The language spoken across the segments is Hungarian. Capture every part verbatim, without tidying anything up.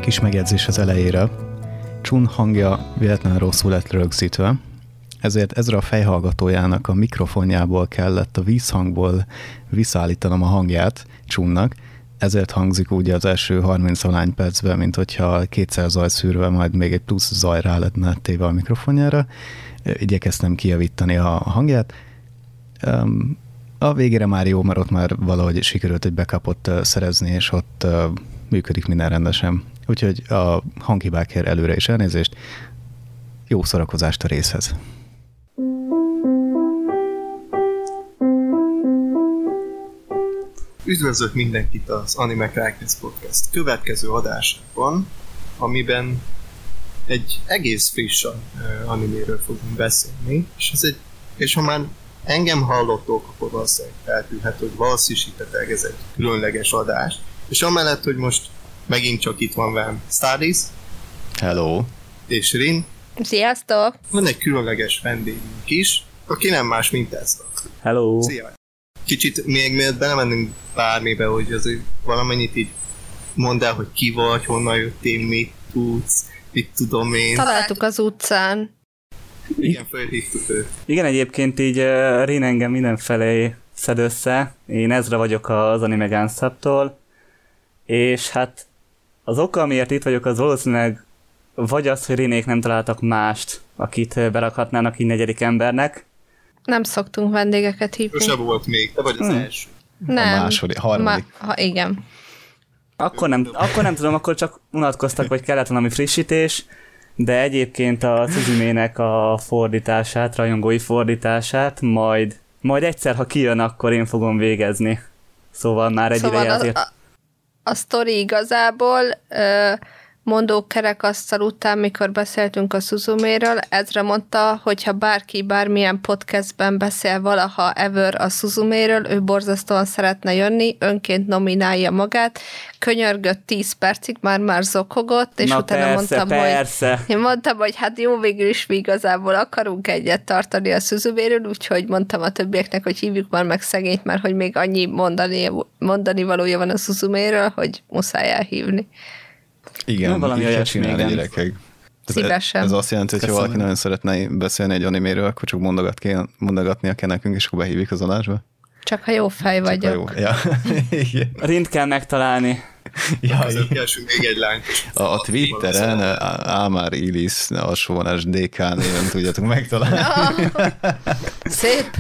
kis megjegyzés az elejére. Chun hangja véletlenül rosszul lett rögzítve, ezért Ezra a fejhallgatójának a mikrofonjából kellett a vízhangból visszaállítanom a hangját Chunnak, ezért hangzik úgy az első harminc percben, mint hogyha kétszer zajszűrve, majd még egy plusz zaj rá lenne téve a mikrofonjára. Igyekeztem kijavítani a hangját. A végére már jó, mert ott már valahogy sikerült egy backupot szerezni, és ott működik minden rendesen. Úgyhogy a hanghibákért előre is elnézést. Jó szórakozást a részhez! Üdvözlök mindenkit az Anime Crackers Podcast következő adásában, amiben egy egész friss uh, animéről fogunk beszélni, és, ez egy, és ha már engem hallottok, akkor valószínűleg feltűnhet, hogy valószínűsítetek, ez egy különleges adás, és amellett, hogy most megint csak itt van velem Stardis. Hello! És Rin. Sziasztok! Van egy különleges vendégünk is, aki nem más, mint Ezra. Hello! Szia! Kicsit még mielőtt belemennünk bármibe, hogy azért valamennyit így mondd el, hogy ki vagy, honnan jöttél, mit tudsz, mit tudom én. Találtuk az utcán. Igen, felhívtuk őt. Igen, egyébként így uh, Rin engem mindenfelé szed össze. Én Ezra vagyok az Anime Gunstop-tól, és hát az oka, amiért itt vagyok, az valószínűleg vagy az, hogy Rinék nem találtak mást, akit berakhatnának így negyedik embernek. Nem szoktunk vendégeket hívni. Sose volt még, te vagy az hmm. első. Nem. A második, harmadik. Ma, ha, igen. Akkor nem, akkor nem tudom, akkor csak unatkoztak, vagy kellett valami frissítés, de egyébként a Suzumének a fordítását, rajongói fordítását, majd, majd egyszer, ha kijön, akkor én fogom végezni. Szóval már egy szóval ideje az, azért... a, a sztori igazából... Ö, mondó kerekasztal után, mikor beszéltünk a Suzuméről, Ezra mondta, hogy ha bárki bármilyen podcastben beszél valaha ever a Suzuméről, ő borzasztóan szeretne jönni, önként nominálja magát, könyörgött tíz percig, már-már zokogott, és Na utána persze, mondtam, persze. hogy én mondtam, hogy hát jó, végül is mi igazából akarunk egyet tartani a Suzuméről, úgyhogy mondtam a többieknek, hogy hívjuk már meg szegényt, mert hogy még annyi mondani, mondani valója van a Suzuméről, hogy muszáj elhívni. Igen, nem valami így kell csinálni, igen. gyerekek. Szívesen. Ez azt jelenti, hogy ha valaki nagyon szeretne beszélni egy animéről, akkor csak mondogat kéne, mondogatnia kell nekünk, és akkor behívjuk az adásba. Csak ha jó fej vagyok. Jó. Ja. Rint kell megtalálni. Ja, azért keresünk még egy lányt. A, a Twitteren Ámár Ilis alsóvonás dé ká néven tudjátok megtalálni. Szép.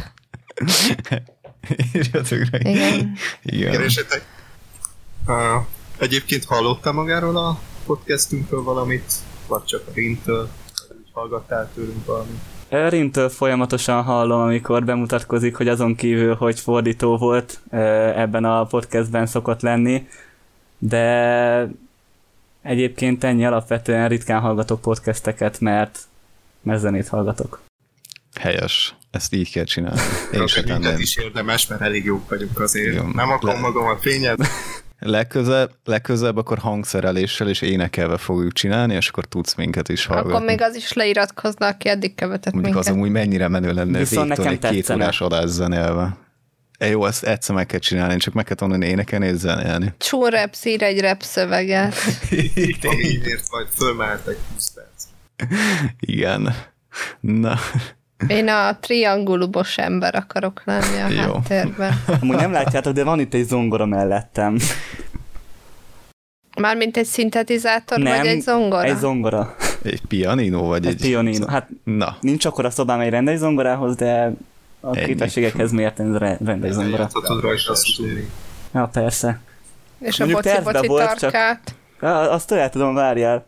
Írjatok rá. Igen. Igen. Keresetek. Uh, egyébként hallottál magáról a podcastünkről valamit? Vagy csak a Rintől? Vagy úgy hallgattál tőlünk valamit? Rintől folyamatosan hallom, amikor bemutatkozik, hogy azon kívül, hogy fordító volt, ebben a podcastben szokott lenni, de egyébként ennyi, alapvetően ritkán hallgatok podcasteket, mert, mert zenét hallgatok. Helyes. Ezt így kell csinálni. Én Én se tenném. is érdemes, mert elég jók vagyunk azért. Igen. Nem akarom Le- magam a fényed. Legközelebb, legközelebb akkor hangszereléssel és énekelve fogjuk csinálni, és akkor tudsz minket is hallgatni. Akkor még az is leiratkozna, aki eddig követett Mondjuk minket. az amúgy mennyire menő lenne Viszont végtől nekem egy két tetszene. órás adás zenélve. E, jó, ezt egyszer meg kell csinálni, csak meg kell tanulni énekelni és zenélni. Csún rap ír egy rap szöveget. Amiért majd fölmehetek húsz perc. Igen. Na, Én a triangulubos ember akarok lenni a Jó. háttérben. Amúgy nem látjátok, de van itt egy zongora mellettem. Mármint egy szintetizátor, Nem, vagy egy zongora? egy zongora. egy pianino vagy Egy egy... pianino. Hát Na, nincs akkor a szobám egy rendes zongorához, de a Ennyi. képességekhez mérten ez re- rendes zongora. Játszhatod rajta azt tudni. Ja, persze. És a Mondjuk tervben boci-boci volt, csak- tarkát. Ja, azt el tudom, várjál.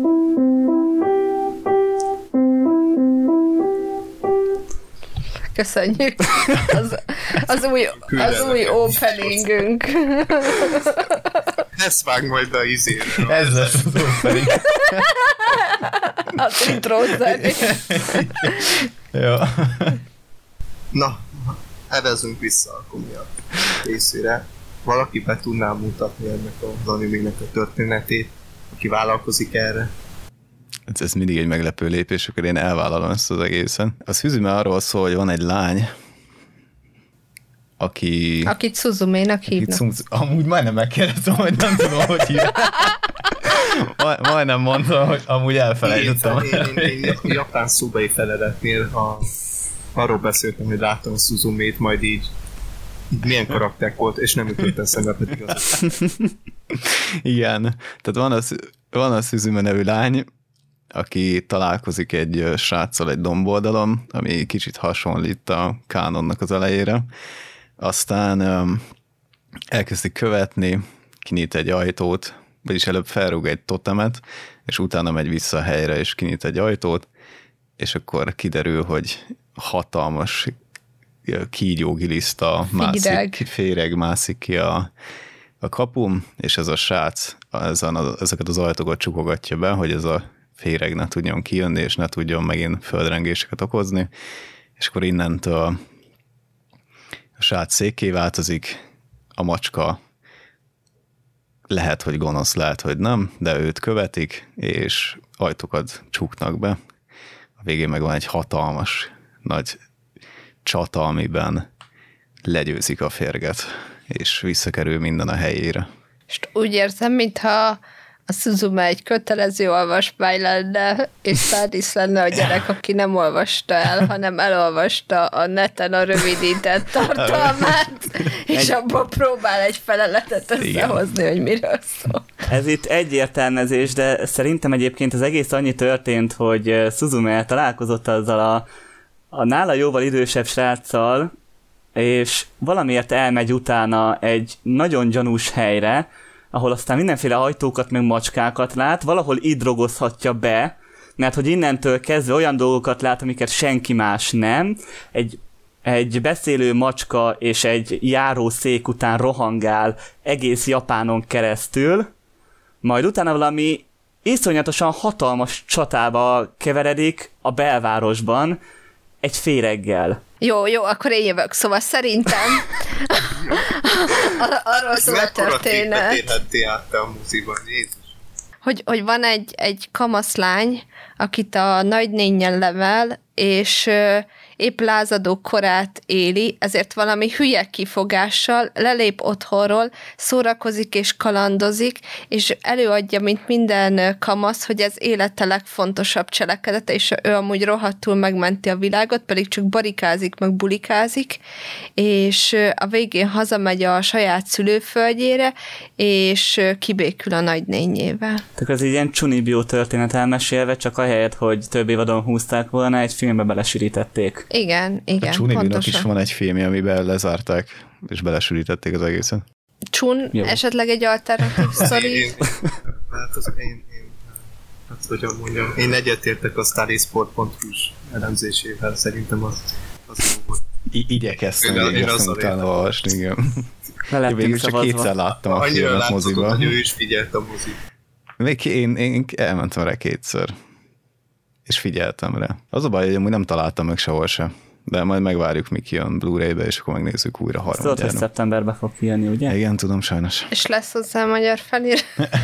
Köszönjük. Az, az új, az új openingünk. Ezt vág majd be a izére. ez lesz az opening. Az intro zenét. Jó. Na, evezünk vissza a komolyabb részére. Valaki be tudná mutatni ennek az animének a történetét, aki vállalkozik erre? Ez, ez mindig egy meglepő lépés, akkor én elvállalom ezt az egészen. A Suzume arról szól, hogy van egy lány, aki... Akit Suzuménak akit hívnak. szum... Amúgy majdnem megkérdeztem, hogy nem tudom, hogy hívják. Majd, majdnem mondtam, hogy amúgy elfelejtettem. Én, én, én, én japán szóbeli feleletnél a, arról beszéltem, hogy láttam a Suzumét, majd így, így milyen karakter volt, és nem ütöttem szembe, pedig az. Igen, tehát van a, van a Suzume nevű lány, aki találkozik egy sráccal egy domboldalon, ami kicsit hasonlít a Kánonnak az elejére. Aztán um, elkezdik követni, kinyit egy ajtót, vagyis előbb felrúg egy totemet, és utána megy vissza a helyre, és kinyit egy ajtót, és akkor kiderül, hogy hatalmas kígyógiliszta mászik, féreg mászik ki a, a kapum, és ez a srác ezen a, ezeket az ajtókat csukogatja be, hogy ez a féreg ne tudjon kijönni, és ne tudjon megint földrengéseket okozni, és akkor innentől a srác székké változik, a macska lehet, hogy gonosz, lehet, hogy nem, de őt követik, és ajtókat csuknak be. A végén meg van egy hatalmas, nagy csata, amiben legyőzik a férget, és visszakerül minden a helyére. És úgy érzem, mintha a Suzume egy kötelező olvasmány lenne, és Szádisz lenne a gyerek, aki nem olvasta el, hanem elolvasta a neten a rövidített tartalmát, és abból próbál egy feleletet összehozni, hogy miről szól. Ez itt egyértelmezés, de szerintem egyébként az egész annyi történt, hogy Suzume találkozott azzal a, a nála jóval idősebb sráccal, és valamiért elmegy utána egy nagyon gyanús helyre, ahol aztán mindenféle ajtókat meg macskákat lát, valahol így drogozhatja be, mert hogy innentől kezdve olyan dolgokat lát, amiket senki más nem. Egy, egy beszélő macska és egy járószék után rohangál egész Japánon keresztül, majd utána valami iszonyatosan hatalmas csatába keveredik a belvárosban egy féreggel. Jó, jó, akkor én jövök. Szóval szerintem arról szól a történet, át a moziban, Jézus. Hogy, hogy van egy, egy kamaszlány, akit a nagynénnyel level, és épp lázadó korát éli, ezért valami hülye kifogással lelép otthonról, szórakozik és kalandozik, és előadja, mint minden kamasz, hogy ez élete legfontosabb cselekedete, és ő amúgy rohadtul megmenti a világot, pedig csak barikázik, meg bulikázik, és a végén hazamegy a saját szülőföldjére, és kibékül a nagynényével. Tehát ez így ilyen Chunibyo történet elmesélve, csak ahelyett, hogy több évadon húzták volna, egy filmbe belesűrítették. Igen, igen, a Chunibinak pontosan. is van egy filmje, amiben lezárták, és belesűrítették az egészet. Chun, Jó. Esetleg egy alternatív sztori? Hát az én, én, hát hogyan mondjam, én egyetértek a Studysport pont hu-s elemzésével, szerintem az, az jó volt. I- igyekeztem, én, igyekeztem utána olvasni, igen. Én végül csak kétszer láttam a filmet moziban. Annyira hogy ő is figyelt a moziban. Még én, én elmentem rá kétszer. És figyeltem rá. Az a baj, hogy amúgy nem találtam meg sehol se. De majd megvárjuk, mi kijön Blu-ray-be, és akkor megnézzük újra harmadjára. Tudod, hogy szeptemberben fog kijönni, ugye? Igen, tudom, sajnos. És lesz hozzá magyar felir.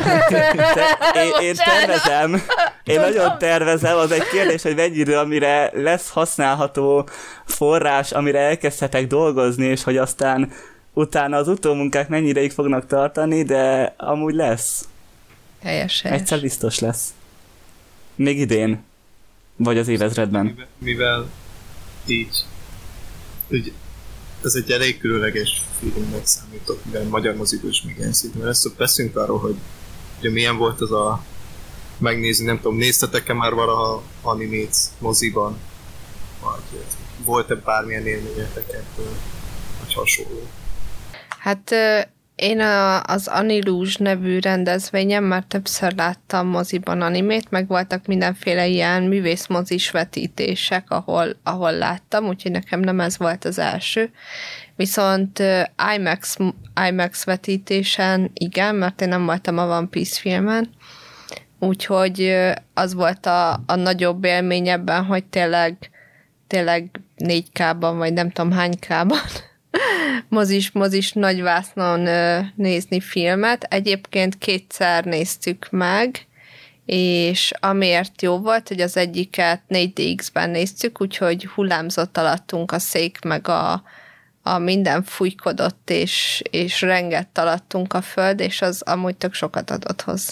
én, én tervezem, én nagyon tervezem, az egy kérdés, hogy mennyi idő, amire lesz használható forrás, amire elkezdhetek dolgozni, és hogy aztán utána az utómunkák mennyi ideig fognak tartani, de amúgy lesz. Helyes, helyes. Egyszer biztos lesz. Még idén. Vagy az évezredben. Mivel, mivel így, hogy ez egy elég különleges filmnek számított, mivel magyar moziból is még ilyen szintén. Mert ezt beszélünk arról, hogy ugye milyen volt az a megnézni, nem tudom, néztetek-e már valaha animét moziban? Vagy volt-e bármilyen élményetek ebből, vagy hasonló? Hát én a, az Anilúzs nevű rendezvényen már többször láttam moziban animét, meg voltak mindenféle ilyen művészmozis vetítések, ahol, ahol láttam, úgyhogy nekem nem ez volt az első. Viszont IMAX, IMAX vetítésen igen, mert én nem voltam a One Piece filmen, úgyhogy az volt a, a nagyobb élmény ebben, hogy tényleg, tényleg négy ká-ban, vagy nem tudom hány ká-ban mozis, mozis nagyvásznon ö, nézni filmet. Egyébként kétszer néztük meg, és amiért jó volt, hogy az egyiket négy dé iksz-ben néztük, úgyhogy hullámzott alattunk a szék, meg a, a minden fújkodott, és, és rengett alattunk a föld, és az amúgy tök sokat adott hozzá.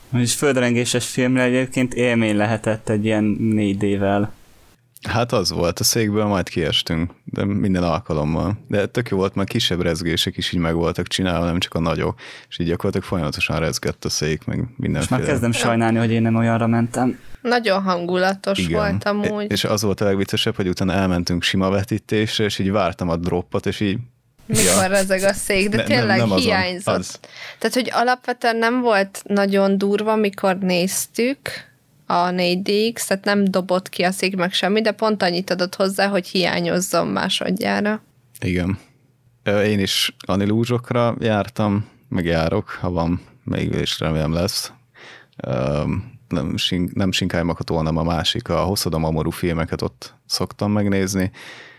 És földrengéses filmre egyébként élmény lehetett egy ilyen négy dé-vel. Hát az volt, a székből majd kiestünk, de minden alkalommal. De tök jó volt, mert kisebb rezgések is így meg voltak csinálva, nem csak a nagyok, és így gyakorlatilag folyamatosan rezgett a szék, meg mindenféle. És már kezdem sajnálni, hogy én nem olyanra mentem. Nagyon hangulatos Igen. volt amúgy. És az volt a legviccesebb, hogy utána elmentünk sima vetítésre, és így vártam a droppot, és így... Mikor ja. rezeg a szék, de ne, tényleg nem, nem hiányzott. Az. Tehát, hogy alapvetően nem volt nagyon durva, mikor néztük a négy dé iksz, tehát nem dobott ki a szék meg semmi, de pont annyit adott hozzá, hogy hiányozzon másodjára. Igen. Én is Anilúzsokra jártam, meg járok, ha van, még is remélem lesz. Nem, nem Shinkai Makoto, hanem a másik, a Hosoda Mamoru filmeket ott szoktam megnézni.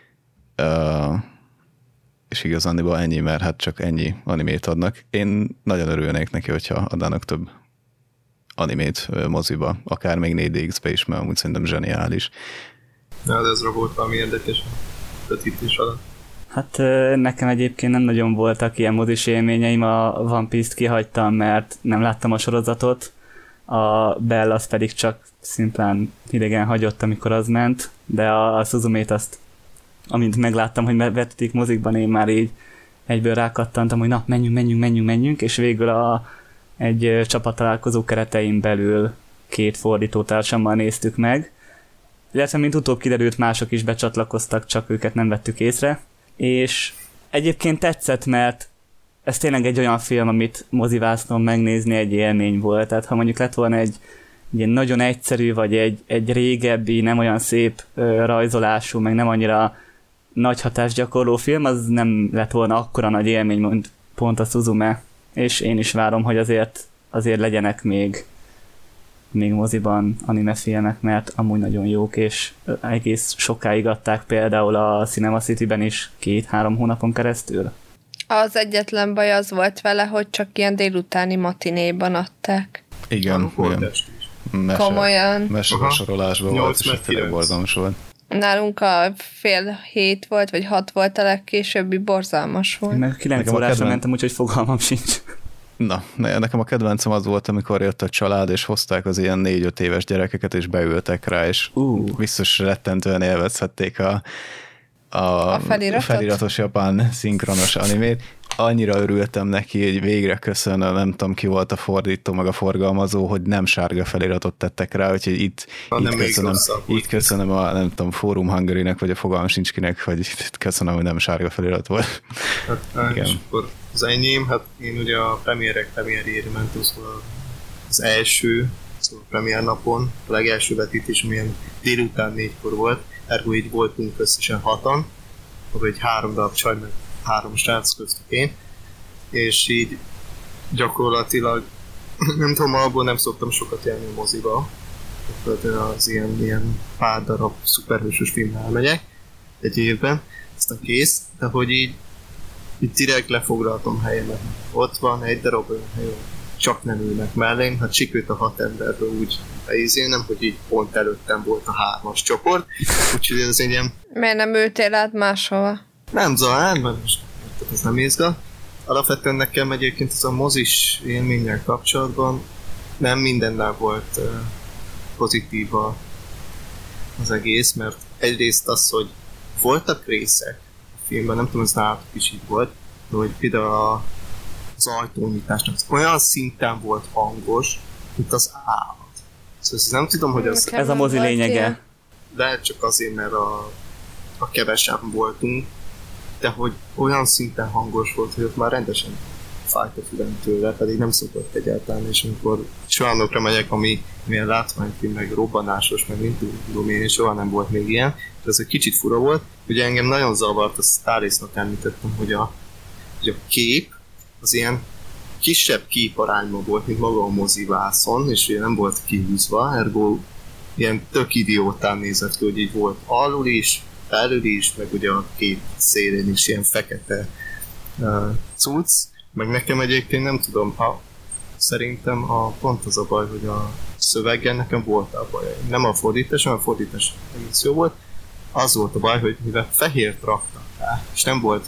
És igazániból ennyi, mert hát csak ennyi animét adnak. Én nagyon örülnék neki, hogyha adnának több animét moziba, akár még négy dé iksz-be is, mert amúgy szerintem zseniális. Ja, de ez volt valami érdekes vetítés alatt. Hát nekem egyébként nem nagyon voltak ilyen mozis élményeim, a One Piece-t kihagytam, mert nem láttam a sorozatot, a Bell az pedig csak szimplán idegen hagyott, amikor az ment, de a, a Suzumét azt, amint megláttam, hogy vetítik mozikban, én már így egyből rákattantam, hogy na, menjünk, menjünk, menjünk, menjünk, és végül a egy csapattalálkozó keretein belül két fordítótársammal néztük meg, illetve mint utóbb kiderült, mások is becsatlakoztak, csak őket nem vettük észre, és egyébként tetszett, mert ez tényleg egy olyan film, amit mozivásznom megnézni egy élmény volt, tehát ha mondjuk lett volna egy, egy ilyen nagyon egyszerű, vagy egy, egy régebbi, nem olyan szép ö, rajzolású, meg nem annyira nagy hatást gyakorló film, az nem lett volna akkora nagy élmény, mint pont a Suzume. És én is várom, hogy azért, azért legyenek még, még moziban anime filmek, mert amúgy nagyon jók, és egész sokáig adták például a Cinema City-ben is két-három hónapon keresztül. Az egyetlen baj az volt vele, hogy csak ilyen délutáni matinéban adták. Igen, igen. Mese, komolyan. Mesesorolásban volt, és tényleg borzalmas volt. Nálunk a fél hét volt, vagy hat volt a legkésőbbi, borzalmas volt. Meg kilenc órásra kedven... mentem, úgyhogy fogalmam sincs. Na, nekem a kedvencem az volt, amikor jött a család, és hozták az ilyen négy-öt éves gyerekeket, és beültek rá, és uh. biztos rettentően élvezhették a, a, a feliratos japán szinkronos animét. Annyira örültem neki, hogy végre köszönöm, nem tudom ki volt a fordító, meg a forgalmazó, hogy nem sárga feliratot tettek rá, úgyhogy itt, itt, köszönöm, itt köszönöm a, nem tudom, Forum Hungary-nek, vagy a fogalmam sincs kinek, hogy itt köszönöm, hogy nem sárga felirat volt. Hát, és akkor az enyém, hát én ugye a premierek premierjére mentem, szóval az első, szóval a premier napon, a legelső vetítés, amilyen délután négykor volt, ergo így voltunk összesen hatan, akkor egy három darab csaj, meg három srác köztük én, és így gyakorlatilag nem tudom, abból nem szoktam sokat járni a moziba, az ilyen, ilyen pár darab szuperhősös filmmel megyek egy évben, aztán kész, de hogy így, így direkt lefoglaltam helyemet. Ott van egy darab olyan hely, csak nem ülnek mellém, hát sikült a hat emberből úgy beizélnem, hogy így pont előttem volt a hármas csoport, úgyhogy ez egy ilyen... Miért nem ültél át máshova? Nem zavar, mert most ez nem izgat. Alapvetően nekem egyébként ez a mozis élménnyel kapcsolatban nem mindennel volt uh, pozitív az egész, mert egyrészt az, hogy voltak részek a filmben, nem tudom, ez nálatok is így volt, de hogy például az ajtónyitásnak olyan szinten volt hangos, mint az állat. Szóval nem tudom, hogy az... Ez a mozi lényege. De csak azért, mert a, a kevesen voltunk, de hogy olyan szinten hangos volt, hogy ott már rendesen fájt a fülem tőle, pedig nem szokott egyáltalán, és amikor sohanokra megyek, ami milyen látványfilm, meg robbanásos, meg mint tudom én, soha nem volt még ilyen, de ez egy kicsit fura volt. Ugye engem nagyon zavart, azt Tárésznak említettem, hogy a, hogy a kép az ilyen kisebb képarányban volt, mint maga a mozivászon, és ugye nem volt kihúzva, ergo ilyen tök idiótán nézett ki, hogy így volt alul is, felül is, meg ugye a két szélén is ilyen fekete uh, cucc, meg nekem egyébként nem tudom, ha szerintem a, pont az a baj, hogy a szöveggel nekem volt a baj. Nem a fordítás, hanem a fordítás egész jó volt. Az volt a baj, hogy mivel fehért raktak rá, és nem volt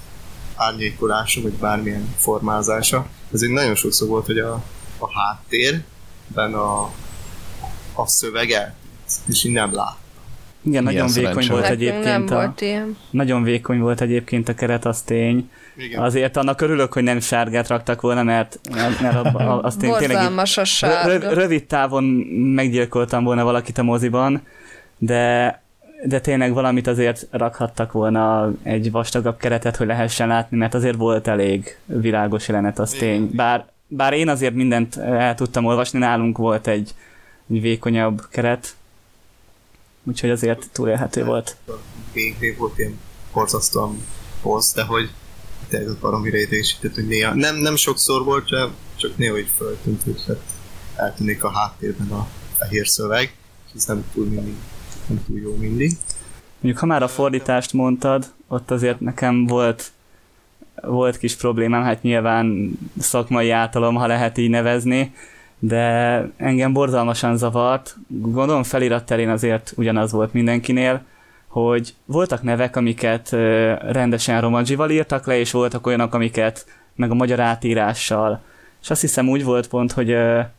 árnyékolása, vagy bármilyen formázása, ezért nagyon sokszor volt, hogy a, a háttér ben a, a szöveget, és így nem láttam. Igen, nagyon vékony szerencsé. volt Nekünk egyébként nem a... volt ilyen. Nagyon vékony volt egyébként a keret, az tény. Igen. Azért annak örülök, hogy nem sárgát raktak volna, mert, mert a, a, azt én tényleg így Borzalmas a sárga. rö, rövid távon meggyilkoltam volna valakit a moziban, de, de tényleg valamit azért rakhattak volna, egy vastagabb keretet, hogy lehessen látni, mert azért volt elég világos jelenet, az tény. Bár, bár én azért mindent el tudtam olvasni, nálunk volt egy, egy vékonyabb keret, úgyhogy azért túlélhető volt. A végén volt ilyen borzasztóan hossz, de hogy tényleg az baromira idegesített, hogy néha, nem, nem sokszor volt, csak néha így föltűnt, hogy hát eltűnik a háttérben a fehér szöveg, és ez nem túl mindig, nem túl jó mindig. Mondjuk, ha már a fordítást mondtad, ott azért nekem volt, volt kis problémám, hát nyilván szakmai általom, ha lehet így nevezni, de engem borzalmasan zavart. Gondolom felirat terén azért ugyanaz volt mindenkinél, hogy voltak nevek, amiket rendesen romanjival írtak le, és voltak olyanok, amiket meg a magyar átírással. És azt hiszem úgy volt pont, hogy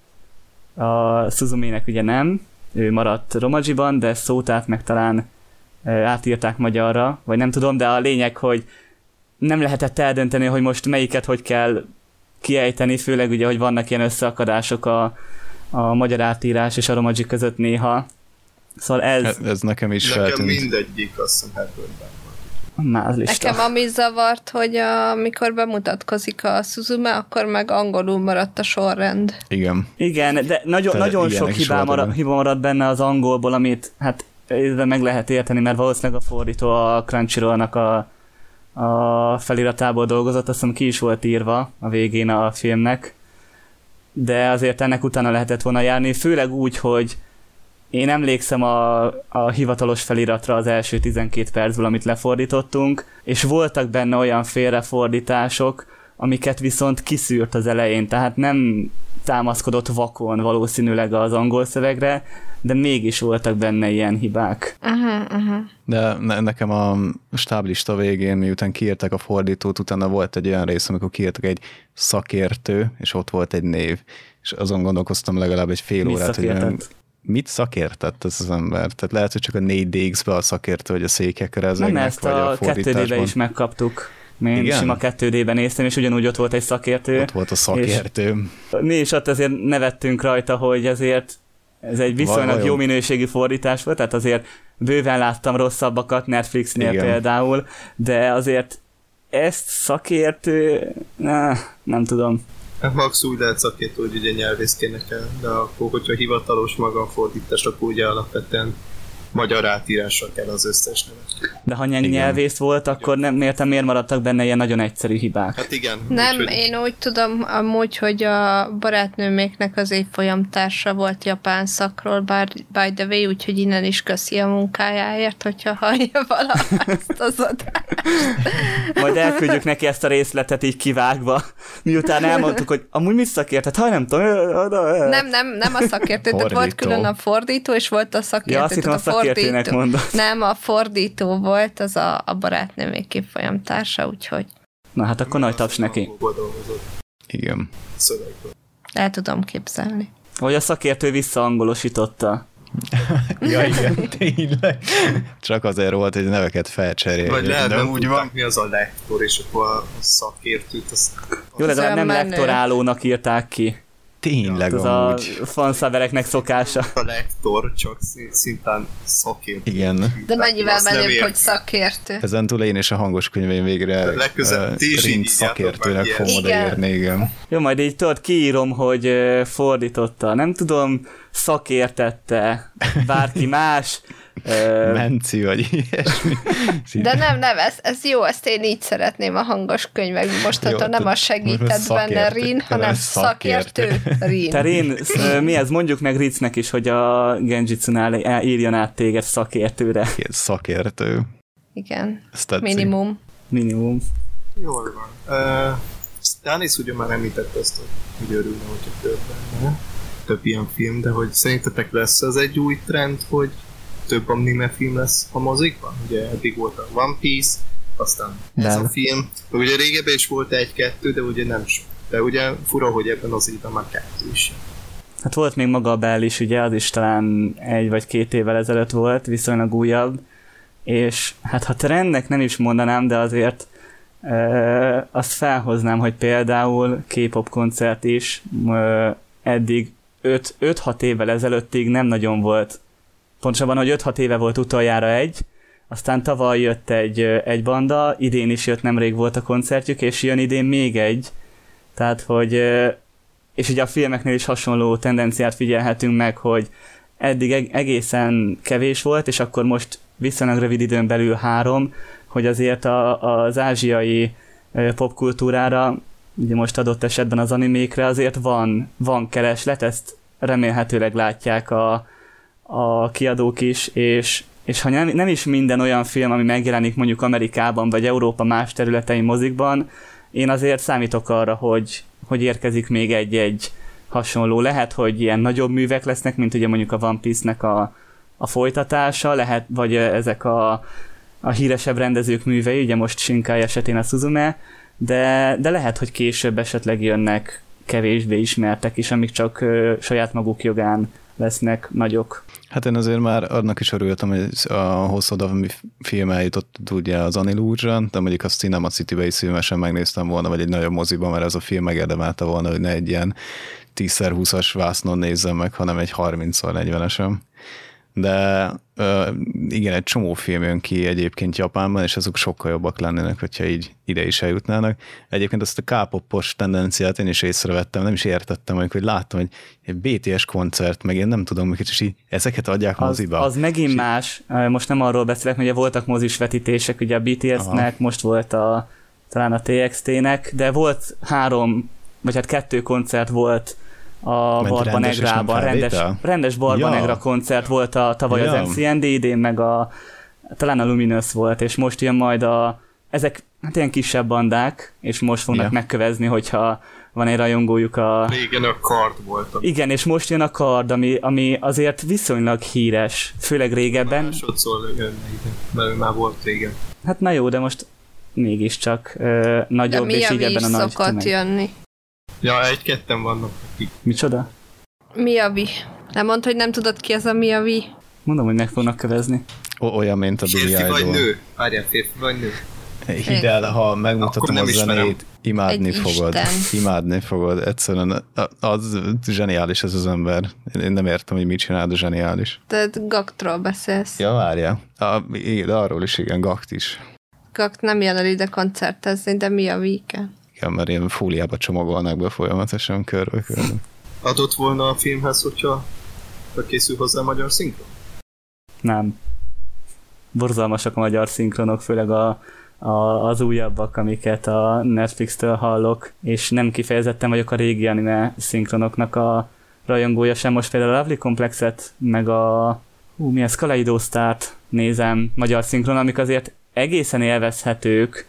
a Suzumének ugye nem, ő maradt romanjiban, de szótát meg talán átírták magyarra, vagy nem tudom, de a lényeg, hogy nem lehetett eldönteni, hogy most melyiket hogy kell kiejteni, főleg ugye, hogy vannak ilyen összeakadások a, a magyar átírás és a romanji között néha. Szóval ez... Ez, ez nekem is Nekem feltűnt. mindegyik, azt hiszem, Hepburnben volt. Mázlista. Nekem ami zavart, hogy amikor bemutatkozik a Suzume, akkor meg angolul maradt a sorrend. Igen. Igen, de nagyon, Te nagyon sok ilyenek is hibá voltak maradt, benne. hiba maradt benne az angolból, amit hát ezzel meg lehet érteni, mert valószínűleg a fordító a Crunchyrollnak a, a feliratából dolgozott, azt hiszem ki is volt írva a végén a filmnek, de azért ennek utána lehetett volna járni, főleg úgy, hogy én emlékszem a, a hivatalos feliratra az első tizenkét percből, amit lefordítottunk, és voltak benne olyan félrefordítások, amiket viszont kiszűrt az elején, tehát nem támaszkodott vakon valószínűleg az angol szövegre, de mégis voltak benne ilyen hibák. Uh-huh, uh-huh. De ne, nekem a stáblista végén, miután kiírták a fordítót, utána volt egy olyan rész, amikor kiírtak egy szakértő, és ott volt egy név. És azon gondolkoztam legalább egy fél Mi órát, hogy szakértett? olyan- mit szakértett ez az ember? Tehát lehet, hogy csak a négy dé iksz-be a szakértő, hogy a székekre Nem, ezeknek, ezt vagy a a kettő dé-be fordításban. is megkaptuk. Én Igen? sima kettő dé-ben néztem, és ugyanúgy ott volt egy szakértő. Ott volt a szakértő. Mi is ott azért nevettünk rajta, hogy ezért ez egy viszonylag Vajon? jó minőségű fordítás volt, tehát azért bőven láttam rosszabbakat Netflixnél Igen. például, de azért ezt szakértő, ne, nem tudom. Hát max úgy lehet szakértő, hogy ugye nyelvészkének kell, de akkor, hogyha hivatalos maga a fordítás, akkor ugye alapvetően magyar átírásra kell az összes nevet. De ha Igen. nyelvész volt, akkor nem értem, miért maradtak benne ilyen nagyon egyszerű hibák. Hát igen. Nem, úgyhogy- én úgy tudom amúgy, hogy a barátnőméknek az évfolyam társa volt japán szakról, bár by the way, úgyhogy innen is köszi a munkájáért, hogyha hallja valaha ezt az adást. Majd elküldjük neki ezt a részletet így kivágva, miután elmondtuk, hogy amúgy mit szakértett, ha nem tudom. Nem, nem, nem a szakértő, tehát volt Fordító. külön a fordító, és volt a szakértő. Ja, azt hittem, tehát a szakértőnek mondod. Nem, a fordító volt, az a, a barátnőmék évfolyam társa, úgyhogy Na hát akkor nagy taps neki. Angolból dolgozott Igen. szövegből. el tudom képzelni. Vagy a szakértő visszaangolosította. Ja, igen, tényleg. Csak azért volt, hogy neveket felcserélni. Vagy lehet, de nem úgy tudták, van. mi az a lektor, és akkor a szakértőt, azt... Jó, legalább olyan nem menő. lektorálónak írták ki. Tényleg Ez a amúgy. fanszavereknek szokása. A lektor csak szí- szintán szakértő. Igen. De mennyivel Azt nem menőbb, értem. hogy szakértő. Ezen túl én és a hangos könyveim végre Legközelebb uh, ti is így Rinc írjátok szakértőnek meg fogom ilyen. odaírni, igen. Jó, majd így tudod, kiírom, hogy ö, fordította. Nem tudom, szakértette bárki más. Ö, Menci vagy ilyesmi. De nem, nem, ez, ez jó, ezt én így szeretném a hangos könyvekben. Mostantól Jó, nem a most segített szakértő. benne Rin, Nem, hanem szakértő. szakértő Rin. Te Rin, ö, mi ez? Mondjuk meg Ritznek is, hogy a Genjitsu-nál írjon át téged szakértőre. Szakértő. Igen, Ezt tetszik. minimum. Minimum. Jól van. Uh, Dánis ugye már említette ezt, hogy, hogy örülne, hogyha több lenne. Több ilyen film, de hogy szerintetek lesz ez egy új trend, hogy több anime film lesz a mozikban? Ugye eddig volt a One Piece, aztán ez Nem. a film. Ugye régebben is volt egy-kettő, de ugye nem sok. De ugye fura, hogy ebben az évben már kettő is. hát volt még maga a Bell is, ugye, az is talán egy vagy két évvel ezelőtt volt, viszonylag újabb, és hát ha trendnek nem is mondanám, de azért e, azt felhoznám, hogy például K-pop koncert is e, eddig öt-hat évvel ezelőttig nem nagyon volt. Pontosabban, hogy öt-hat éve volt utoljára egy, aztán tavaly jött egy, egy banda, idén is jött, nemrég volt a koncertjük, és jön idén még egy. Tehát, hogy és ugye a filmeknél is hasonló tendenciát figyelhetünk meg, hogy eddig egészen kevés volt, és akkor most viszonylag rövid időn belül három, hogy azért a, az ázsiai popkultúrára, ugye most adott esetben az animékre azért van, van kereslet, ezt remélhetőleg látják a, a kiadók is, és, és ha nem, nem is minden olyan film, ami megjelenik mondjuk Amerikában, vagy Európa más területein mozikban, én azért számítok arra, hogy, hogy érkezik még egy-egy hasonló. Lehet, hogy ilyen nagyobb művek lesznek, mint ugye mondjuk a One Piece-nek a, a folytatása, lehet, vagy ezek a, a híresebb rendezők művei, ugye most Shinkai esetén a Suzume, de, de lehet, hogy később esetleg jönnek kevésbé ismertek is, amik csak ö, saját maguk jogán lesznek nagyok. Hát én azért már annak is örültem, hogy a hosszabb film eljutott ugye az Anillusion, de mondjuk a Cinema City-be is szívesen megnéztem volna, vagy egy nagyobb moziban, mert ez a film megérdemelte volna, hogy ne egy ilyen tíz húszas vásznon nézzem meg, hanem egy harminc negyvenesen. De uh, igen, egy csomó film jön ki egyébként Japánban, és azok sokkal jobbak lennének, hogyha így ide is eljutnának. Egyébként azt a K-popos tendenciát én is észrevettem, nem is értettem, hogy láttam, hogy egy bé té es koncert, meg én nem tudom, hogy és így ezeket adják az, moziba. Az megint és más, most nem arról beszélek, hogy voltak mozis vetítések, ugye a bé té es-nek, aha, most volt a, talán a té iksz té-nek, de volt három, vagy hát kettő koncert volt a Barba Negrában, rendes, rendes Barba ja. Negra koncert volt a tavaly ja. az em cé en dé, idén meg a talán a Luminous volt, és most jön majd a ezek hát ilyen kisebb bandák, és most fognak ja. megkövezni, hogyha van egy rajongójuk a... Régen a Kard volt. Igen, és most jön a Kard, ami, ami azért viszonylag híres, főleg régebben. Másodszor jönne ide, mert már volt régen. Hát na jó, de most mégiscsak uh, nagyobb, és így ebben a nagy szokott jönni? Ja, egy-ketten vannak akik. Micsoda? Miyavi. Nem mondd, hogy nem tudod ki az a Miyavi? Mondom, hogy meg fognak kövezni. O- olyan, mint a Billy Idol. Férfi vagy nő? Várjál, férfi vagy nő? Hidd el, ha megmutatom a zenét, imádni Egy fogod. Isten. Imádni fogod. Egyszerűen az zseniális ez az ember. Én nem értem, hogy mit csinál, de zseniális. Tehát Gaktról beszélsz. Ja, várjál. A, de arról is igen, Gakt is. Gakt nem jön el ide koncertezni, de Miyavi kell. Igen, mert ilyen fóliába csomagolnak be folyamatosan körbe-körbe. Adott volna a filmhez, hogyha készül hozzá a magyar szinkron? Nem. Borzalmasak a magyar szinkronok, főleg a, a, az újabbak, amiket a Netflix-től hallok, és nem kifejezetten vagyok a régi anime szinkronoknak a rajongója sem. Most például a Lovely Complexet, meg a hú, mi ez, Kaleido Start nézem magyar szinkron, amik azért egészen élvezhetők,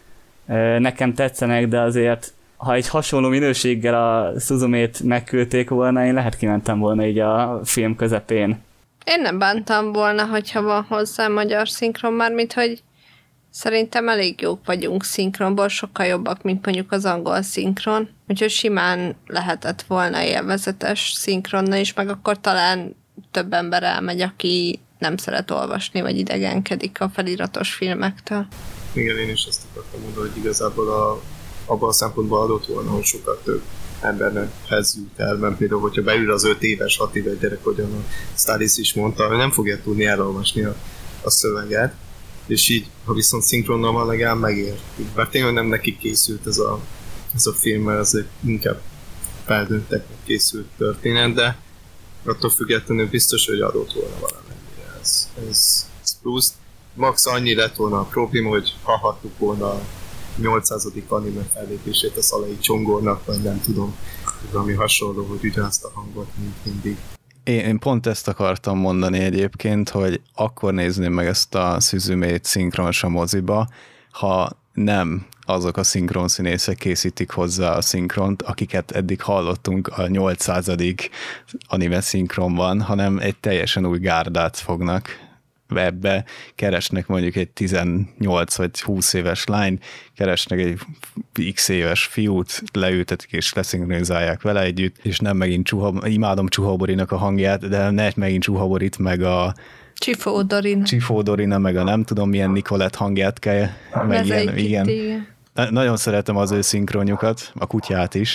nekem tetszenek, de azért ha egy hasonló minőséggel a Suzumét megküldték volna, én lehet kimentem volna így a film közepén. Én nem bántam volna, hogyha van hozzá magyar szinkron, mármint hogy szerintem elég jók vagyunk szinkronból, sokkal jobbak, mint mondjuk az angol szinkron, úgyhogy simán lehetett volna élvezetes szinkronna is, meg akkor talán több ember elmegy, aki nem szeret olvasni, vagy idegenkedik a feliratos filmektől. Igen, én is ezt akartam mondani, hogy igazából a, abban a szempontból adott volna, hogy sokkal több emberhez jut el, mert például, hogyha beül az öt éves, hat éves gyerek, hogyan a Stalis is mondta, hogy nem fogja tudni elolvasni a, a szöveget, és így, ha viszont szinkronnal van, legalább megértik. Bár tényleg nem nekik készült ez a, ez a film, mert ez egy inkább felnőtteknek készült történet, de attól függetlenül biztos, hogy adott volna valamennyire ez, ez, ez plusz. Max annyi lett volna a probléma, hogy hallhattuk volna a nyolcszázadik anime fellépését a Szalai Csongornak, vagy nem tudom, valami hasonló, hogy ugyanazt a hangot, mint mindig. Én, én pont ezt akartam mondani egyébként, hogy akkor nézném meg ezt a Szüzümét szinkronos a moziba, ha nem azok a szinkronszínészek készítik hozzá a szinkront, akiket eddig hallottunk a nyolcszázadik anime szinkronban, hanem egy teljesen új gárdát fognak webbe, keresnek mondjuk egy tizennyolc vagy húsz éves lány, keresnek egy x éves fiút, leültetik és leszinkronizálják vele együtt, és nem megint Csuha, imádom Csuha Borinak a hangját, de ne megint Csuha Borit, meg a Csifó Dorina. Csifó Dorina, meg a nem tudom milyen Nicolette hangját kell, meg ilyen, igen. igen. Nagyon szeretem az ő szinkronjukat, a kutyát is,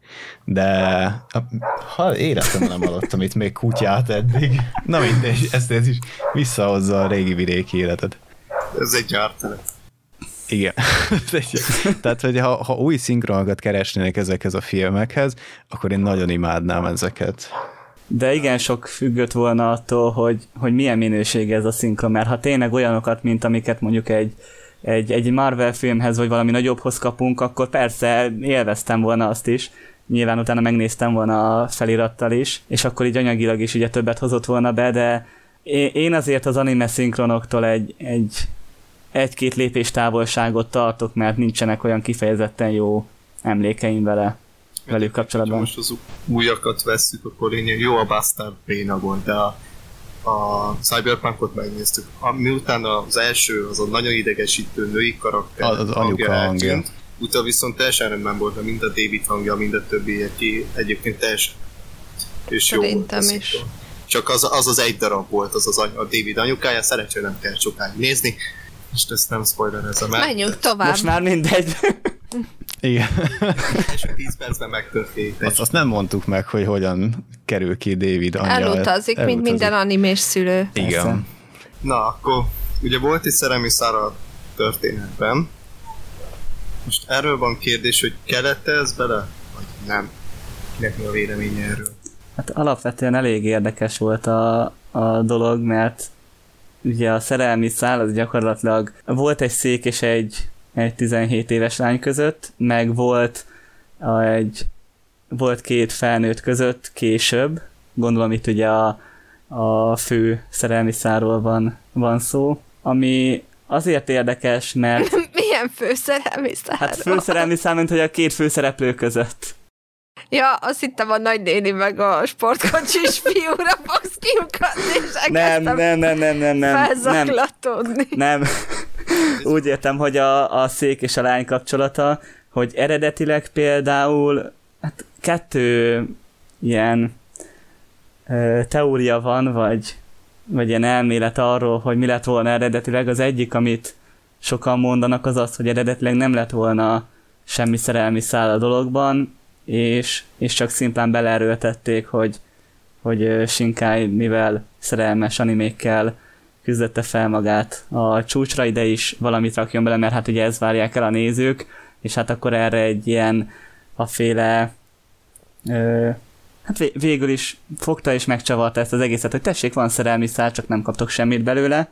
de ha életem nem hallottam itt még kutyát eddig. Na mindegy, ezt ez is visszahozza a régi vidéki életet. Ez egy ártelen. Igen. Tehát, hogy ha, ha új szinkronokat keresnének ezekhez a filmekhez, akkor én nagyon imádnám ezeket. De igen sok függött volna attól, hogy, hogy milyen minőség ez a szinkron, mert ha tényleg olyanokat, mint amiket mondjuk egy, egy, egy Marvel filmhez, vagy valami nagyobbhoz kapunk, akkor persze élveztem volna azt is. Nyilván utána megnéztem volna a felirattal is, és akkor így anyagilag is ugye többet hozott volna be, de én azért az anime szinkronoktól egy, egy, egy-két lépés távolságot tartok, mert nincsenek olyan kifejezetten jó emlékeim vele. Velük kapcsolatban. Most az újakat vesszük, akkor lényeg, jó a Bastard béna volt, de a, a Cyberpunkot megnéztük. Miután az első, az a nagyon idegesítő női karakter az, az anyuka hangja. Utána viszont teljesen rendben volt, mind a David hangja, mind a többi, aki egyébként teljesen és jó volt. Is. Csak az, az az egy darab volt, az az any- a David anyukája, szerencsére nem kell sokáig nézni, és ezt nem spoilerezem el. Menjünk tovább. Most már mindegy. Igen. első tíz percben megtörtént. Azt, azt nem mondtuk meg, hogy hogyan kerül ki David anyja. Elutazik, elutazik, mint minden animés szülő. Igen. Persze. Na, akkor ugye volt egy szerelmi szál a történetben. Most erről van kérdés, hogy kellett ez bele, vagy nem? Kinek mi a véleménye erről? Hát alapvetően elég érdekes volt a, a dolog, mert ugye a szerelmi szál az gyakorlatilag volt egy szék és egy egy tizenhét éves lány között, meg volt a, egy volt két felnőtt között később, gondolom itt ugye a, a fő szerelmi szálról van, van szó, ami azért érdekes, mert... Milyen főszerelmi szál? Hát főszerelmi szál, mint hogy a két főszereplő között. Ja, azt hittem a nagynéni meg a sportkocsis fiúra fogsz kiukadni, és nem, nem, nem, nem, nem, nem, felzaklatódni. Nem, úgy értem, hogy a, a szék és a lány kapcsolata, hogy eredetileg például hát kettő ilyen ö, teória van, vagy, vagy ilyen elmélet arról, hogy mi lett volna eredetileg. Az egyik, amit sokan mondanak, az az, hogy eredetileg nem lett volna semmi szerelmi szál a dologban, és, és csak szimplán beleerőltették, hogy, hogy Shinkai mivel szerelmes animékkel küzdette fel magát a csúcsra, ide is valamit rakjon bele, mert hát ugye ezt várják el a nézők, és hát akkor erre egy ilyen a féle ö, hát végül is fogta és megcsavarta ezt az egészet, hogy tessék, van szerelmi szál, csak nem kaptok semmit belőle.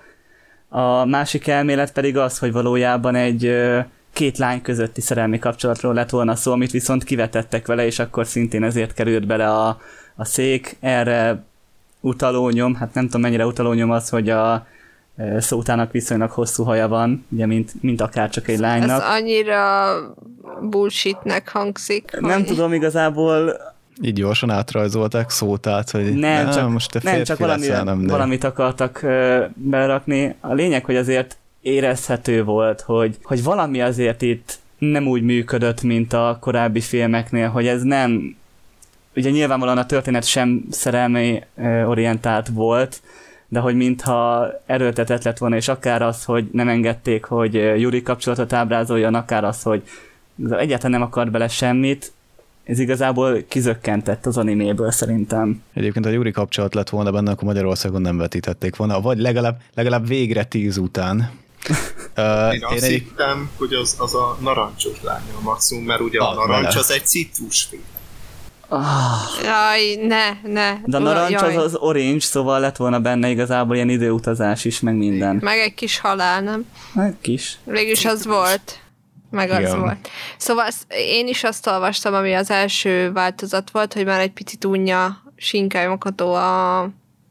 A másik elmélet pedig az, hogy valójában egy ö, két lány közötti szerelmi kapcsolatról lett volna szó, amit viszont kivetettek vele, és akkor szintén ezért került bele a, a szék. Erre utaló nyom, hát nem tudom mennyire utaló nyom az, hogy a Szótának viszonylag hosszú haja van, ugye, mint, mint akár csak egy lánynak. Ez annyira bullshitnek hangzik. Nem hogy... tudom igazából... Így gyorsan átrajzolták Szótát, hogy nem, nem, csak, most te nem, csak valami, leszel, nem, de... valamit akartak uh, berakni. A lényeg, hogy azért érezhető volt, hogy, hogy valami azért itt nem úgy működött, mint a korábbi filmeknél, hogy ez nem... Ugye nyilvánvalóan a történet sem szerelmi uh, orientált volt, de hogy mintha erőltetett lett volna, és akár az, hogy nem engedték, hogy Yuri kapcsolatot ábrázoljon, akár az, hogy egyáltalán nem akart bele semmit, ez igazából kizökkentett az animéből szerintem. Egyébként a Yuri kapcsolat lett volna benne, akkor Magyarországon nem vetítették volna, vagy legalább, legalább végre tíz után. uh, én azt én hittem, egy... hogy az, az a narancsos lánya a maximum, mert ugye a, a narancs az egy citrusféle. Oh. Jaj, ne, ne. De a narancs az az orange, szóval lett volna benne igazából ilyen időutazás is, meg minden. Meg egy kis halál, nem? Meg kis. Végülis az volt. Meg az Igen. volt. Szóval én is azt olvastam, ami az első változat volt, hogy már egy picit unja Shinkai Makoto a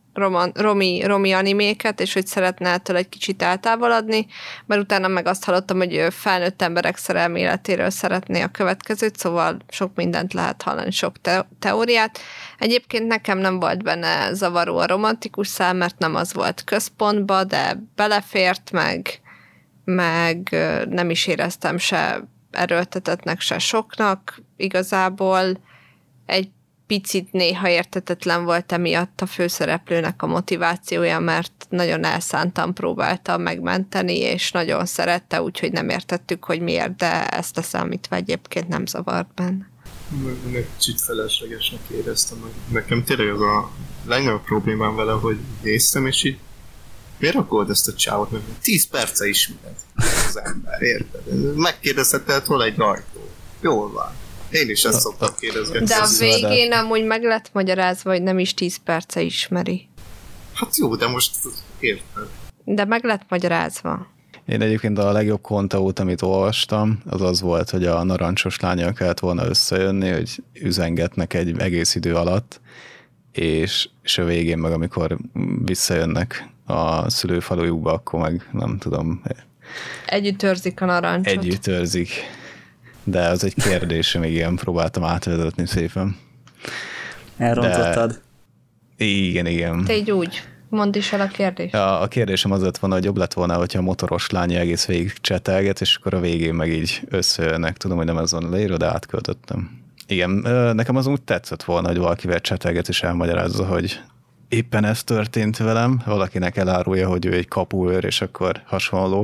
roman, romi, romi animéket, és hogy szeretne ettől egy kicsit eltávolodni, mert utána meg azt hallottam, hogy felnőtt emberek szerelméletéről szeretné a következőt, szóval sok mindent lehet hallani, sok te- teóriát. Egyébként nekem nem volt benne zavaró a romantikus szál, mert nem az volt központba, de belefért, meg, meg nem is éreztem se erőltetetnek, se soknak. Igazából egy picit néha értetetlen volt emiatt a főszereplőnek a motivációja, mert nagyon elszántan próbálta megmenteni, és nagyon szerette, úgyhogy nem értettük, hogy miért, de ezt a számítva egyébként nem zavart benne. Meg kicsit feleslegesnek éreztem. Nekem tényleg az a legnagyobb problémám vele, hogy néztem, és így miért akarod ezt a csávot? Mert tíz perce ismert az ember, érted? Megkérdezheted, hol egy ajtó. Jól van. Én is ezt szoktam kérdezgetni. De a végén amúgy meg lett magyarázva, hogy nem is tíz perce ismeri. Hát jó, de most érted. De meg lett magyarázva. Én egyébként a legjobb konteót, amit olvastam, az az volt, hogy a narancsos lányok kellett volna összejönni, hogy üzengetnek egy egész idő alatt, és, és a végén meg, amikor visszajönnek a szülőfalujukba, akkor meg nem tudom. Együtt őrzik a narancsot. Együtt őrzik. De az egy kérdésem, igen, próbáltam átvezetni szépen. Elrontottad. De... Igen, igen. Te így úgy. Mondd is el a kérdést. A, a kérdésem az lett volna, hogy jobb lett volna, hogyha a motoros lány egész végig csetelget, és akkor a végén meg így összejönnek. Tudom, hogy nem azon leírva, de átköltöttem. Igen, nekem az úgy tetszett volna, hogy valakivel csetelget és elmagyarázza, hogy éppen ez történt velem, valakinek elárulja, hogy ő egy kapuőr, és akkor hasonló.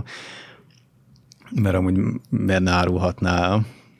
Mert amúgy miért ne árulhatná el?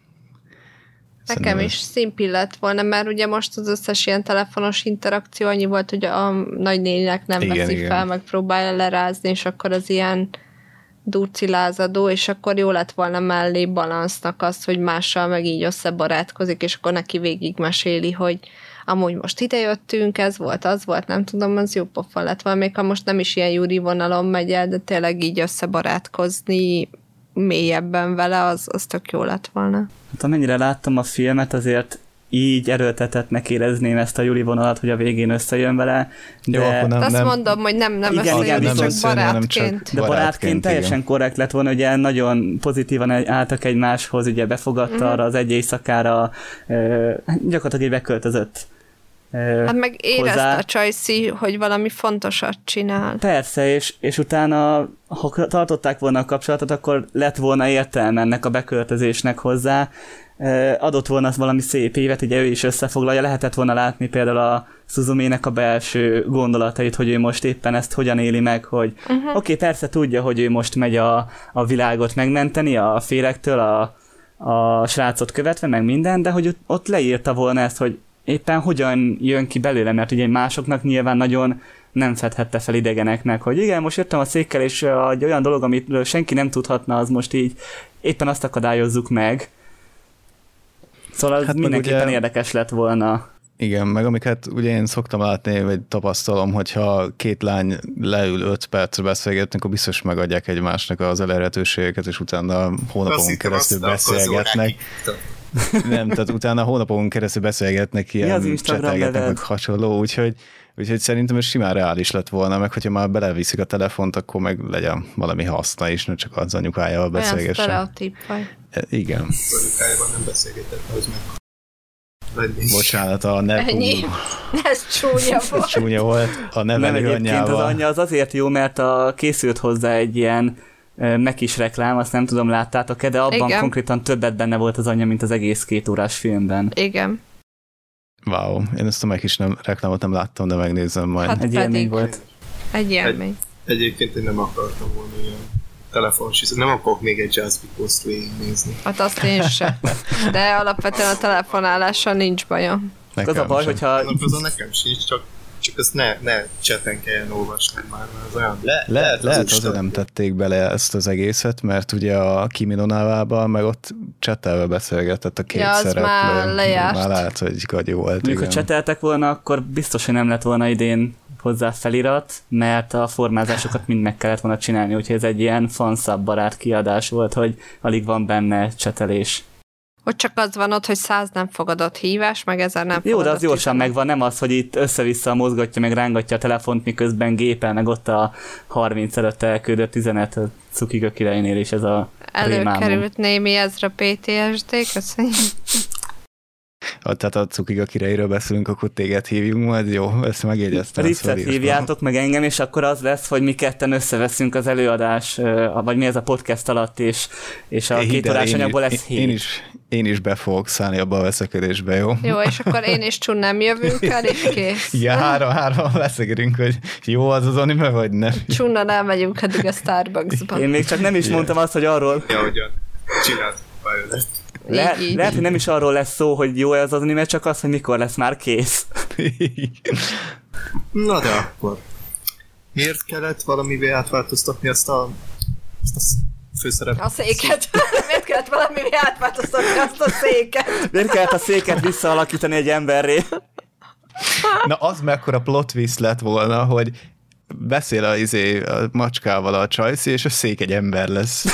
Nekem Szerintem is szimpi lett volna, mert ugye most az összes ilyen telefonos interakció annyi volt, hogy a nagynéninek nem igen, veszi igen. fel, meg próbálja lerázni, és akkor az ilyen durcilázadó, és akkor jó lett volna mellé balansznak az, hogy mással meg így összebarátkozik, és akkor neki végig meséli, hogy amúgy most idejöttünk, ez volt, az volt, nem tudom, az jó pofa lett volna, még ha most nem is ilyen Júri vonalon megy el, de tényleg így összebarátkozni mélyebben vele, az, az tök jó lett volna. Hát amennyire láttam a filmet, azért így erőltetettnek érezném ezt a Júli vonalat, hogy a végén összejön vele. De Jó, akkor nem, azt nem, mondom, hogy nem, nem igen, összejön, igen, csak nem összejön, hanem barátként. csak De barátként, barátként teljesen igen. korrekt lett volna, ugye nagyon pozitívan álltak egymáshoz, ugye befogadta uh-huh. arra az egy éjszakára, gyakorlatilag így beköltözött. Hát meg érezte hozzá. a Csajci, hogy valami fontosat csinál. Persze, és, és utána, ha tartották volna a kapcsolatot, akkor lett volna értelme ennek a beköltözésnek hozzá. Adott volna valami szép évet, ugye ő is összefoglalja, lehetett volna látni például a Suzumének a belső gondolatait, hogy ő most éppen ezt hogyan éli meg, hogy uh-huh. oké, okay, persze tudja, hogy ő most megy a, a világot megmenteni a félektől, a, a srácot követve, meg minden, de hogy ott leírta volna ezt, hogy éppen hogyan jön ki belőle, mert ugye másoknak nyilván nagyon nem fedhette fel idegeneknek, hogy igen, most jöttem a székkel, és egy olyan dolog, amitről senki nem tudhatna, az most így éppen azt akadályozzuk meg. Szóval hát mindenképpen ugye, érdekes lett volna. Igen, meg amiket ugye én szoktam látni, vagy tapasztalom, hogyha két lány leül öt percre beszélgetnek, akkor biztos megadják egymásnak az elérhetőségeket, és utána hónapon keresztül beszélgetnek. Nem, tehát utána hónapon keresztül beszélgetnek, ilyen csetelgetnek, meg hasonló, úgyhogy, úgyhogy szerintem ez simán reális lett volna, meg hogyha már beleviszik a telefont, akkor meg legyen valami haszna is, ne csak az anyukájával beszélgessen. Olyan sztereotíp vagy. Igen. Az anyukájával nem beszélgetett, az meg... Bocsánat, a nev... Ennyi. Ez csúnya volt. Ez csúnya volt. A nevelő anyjával. Az anyja az azért jó, mert a, készült hozzá egy ilyen meg is reklám, azt nem tudom, láttátok-e, de abban igen. konkrétan többet benne volt az anyja, mint az egész két órás filmben. Igen. Wow, én ezt a meg is nem, reklámot nem láttam, de megnézem majd. Hát egy élmény volt. Egy élmény. Egy, egyébként én nem akartam volna ilyen telefonos, hiszen nem akarok még egy Just Because-t végignézni. Hát azt én se. De alapvetően a telefonálással nincs bajom. Nekem az a baj, sem. hogyha... Azon nekem sincs, csak csak azt ne, ne cseten kelljen olvasni már, mert az olyan... Le, Le, lehet, lehet azért nem tették bele ezt az egészet, mert ugye a Kimi no Na-vában meg ott csetelve beszélgetett a két ja, szereplő. Már lejárt. Már lehet, hogy gagyi volt. Mondjuk, ha cseteltek volna, akkor biztos, hogy nem lett volna idén hozzá felirat, mert a formázásokat mind meg kellett volna csinálni, úgyhogy ez egy ilyen fanszab barát kiadás volt, hogy alig van benne csetelés. Hogy csak az van ott, hogy száz nem fogadott hívás, meg ezer nem Jó, de az gyorsan üzenet. megvan, nem az, hogy itt össze-vissza mozgatja, meg rángatja a telefont, miközben gépel, meg ott a harminc előtt elküldött üzenet a Cukika királynél is ez a rémámom. Előkerült némi ezre pé té es dé, köszönjük. Tehát a Cukika királyról beszélünk, akkor téged hívjunk majd, jó? Ezt megjegyeztem. Riccet hívjátok meg engem, és akkor az lesz, hogy mi ketten összeveszünk az előadás, vagy mi ez a podcast alatt, és, és a két órás anyagból lesz hét. Én is, én is be fogok szállni abba a veszekedésbe, jó? Jó, és akkor én és Csun nem jövünk el, és kész. Ja, három-három veszekedünk, hogy jó az az anime, vagy nem. Csunnal elmegyünk eddig a Starbucksba. Én még csak nem is Igen. mondtam azt, hogy arról... Ja, ugyan. Csinált Violet. Le, így, így. lehet, hogy nem is arról lesz szó, hogy jó ez az anime, csak az, hogy mikor lesz már kész. Na de akkor. Miért kellett valamivé átváltoztatni azt a, azt a főszerep? A széket. Miért kellett valamivé átváltoztatni azt a széket? Miért kellett a széket visszaalakítani egy emberré? Na az mekkora plot twist lett volna, hogy beszél a, izé, a macskával a csajszi, és a szék egy ember lesz.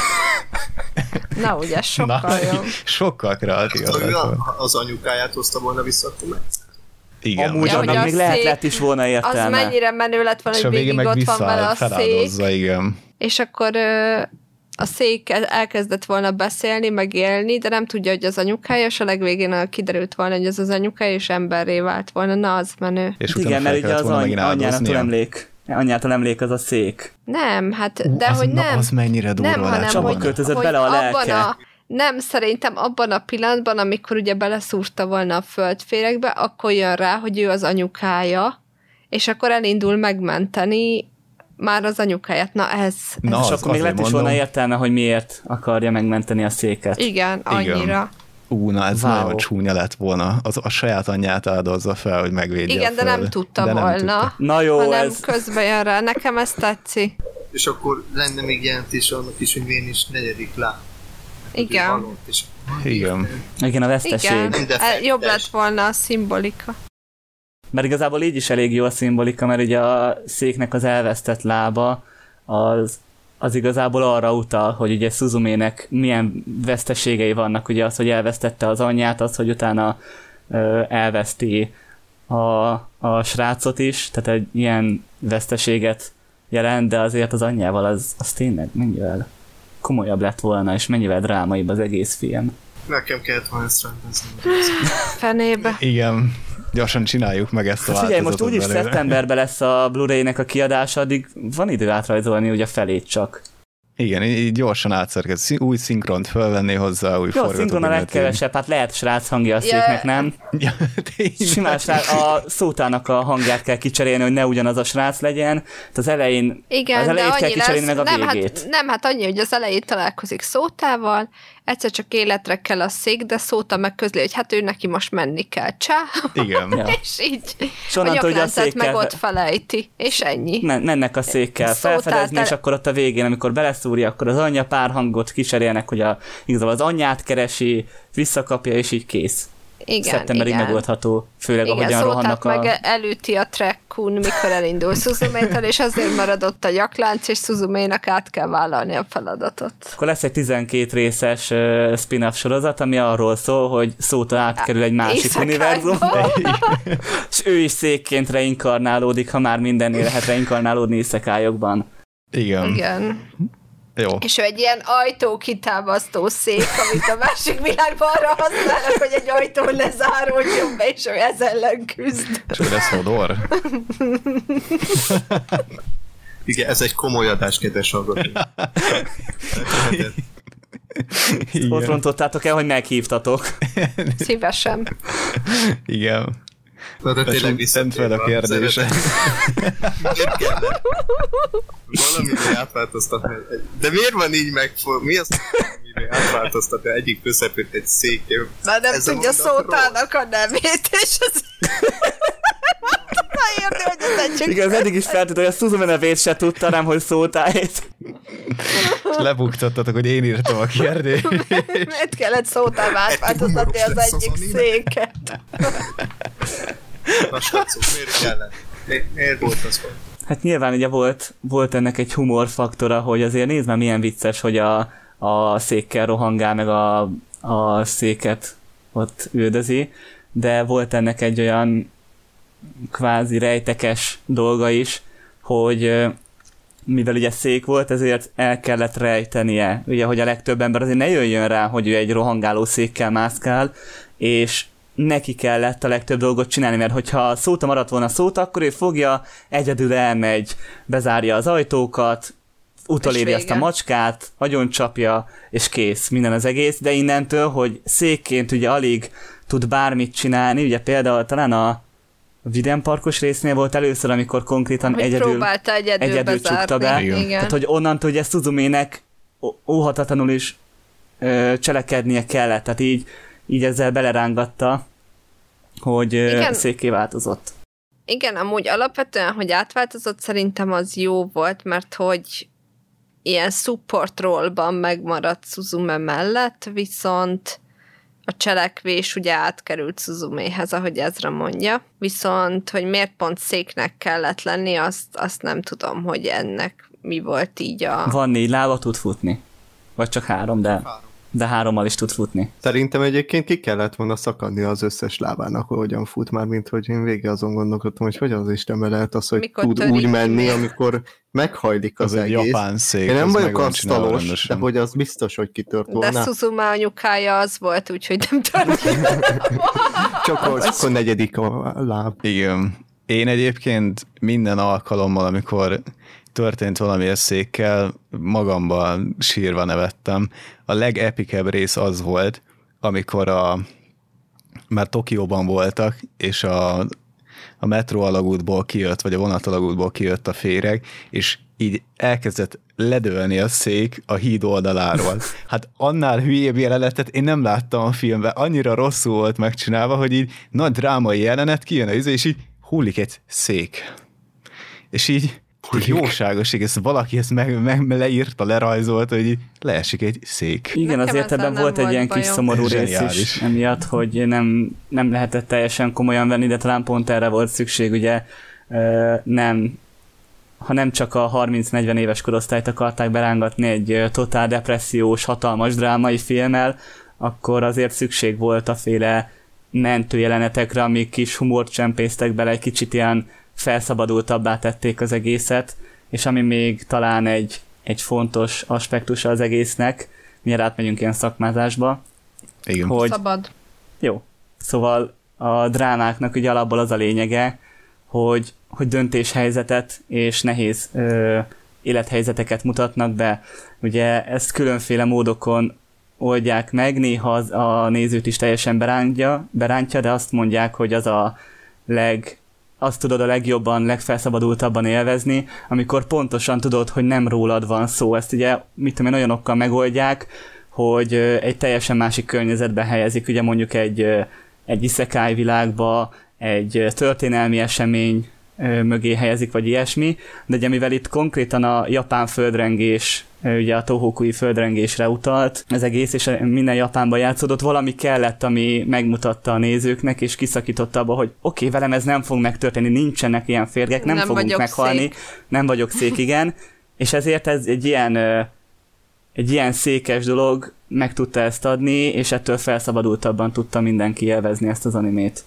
Na ugye, sokkal Na, jobb. Sokkal kreatív. Az anyukáját hozta volna vissza, akkor meg. Igen. Amúgy Ja, hogy annak a még lehet, szék- lett is volna Az értelme. mennyire menő lett volna, És a hogy végén végig meg ott van vele vissza a szék, feláldozza, igen. és akkor ö, a szék elkezdett volna beszélni, meg élni, de nem tudja, hogy az anyukája, és a legvégén kiderült volna, hogy ez az anyukája, és emberré vált volna. Na, az menő. És Igen, utána mert fel ugye kellett az volna any- megint anyjától áldoznia. emlék. Anyjától emlék az a szék. Nem, hát, de az, hogy na, nem. az mennyire durva nem, lett hanem, Csapba hogy, volna. költözött hogy bele a abban lelke. a, nem, szerintem abban a pillanatban, amikor ugye beleszúrta volna a földféregbe, akkor jön rá, hogy ő az anyukája, és akkor elindul megmenteni már az anyukáját. Na ez. Na, ez És az- akkor még azért lett is volna mondom. értelme, hogy miért akarja megmenteni a széket. igen, annyira. Ú, na ez Wow. nagyon csúnya lett volna. Az a saját anyját áldozza fel, hogy megvédje Igen, a de nem föld. tudta De nem volna. tudta. Na jó, hanem ez... közben jön rá. Nekem ez tetszik. És akkor lenne még jelentés annak is, hogy miért is negyedik lá. Igen. Halott, és Igen. Igen, a veszteség. Igen, Nem el- defektes. jobb lett volna a szimbolika. Mert igazából így is elég jó a szimbolika, mert ugye a széknek az elvesztett lába az, az igazából arra utal, hogy ugye Suzumének milyen veszteségei vannak, ugye az, hogy elvesztette az anyját, az, hogy utána ö, elveszti a, a srácot is, tehát egy ilyen veszteséget jelent, de azért az anyjával az, az tényleg mennyivel komolyabb lett volna, és mennyivel drámaibb az egész film. nekem kellett volna ezt rendezni. Fenébe. Igen. Gyorsan csináljuk meg ezt a Hát figyelj, most változatot úgyis belőle. szeptemberben lesz a Blu-ray-nek a kiadása, addig van idő átrajzolni ugye a felét csak. Igen, így gyorsan átszerkez. Új szinkront fölvenni hozzá, új Jó, a szinkron a forgatókönyvet legkevesebb, hát lehet srác hangja a széknek, nem? írni. Ja, tényleg. Simán srác, a szótának a hangját kell kicserélni, hogy ne ugyanaz a srác legyen. Hát az elején, Igen, az de elejét kell annyi kicserélni, lesz, meg a nem, végét. hát, nem, hát annyi, hogy az elején találkozik Szótával, egyszer csak életre kell a szék, de Szóta megközli, hogy hát ő neki most menni kell. Csá! Igen. Ja. És így És a onnantól, hogy a nyakláncát meg székkel- ott felejti, és ennyi. Men- mennek a székkel Szótál felfedezni, te- és akkor ott a végén, amikor beleszúrja, akkor az anyja pár hangot kicserélnek, hogy a, igazából az anyját keresi, visszakapja, és így kész. Igen, Szeptemberig igen. megoldható, főleg Igen, ahogyan Szótát rohannak meg a... elüti a trekkun, mikor elindul Suzumétől, és azért maradott a nyaklánc, és Suzuménak át kell vállalni a feladatot. Akkor lesz egy tizenkét részes uh, spin-off sorozat, ami arról szól, hogy Szóta átkerül egy másik Éjszakákba. univerzumba, és ő is székként reinkarnálódik, ha már mindennél lehet reinkarnálódni iszekályokban. Igen. Igen. Jó. És ő egy ilyen ajtókitámasztó szék, amit a másik világban arra használnak, hogy egy ajtó ne záródjon be, és ő ez ellen küzd. És ő lesz Hodor? Igen, ez egy komoly adás, kedves hallgatók. Ott rontottátok el, hogy meghívtatok. Szívesen. Igen. Na, de tényleg Szent fel a kérdése. Miért kellett? Valamire átváltoztatni. De miért van így megfog? Mi az, amire átváltoztatni egyik főszereplőt egy székkel? Na nem Ez a tudja mondat Szótának a nevét, és az... Na érni, hogy ez egy csak... Igen, az eddig is feltűnt, hogy a Suzume nevét se tudta, nem, hogy Szótáét. És lebuktattatok, hogy én írtam a kérdést. Miért kellett Szótába átváltoztatni az lesz az egyik anime? széket? Na, srácok, miért kellett? Mi- Miért volt az van? Hát nyilván ugye volt, volt ennek egy humorfaktora, hogy azért nézd már milyen vicces, hogy a, a székkel rohangál, meg a, a széket ott üldözi, de volt ennek egy olyan kvázi rejtekes dolga is, hogy mivel ugye szék volt, ezért el kellett rejtenie. Ugye, hogy a legtöbb ember azért ne jöjjön rá, hogy ő egy rohangáló székkel mászkál, és neki kellett a legtöbb dolgot csinálni, mert hogyha szóta maradt volna szóta, akkor ő fogja, egyedül elmegy, bezárja az ajtókat, utoléri azt a macskát, agyoncsapja, és kész, minden az egész, de innentől, hogy székként ugye alig tud bármit csinálni, ugye például talán a Vidénparkos résznél volt először, amikor konkrétan hogy egyedül, egyedül, egyedül csukta be. Igen. Tehát, hogy onnantól ugye Suzumének óhatatlanul is ö, cselekednie kellett, tehát így, így ezzel belerángatta, hogy ö, székké változott. Igen, amúgy alapvetően, hogy átváltozott, szerintem az jó volt, mert hogy ilyen support role-ban megmaradt Suzume mellett, viszont a cselekvés ugye átkerült Suzuméhez, ahogy Ezra mondja, viszont, hogy miért pont széknek kellett lenni, azt, azt nem tudom, hogy ennek mi volt így a... Van négy lába, tud futni. Vagy csak három, de, három. de hárommal is tud futni. Szerintem egyébként ki kellett volna szakadni az összes lábának, hogy hogyan fut már, mint hogy én végig azon gondolkodtam, hogy hogyan az Istenben lehet az, hogy mikor tud úgy menni, amikor meghajlik az, az egész. Egy japán szék, én nem vagyok asztalos, de hogy az biztos, hogy kitört volna. De Suzume anyukája az volt, úgyhogy nem tört. Csak az a negyedik a láb. Igen. Én egyébként minden alkalommal, amikor történt valami a székkel, magamban sírva nevettem. A legepikebb rész az volt, amikor a, már Tokióban voltak, és a, a metró alagútból kijött, vagy a vonat alagútból kijött a féreg, és így elkezdett ledőlni a szék a híd oldaláról. Hát annál hülyébb jelenetet én nem láttam a filmben. Annyira rosszul volt megcsinálva, hogy így nagy drámai jelenet kijön a és így hullik egy szék. És így jóságosság, ezt valaki ezt meg, meg leírta, lerajzolta, hogy leesik egy szék. Igen, nekem azért ebben volt egy ilyen kis szomorú rész is emiatt, hogy nem, nem lehetett teljesen komolyan venni, de talán pont erre volt szükség, ugye nem, ha nem csak a harminc-negyven éves korosztályt akarták berángatni egy totál depressziós, hatalmas drámai filmmel, akkor azért szükség volt a féle mentő jelenetekre, amik kis humort csempésztek bele, egy kicsit ilyen felszabadultabbá tették az egészet, és ami még talán egy, egy fontos aspektusa az egésznek, miért átmegyünk ilyen szakmázásba. Igen. Hogy, szabad. Jó. Szóval a drámáknak ugye alapból az a lényege, hogy, hogy döntéshelyzetet és nehéz ö, élethelyzeteket mutatnak be. Ugye ezt különféle módokon oldják meg, néha az a nézőt is teljesen berántja, berántja, de azt mondják, hogy az a leg azt tudod a legjobban, legfelszabadultabban élvezni, amikor pontosan tudod, hogy nem rólad van szó. Ezt ugye, mit tudom én, olyanokkal megoldják, hogy egy teljesen másik környezetben helyezik, ugye mondjuk egy, egy isekai világba, egy történelmi esemény mögé helyezik, vagy ilyesmi, de ugye mivel itt konkrétan a japán földrengés, ugye a Tohokui földrengésre utalt az egész, és minden Japánban játszódott, valami kellett, ami megmutatta a nézőknek, és kiszakította abba, hogy oké, okay, velem ez nem fog megtörténni, nincsenek ilyen férgek, nem, nem fogunk meghalni, szék. nem vagyok szék, igen, és ezért ez egy ilyen, egy ilyen székes dolog meg tudta ezt adni, és ettől felszabadultabban tudta mindenki élvezni ezt az animét.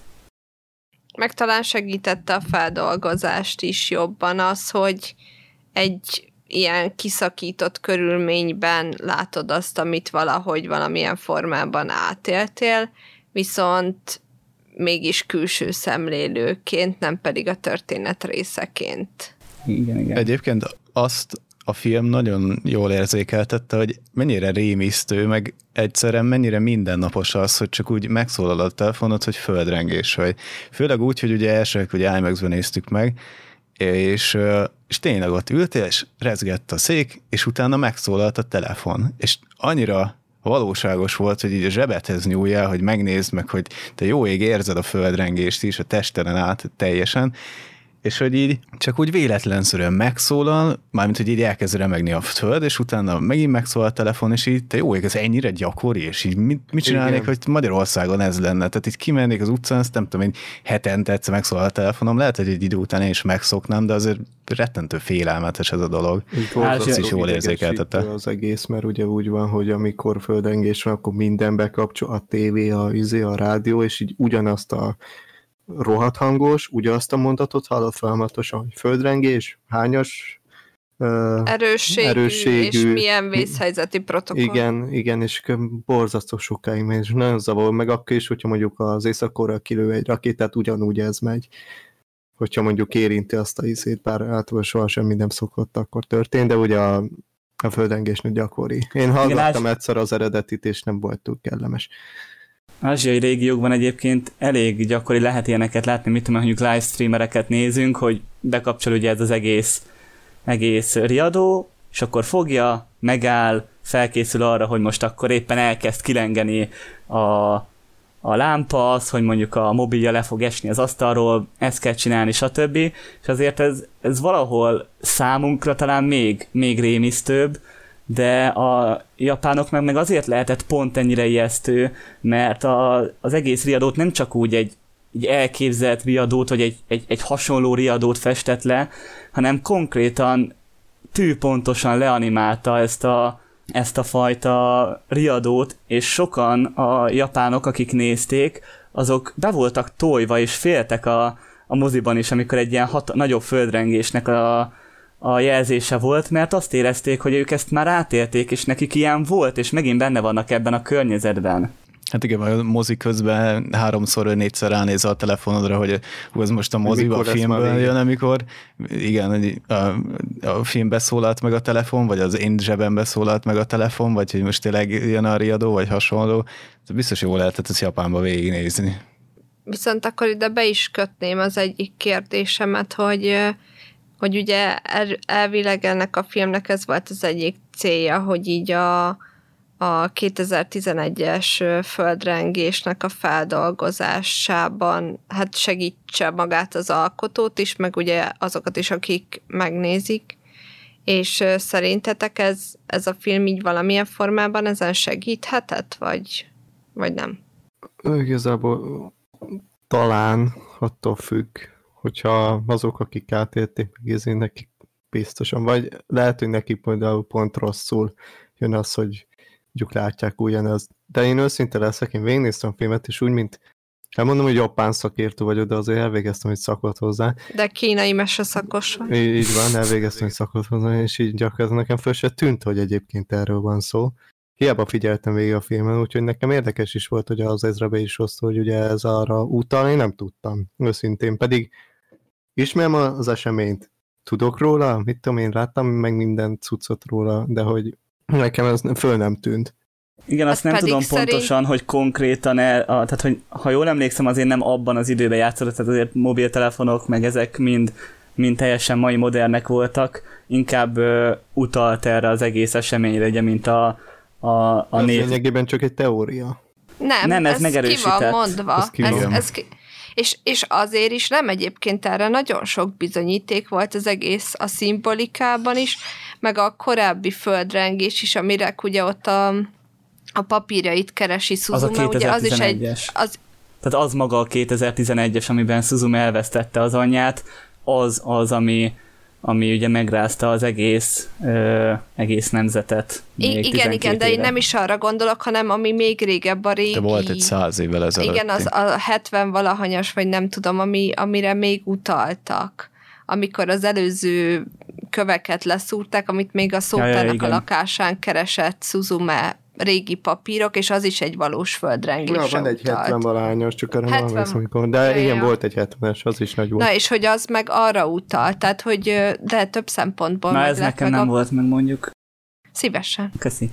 Meg talán segítette a feldolgozást is jobban az, hogy egy ilyen kiszakított körülményben látod azt, amit valahogy valamilyen formában átéltél, viszont mégis külső szemlélőként, nem pedig a történet részeként. Igen, igen. Egyébként azt a film nagyon jól érzékeltette, hogy mennyire rémisztő, meg egyszerűen mennyire mindennapos az, hogy csak úgy megszólal a telefonod, hogy földrengés vagy. Főleg úgy, hogy ugye elsők, hogy i max-ben néztük meg, és, és tényleg ott ültél, és rezgett a szék, és utána megszólalt a telefon. És annyira valóságos volt, hogy így a zsebedhez nyúljál, hogy megnézd meg, hogy te jó ég érzed a földrengést is, a testeden át teljesen, és hogy így csak úgy véletlenszerűen megszólal, mármint, hogy így elkezd remegni a föld, és utána megint megszólal a telefon, és így, te jó, ez ennyire gyakori, és így mit, mit csinálnék, igen. hogy Magyarországon ez lenne? Tehát így kimennék az utcán, ezt nem tudom, én hetente egyszer megszólal a telefonom, lehet, hogy egy idő után én is megszoknám, de azért rettentő félelmetes ez a dolog. Hát, azt is jól érzékeltette. Az egész, mert ugye úgy van, hogy amikor földrengés van, akkor minden bekapcsol, a tévé, a izé, a rádió, és így ugyanazt a rohadt hangos, ugyanazt a mondatot hallott folyamatosan, hogy földrengés, hányas uh, erősségű, erősségű, és milyen vészhelyzeti protokoll. Igen, igen, és borzasztó sokáig megy, és nagyon zavar, meg akkor is, hogyha mondjuk az Észak-Korea kilő egy rakétát, ugyanúgy ez megy. Hogyha mondjuk érinti azt a izét, bár általában soha semmi nem szokott akkor történni, de ugye a, a földrengésnek gyakori. Én hallgattam igen, egyszer az eredetit, és nem volt túl kellemes. Ázsiai régiókban egyébként elég gyakori lehet ilyeneket látni, mit tudom, mondjuk livestreamereket nézünk, hogy bekapcsol ugye ez az egész, egész riadó, és akkor fogja, megáll, felkészül arra, hogy most akkor éppen elkezd kilengeni a, a lámpa, az, hogy mondjuk a mobilja le fog esni az asztalról, ezt kell csinálni, stb. És azért ez, ez valahol számunkra talán még, még rémisztőbb, de a japánok meg, meg azért lehetett pont ennyire ijesztő, mert a, az egész riadót nem csak úgy egy, egy elképzelt riadót, vagy egy, egy, egy hasonló riadót festett le, hanem konkrétan tűpontosan leanimálta ezt a, ezt a fajta riadót, és sokan a japánok, akik nézték, azok be voltak tojva, és féltek a, a moziban is, amikor egy ilyen hat, nagyobb földrengésnek a a jelzése volt, mert azt érezték, hogy ők ezt már átélték, és nekik ilyen volt, és megint benne vannak ebben a környezetben. Hát igen, a mozi közben háromszor vagy négyszer ránéz a telefonodra, hogy hú, ez most a moziba, a filmből jön, amikor igen, a, a filmbe szólalt meg a telefon, vagy az én zsebembe szólalt meg a telefon, vagy hogy most tényleg jön a riadó, vagy hasonló. Biztos jól lehetett ezt Japánba végignézni. Viszont akkor ide be is kötném az egyik kérdésemet, hogy hogy ugye elvileg ennek a filmnek ez volt az egyik célja, hogy így a, a kétezer-tizenegyes földrengésnek a feldolgozásában hát segítse magát az alkotót is, meg ugye azokat is, akik megnézik. És szerintetek ez, ez a film így valamilyen formában ezen segíthetett, vagy, vagy nem? Igazából talán attól függ, hogyha azok, akik átélték, megézni nekik biztosan, vagy lehet, hogy nekik például pont rosszul jön az, hogy mondjuk látják ugyanaz. De én őszinte leszek, én végignéztem a filmet, és úgy, mint elmondom, hogy japán szakértő vagyok, de azért elvégeztem egy szakot hozzá. De kínai meseszakos vagy. Így, így van, elvégeztem egy szakot hozzá, és így gyakorlatilag nekem föl se tűnt, hogy egyébként erről van szó. Hiába figyeltem végig a filmen, úgyhogy nekem érdekes is volt, hogy az Ezra is hozta, hogy ugye ez arra utal, én nem tudtam, őszintén, pedig ismerem az eseményt, tudok róla, mit tudom én, láttam meg minden cuccot róla, de hogy nekem ez föl nem tűnt. Igen, azt, azt nem tudom szerint... pontosan, hogy konkrétan, el, a, tehát hogy ha jól emlékszem, azért nem abban az időben játszott, tehát azért mobiltelefonok, meg ezek mind, mind teljesen mai modernek voltak, inkább ö, utalt erre az egész eseményre, ugye, mint a, a, a név. Ez lényegében csak egy teória. Nem, nem ez, ez megerősített. Ki van mondva. Ez ki van. Ez, ez ki... És, és azért is nem, egyébként erre nagyon sok bizonyíték volt az egész a szimbolikában is, meg a korábbi földrengés is, amire ugye ott a, a papírjait keresi Suzume. Az a kétezer-tizenegyes. Az... Tehát az maga a kétezer-tizenegyes, amiben Suzume elvesztette az anyját, az az, ami, ami ugye megrázta az egész, ö, egész nemzetet. I- igen, igen, de én nem is arra gondolok, hanem ami még régebb a régi... De volt egy száz évvel ezelőtt. Igen, az a hetven valahanyas, vagy nem tudom, ami, amire még utaltak. Amikor az előző köveket leszúrták, amit még a szótárnak ja, ja, a lakásán keresett Suzume régi papírok, és az is egy valós földrengésre utalt. Ja, van egy hetven valahányas, csak arra nem emlékszem, amikor. De ja, igen, ja. Volt egy hetvenes, az is nagy volt. Na, és hogy az meg arra utalt, tehát, hogy de több szempontból na, ez nekem nem a... volt meg, mondjuk. Szívesen. Köszi.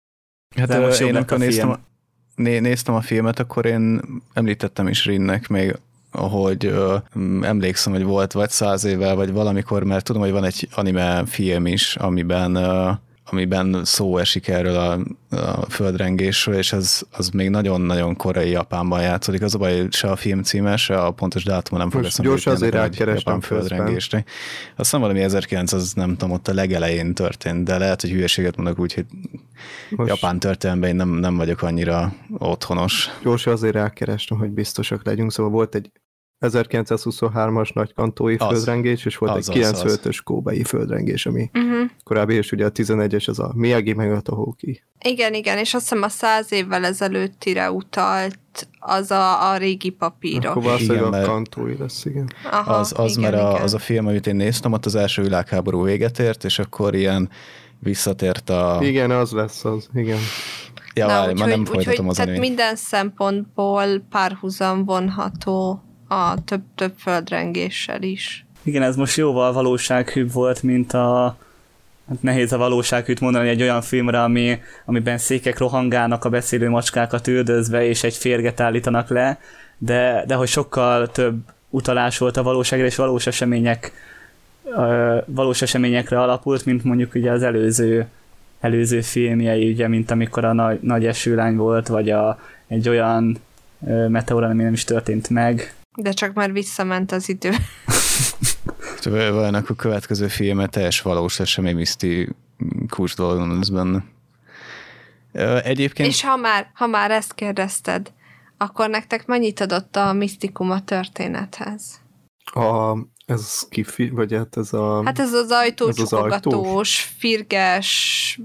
Hát de most én akkor néztem a, né, néztem a filmet, akkor én említettem is Rinnek még, hogy ö, emlékszem, hogy volt vagy száz évvel, vagy valamikor, mert tudom, hogy van egy anime film is, amiben ö, amiben szó esik erről a, a földrengésről, és az, az még nagyon-nagyon korai Japánban játszódik. Az a baj, se a film címe, se a pontos dátum nem fog eszembe jutni. Gyors azért rákerestem földrengésre. Aztán valami ezerkilencszáz, nem tudom, ott a legelején történt, de lehet, hogy hülyeséget mondok úgy, hogy most japán történelemben én nem, nem vagyok annyira otthonos. Gyors azért rákerestem, hogy biztosak legyünk, szóval volt egy ezerkilencszázhuszonhármas nagy kantói az, földrengés, és volt az, egy kilencvenötös kóbai földrengés, ami uh-huh. korábbi, és ugye a tizenegyes, az a Miyagi meg a Tohoki. Igen, igen, és azt hiszem a száz évvel ezelőttire utalt az a, a régi papírok. Akkor valószínűleg a kantói lesz, igen. Aha, az, az igen, mert igen. A, az a film, amit én néztem, ott az első világháború véget ért, és akkor ilyen visszatért a... Igen, az lesz az, igen. Ja, Na, várj, úgy, már nem úgy, folytatom úgy, az tehát animét. minden szempontból párhuzam vonható a több-több földrengéssel is. Igen, ez most jóval valósághűbb volt, mint a... Hát nehéz a valósághűt mondani egy olyan filmre, ami, amiben székek rohangálnak a beszélő macskákat üldözve, és egy férget állítanak le, de, de hogy sokkal több utalás volt a valóságra, és valós események valós eseményekre alapult, mint mondjuk ugye az előző, előző filmjei, ugye, mint amikor a nagy, nagy esőlány volt, vagy a, egy olyan meteor, ami nem is történt meg. De csak már visszament az idő. Vajon a következő filmet teljes valós esemény misztikus dolog lesz benne. Egyébként... És ha már, ha már ezt kérdezted, akkor nektek mennyit adott a misztikum a történethez? A, ez kifi, vagy hát ez a... Hát ez az ajtócsukogatós, firges,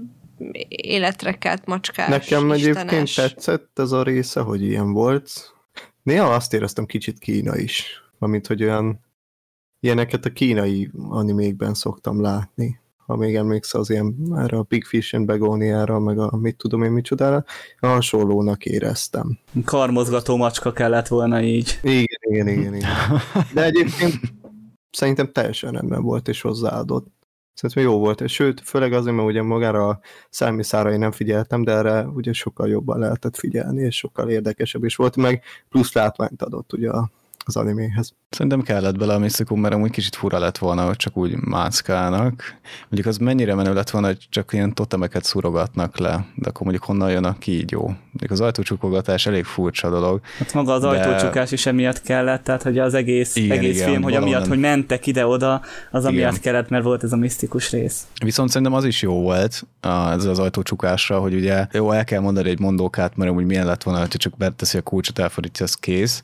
életre kelt macskás, Nekem istenes. Egyébként tetszett ez a része, hogy ilyen volt. Néha azt éreztem kicsit Kína is. Amint, hogy olyan ilyeneket a kínai animékben szoktam látni. Ha még emlékszel az ilyen, erre a Big Fish and Begoniára, meg a mit tudom én micsodára, hasonlónak éreztem. Karmozgató macska kellett volna így. Igen, igen, igen, igen. De egyébként szerintem teljesen rendben volt és hozzáadott. Szerintem jó volt, és sőt, főleg azért, mert ugye magára a Számiszára én nem figyeltem, de erre ugye sokkal jobban lehetett figyelni, és sokkal érdekesebb is volt, meg plusz látványt adott ugye az animéhez. Szerintem kellett bele a misztikum, mert amúgy kicsit fura lett volna, hogy csak úgy mászkálnak. Mondjuk az mennyire menő lett volna, hogy csak ilyen totemeket szurogatnak le, de akkor mondjuk honnan jön a kígyó. Mondjuk az ajtócsukogatás elég furcsa dolog. Hát maga az de... ajtócsukás is emiatt kellett, tehát hogy az egész, igen, egész igen, film, hogy amiatt, nem... hogy mentek ide-oda, az amiatt igen. kellett, mert volt ez a misztikus rész. Viszont szerintem az is jó volt, ez az ajtócsukásra, hogy ugye jó, el kell mondani egy mondókát, mert úgy milyen lett volna, hogyha csak beteszi a kulcsot, elfordítja, az kész,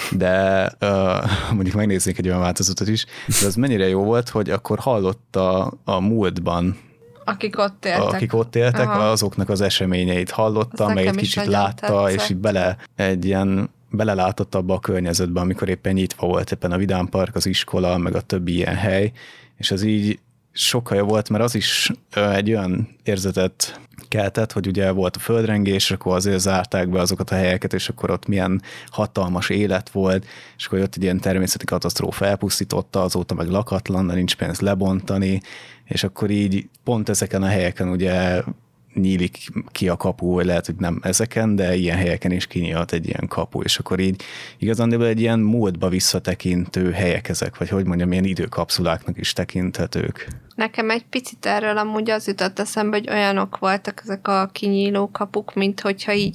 de uh, mondjuk megnéznék egy olyan változatot is, de az mennyire jó volt, hogy akkor hallotta a múltban, akik ott éltek, akik ott éltek Aha. azoknak az eseményeit hallotta, meg egy kicsit látta, tetszett. És így bele egy ilyen belelátott abba a környezetbe, amikor éppen nyitva volt éppen a vidámpark, az iskola, meg a többi ilyen hely, és az így sokkal jobb volt, mert az is egy olyan érzetet keltett, hogy ugye volt a földrengés, akkor azért zárták be azokat a helyeket, és akkor ott milyen hatalmas élet volt, és akkor ott egy ilyen természeti katasztrófa elpusztította, azóta meg lakatlan, de nincs pénz lebontani, és akkor így pont ezeken a helyeken ugye nyílik ki a kapu, vagy lehet, hogy nem ezeken, de ilyen helyeken is kinyílt egy ilyen kapu, és akkor így igazán egy ilyen múltba visszatekintő helyek ezek, vagy hogy mondjam, ilyen időkapszuláknak is tekinthetők. Nekem egy picit erről amúgy az jutott eszembe, hogy olyanok voltak ezek a kinyíló kapuk, mint hogyha így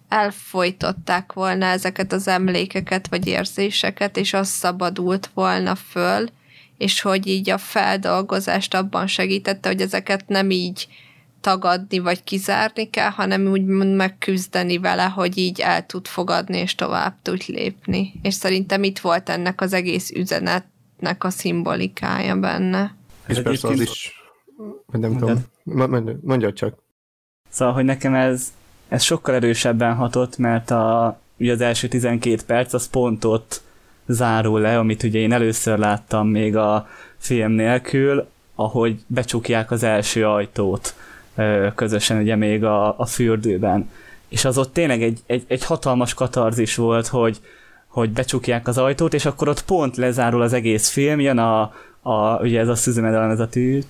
elfojtották volna ezeket az emlékeket, vagy érzéseket, és az szabadult volna föl, és hogy így a feldolgozást abban segítette, hogy ezeket nem így tagadni, vagy kizárni kell, hanem úgy megküzdeni vele, hogy így el tud fogadni, és tovább tud lépni. És szerintem itt volt ennek az egész üzenetnek a szimbolikája benne. És ez persze az is, nem tudom, mondjad csak. Szóval, hogy nekem ez, ez sokkal erősebben hatott, mert a, ugye az első tizenkét perc az pont ott zárul le, amit ugye én először láttam még a film nélkül, ahogy becsukják az első ajtót közösen ugye még a, a fürdőben. És az ott tényleg egy, egy, egy hatalmas katarzis volt, hogy, hogy becsukják az ajtót, és akkor ott pont lezárul az egész film, jön a, a ugye ez a szüzemedelen, ez a tű,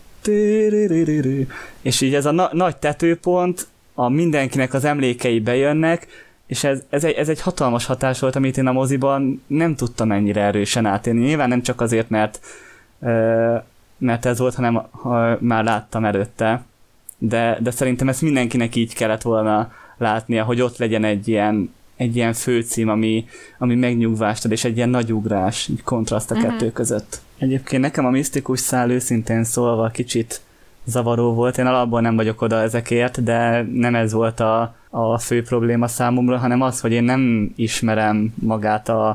és így ez a na, nagy tetőpont, a mindenkinek az emlékei bejönnek, és ez, ez, egy, ez egy hatalmas hatás volt, amit én a moziban nem tudtam ennyire erősen átélni. Nyilván nem csak azért, mert, mert ez volt, hanem ha már láttam előtte. de, de szerintem ezt mindenkinek így kellett volna látnia, hogy ott legyen egy ilyen, egy ilyen főcím, ami, ami megnyugvást ad, és egy ilyen nagy ugrás, egy kontraszt a uh-huh. kettő között. Egyébként nekem a misztikus szál őszintén szólva kicsit zavaró volt. Én alapból nem vagyok oda ezekért, de nem ez volt a, a fő probléma számomra, hanem az, hogy én nem ismerem magát a,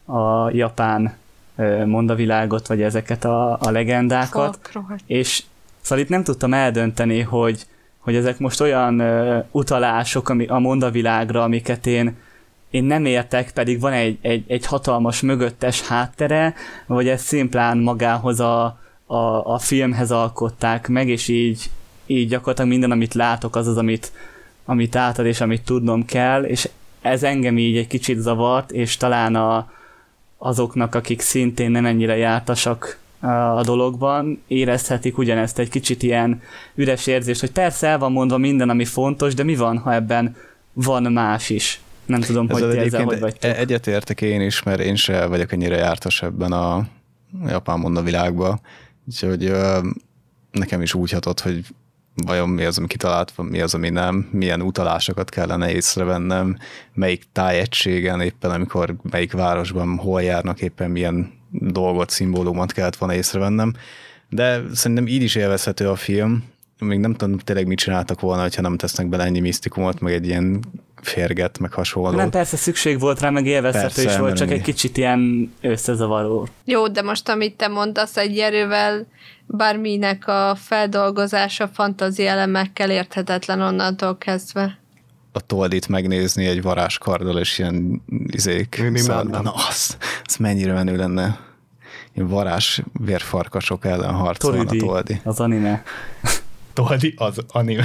a japán mondavilágot, vagy ezeket a, a legendákat. Folkról. És szóval itt nem tudtam eldönteni, hogy, hogy ezek most olyan uh, utalások ami, a mondavilágra, amiket én, én nem értek, pedig van egy, egy, egy hatalmas mögöttes háttere, vagy ezt szimplán magához a, a, a filmhez alkották meg, és így, így gyakorlatilag minden, amit látok, az az, amit, amit átad, és amit tudnom kell, és ez engem így egy kicsit zavart, és talán a, azoknak, akik szintén nem ennyire jártasak a dologban, érezhetik ugyanezt egy kicsit ilyen üres érzést, hogy persze el van mondva minden, ami fontos, de mi van, ha ebben van más is? Nem tudom, ez hogy ti ezzel hogy vagytok. Egyetértek én is, mert én se vagyok ennyire jártas ebben a japán mondavilágban, úgyhogy ö, nekem is úgy hatott, hogy vajon mi az, ami kitalált, mi az, ami nem, milyen utalásokat kellene észrevennem, melyik tájegységen éppen, amikor melyik városban hol járnak, éppen milyen dolgot, szimbólumot kellett volna észrevennem, de szerintem így is élvezhető a film. Még nem tudom tényleg mit csináltak volna, ha nem tesznek bele ennyi misztikumot, meg egy ilyen férget, meg hasonló. Nem, persze szükség volt rá, meg élvezhető is volt, csak egy kicsit ilyen összezavaró. Jó, de most amit te mondasz, egy erővel bárminek a feldolgozása fantázia elemekkel érthetetlen onnantól kezdve. A Toldit megnézni egy varázskarddal, és ilyen izék szállan, az, az mennyire menő lenne. Ilyen varázs vérfarkasok ellen harcolna Toldi. Az anime. Toldi az anime.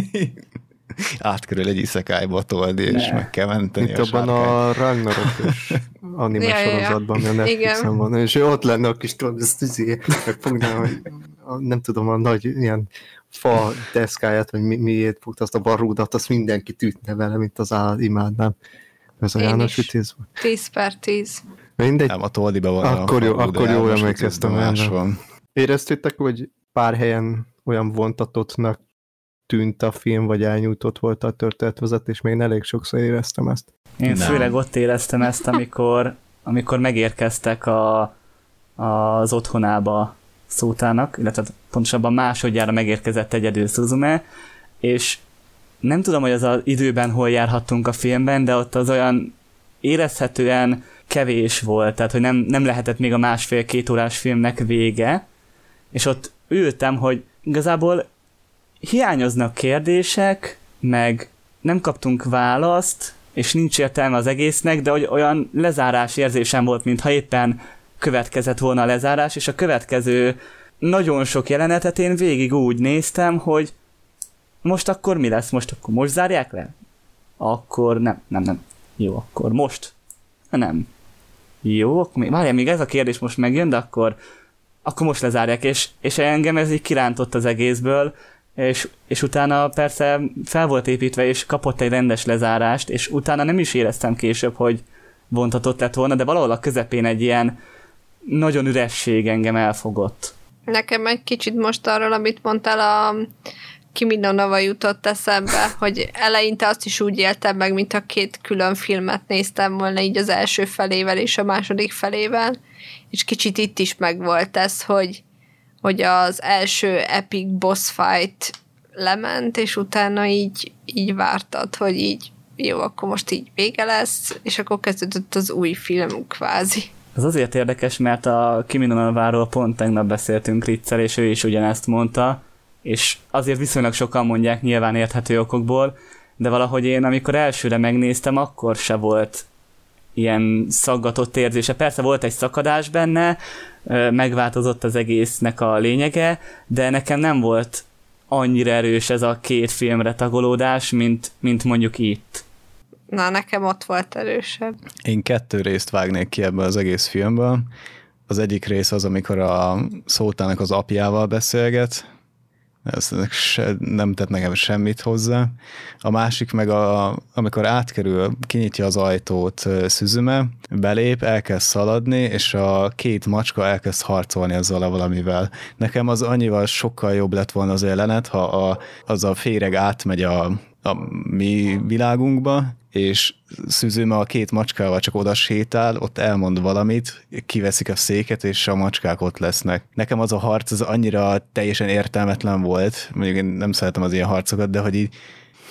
Átkerül egy isekájba a Toldi, és meg kell menteni itt a abban a Ragnarok-os anime ja, sorozatban, ami a Netflixen van, és ott lenne a kis Toldi, ezt izé, megfognám, hogy nem tudom, a nagy ilyen fa deszkáját, vagy mi, miért fogta azt a barúdat, azt mindenki ütne vele, mint az állat, imádnám. Ez a én János Vitéz volt. tíz per tíz. Mindegy. Nem, a Toldiban van akkor a jó, akkor jó emlékeztem. Éreztétek, hogy pár helyen olyan vontatottnak tűnt a film, vagy elnyújtott volt a történetvezetés, még elég sokszor éreztem ezt. Én nem. Főleg ott éreztem ezt, amikor, amikor megérkeztek a, az otthonába Szótának, illetve pontosabban másodjára megérkezett egyedül Suzume, és nem tudom, hogy az az időben hol járhattunk a filmben, de ott az olyan érezhetően kevés volt, tehát hogy nem, nem lehetett még a másfél-két órás filmnek vége, és ott ültem, hogy igazából hiányoznak kérdések, meg nem kaptunk választ, és nincs értelme az egésznek, de hogy olyan lezárás érzésem volt, mintha éppen következett volna a lezárás, és a következő nagyon sok jelenetet én végig úgy néztem, hogy most akkor mi lesz? Most akkor most zárják le? Akkor nem, nem, nem. Jó, akkor most? Nem. Jó, akkor még, várjál, még ez a kérdés most megjön, de akkor, akkor most lezárják, és, és engem ez így kirántott az egészből, és, és utána persze fel volt építve, és kapott egy rendes lezárást, és utána nem is éreztem később, hogy vontatott lett volna, de valahol a közepén egy ilyen nagyon üresség engem elfogott. Nekem egy kicsit most arról, amit mondtál, a Kimi no Na wa jutott eszembe, hogy eleinte azt is úgy éltem meg, mint a két külön filmet néztem volna így az első felével és a második felével, és kicsit itt is megvolt ez, hogy, hogy az első epic boss fight lement, és utána így, így vártad, hogy így jó, akkor most így vége lesz, és akkor kezdődött az új film kvázi. Ez azért érdekes, mert a Kimi no Na wa-ról pont tegnap beszéltünk Riccel, és ő is ugyanezt mondta, és azért viszonylag sokan mondják nyilván érthető okokból, de valahogy én, amikor elsőre megnéztem, akkor se volt ilyen szaggatott érzése. Persze volt egy szakadás benne, megváltozott az egésznek a lényege, de nekem nem volt annyira erős ez a két filmre tagolódás, mint, mint mondjuk itt. Na, nekem ott volt erősebb. Én kettő részt vágnék ki ebből az egész filmből. Az egyik rész az, amikor a Szótának az apjával beszélget, Ez se, nem tett nekem semmit hozzá. A másik meg, a, amikor átkerül, kinyitja az ajtót Suzume, belép, elkezd szaladni, és a két macska elkezd harcolni azzal a valamivel. Nekem az annyival sokkal jobb lett volna az jelenet, ha a, az a féreg átmegy a, a mi világunkba, és Suzume a két macskával csak oda sétál, ott elmond valamit, kiveszik a széket, és a macskák ott lesznek. Nekem az a harc az annyira teljesen értelmetlen volt, mondjuk én nem szeretem az ilyen harcokat, de hogy így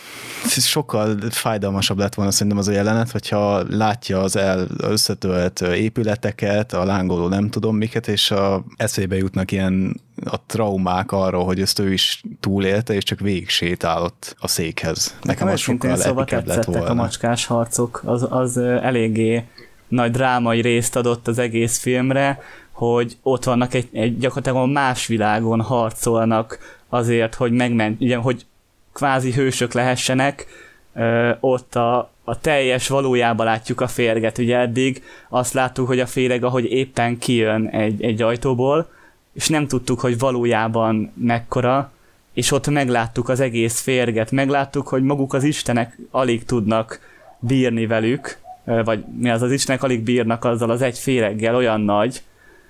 sokkal fájdalmasabb lett volna szerintem az a jelenet, hogyha látja az el összetölt épületeket, a lángoló nem tudom miket, és a eszébe jutnak ilyen a traumák arról, hogy ezt ő is túlélte, és csak végig sétálott a székhez. Nekem az sokkal epikebb lett volna. A macskás harcok, az, az eléggé nagy drámai részt adott az egész filmre, hogy ott vannak egy, egy gyakorlatilag más világon harcolnak azért, hogy megment, ugye, hogy kvázi hősök lehessenek, ö, ott a, a teljes valójában látjuk a férget, ugye eddig azt láttuk, hogy a féreg, ahogy éppen kijön egy, egy ajtóból, és nem tudtuk, hogy valójában mekkora, és ott megláttuk az egész férget, megláttuk, hogy maguk az istenek alig tudnak bírni velük, vagy mi az, az istenek alig bírnak azzal az egy féreggel, olyan nagy.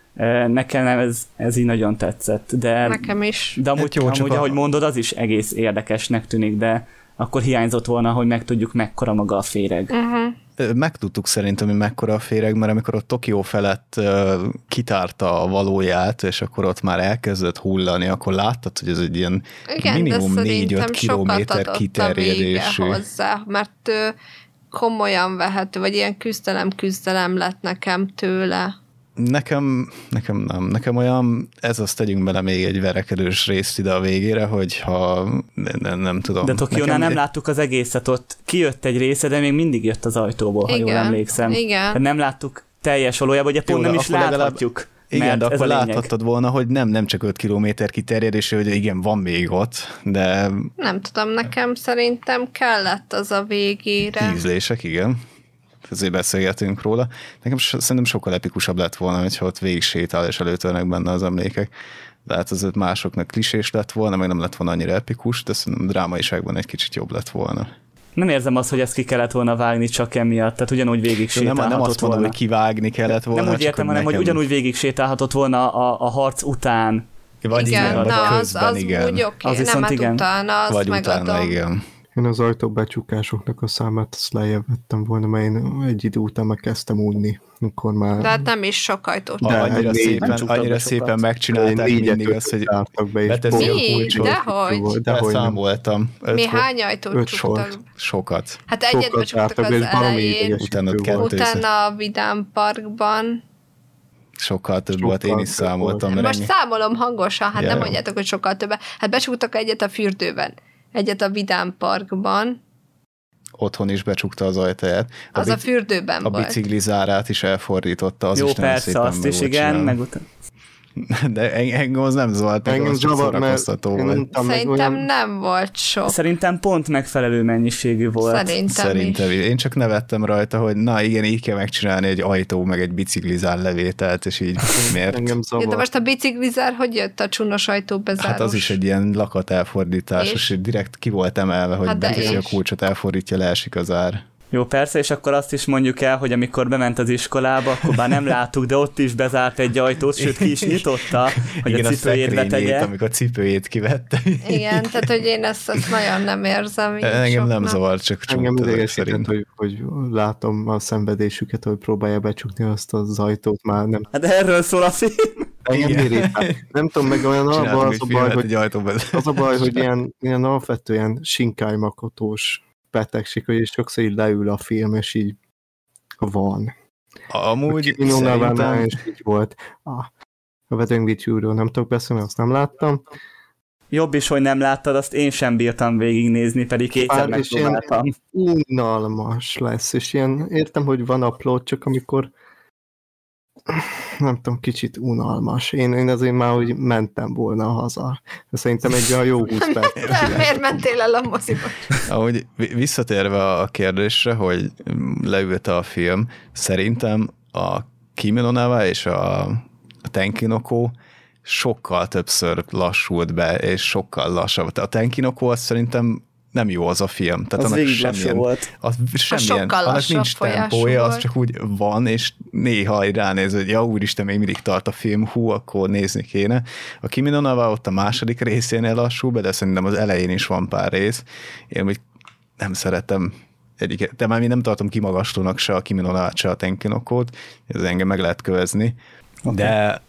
Nekem ez, ez így nagyon tetszett. De, nekem is. De amúgy, jó, amúgy a... ahogy mondod, az is egész érdekesnek tűnik, de akkor hiányzott volna, hogy megtudjuk, mekkora maga a féreg. Uh-huh. Megtudtuk szerintem, hogy mekkora a féreg, mert amikor ott Tokió felett uh, kitárta a valóját, és akkor ott már elkezdett hullani, akkor láttad, hogy ez egy ilyen igen, minimum négy-öt kilométer kiterjedésű. Hozzá, mert uh, komolyan vehető, vagy ilyen küzdelem-küzdelem lett nekem tőle. Nekem, nekem nem. Nekem olyan, ez azt tegyünk bele még egy verekedős részt ide a végére, hogyha nem, nem tudom. De Tokiónál nem láttuk az egészet, ott kijött egy része, de még mindig jött az ajtóból, ha igen, jól emlékszem. Igen. Nem láttuk teljes valójában, ugye pont jó, nem is láthatjuk. Igen, de akkor láthattad volna, hogy nem, nem csak öt kilométer kiterjedésű, hogy igen, van még ott, de... Nem tudom, nekem szerintem kellett az a végére. Ízlések, igen. Ezért beszélgetünk róla. Nekem szerintem sokkal epikusabb lett volna, hogyha ott végig sétál és előtörnek benne az emlékek. De hát azért másoknak klisés lett volna, meg nem lett volna annyira epikus, de szerintem drámaiságban egy kicsit jobb lett volna. Nem érzem azt, hogy ezt ki kellett volna vágni csak emiatt, tehát ugyanúgy végig sétálhatott nem, nem azt mondom, volna. hogy kivágni kellett volna. Nem úgy értem, hanem nekem... hogy ugyanúgy végig sétálhatott volna a, a harc után. Vagy igen, igen, na, vagy közben, az, igen. Az úgy oké, okay. nem, hát igen. utána azt vagy megadom. utána, igen. Én az ajtóbecsukásoknak a számát azt lejjebb vettem volna, mert én egy idő után meg kezdtem unni, amikor már... De hát nem is sok ajtót. De annyira szépen, annyira szépen megcsinálták mindig azt, hogy beteszi a kulcsot. Dehogy. Beszámoltam. Mi hány ajtót csuktak? Sokat. Hát egyet becsuktak az elején, utána, utána a Vidám Parkban. Sokkal több volt, én is számoltam. Most számolom hangosan, hát nem mondjátok, hogy sokkal több. Hát becsuktak egyet a fürdőben. Egyet a Vidám Parkban. Otthon is becsukta az ajtaját. A az bic- a fürdőben a volt. A biciklizárát is elfordította, az jó, is nagyon persze, szépen azt is igen, meg utána. De engem az nem zavart, meg az szórakoztató volt. Szerintem nem volt sok. Szerintem pont megfelelő mennyiségű volt. Szerintem, Szerintem is. Én csak nevettem rajta, hogy na igen, így kell megcsinálni egy ajtó, meg egy biciklizár levételt, és így miért? Engem ja, de most a biciklizár hogy jött a csunos ajtó bezáros? Hát az is egy ilyen lakat elfordításos, és direkt ki volt emelve, hogy hát beteszi a kulcsot, elfordítja, leesik az ár. Jó, persze, és akkor azt is mondjuk el, hogy amikor bement az iskolába, akkor bár nem láttuk, de ott is bezárt egy ajtót, sőt ki is nyitotta, hogy igen, a cipőjét betegye. amikor a cipőjét kivette. Igen, tehát hogy én ezt, ezt nagyon nem érzem. Engem nem zavar, csak engem idegesített, hogy, hogy látom a szenvedésüket, hogy próbálja becsukni azt az ajtót, már nem... Hát erről szól a film. Engem nem tudom, meg olyan abban az a baj, hogy, az a baj, hogy ilyen, ilyen alapvetően sinkálymakatos betegség, hogy sokszor így leül a film, és így van. Amúgy szerintem... és így volt. Ah, a Wedding with You-ról nem tudok beszélni, azt nem láttam. Jobb is, hogy nem láttad, azt én sem bírtam végignézni, pedig kétszer megpróbáltam. Unalmas lesz, és ilyen, értem, hogy van a plot, csak amikor nem tudom, kicsit unalmas. Én, én azért már úgy mentem volna haza. De szerintem egy olyan jó húsz perc. Miért mentél el a moziba? Ahogy visszatérve a kérdésre, hogy leült a film, szerintem a Kimi no Na wa és a Tenkinoko sokkal többször lassult be, és sokkal lassabb. A Tenkinoko az szerintem nem jó az a film. Tehát az annak végig semmilyen, volt. Az semmilyen, sokkal annak nincs tempója, az csak úgy van, és néha így ránéz, hogy ja, úristen, még mindig tart a film, hú, akkor nézni kéne. A Kimi no Na wa ott a második részénél lassul be, de szerintem az elején is van pár rész. Én úgy nem szeretem egyiket, de már mi nem tartom kimagaslónak se a Kimi no Na wa, se a Tenkinokót, ez engem meg lehet kövezni. Okay. De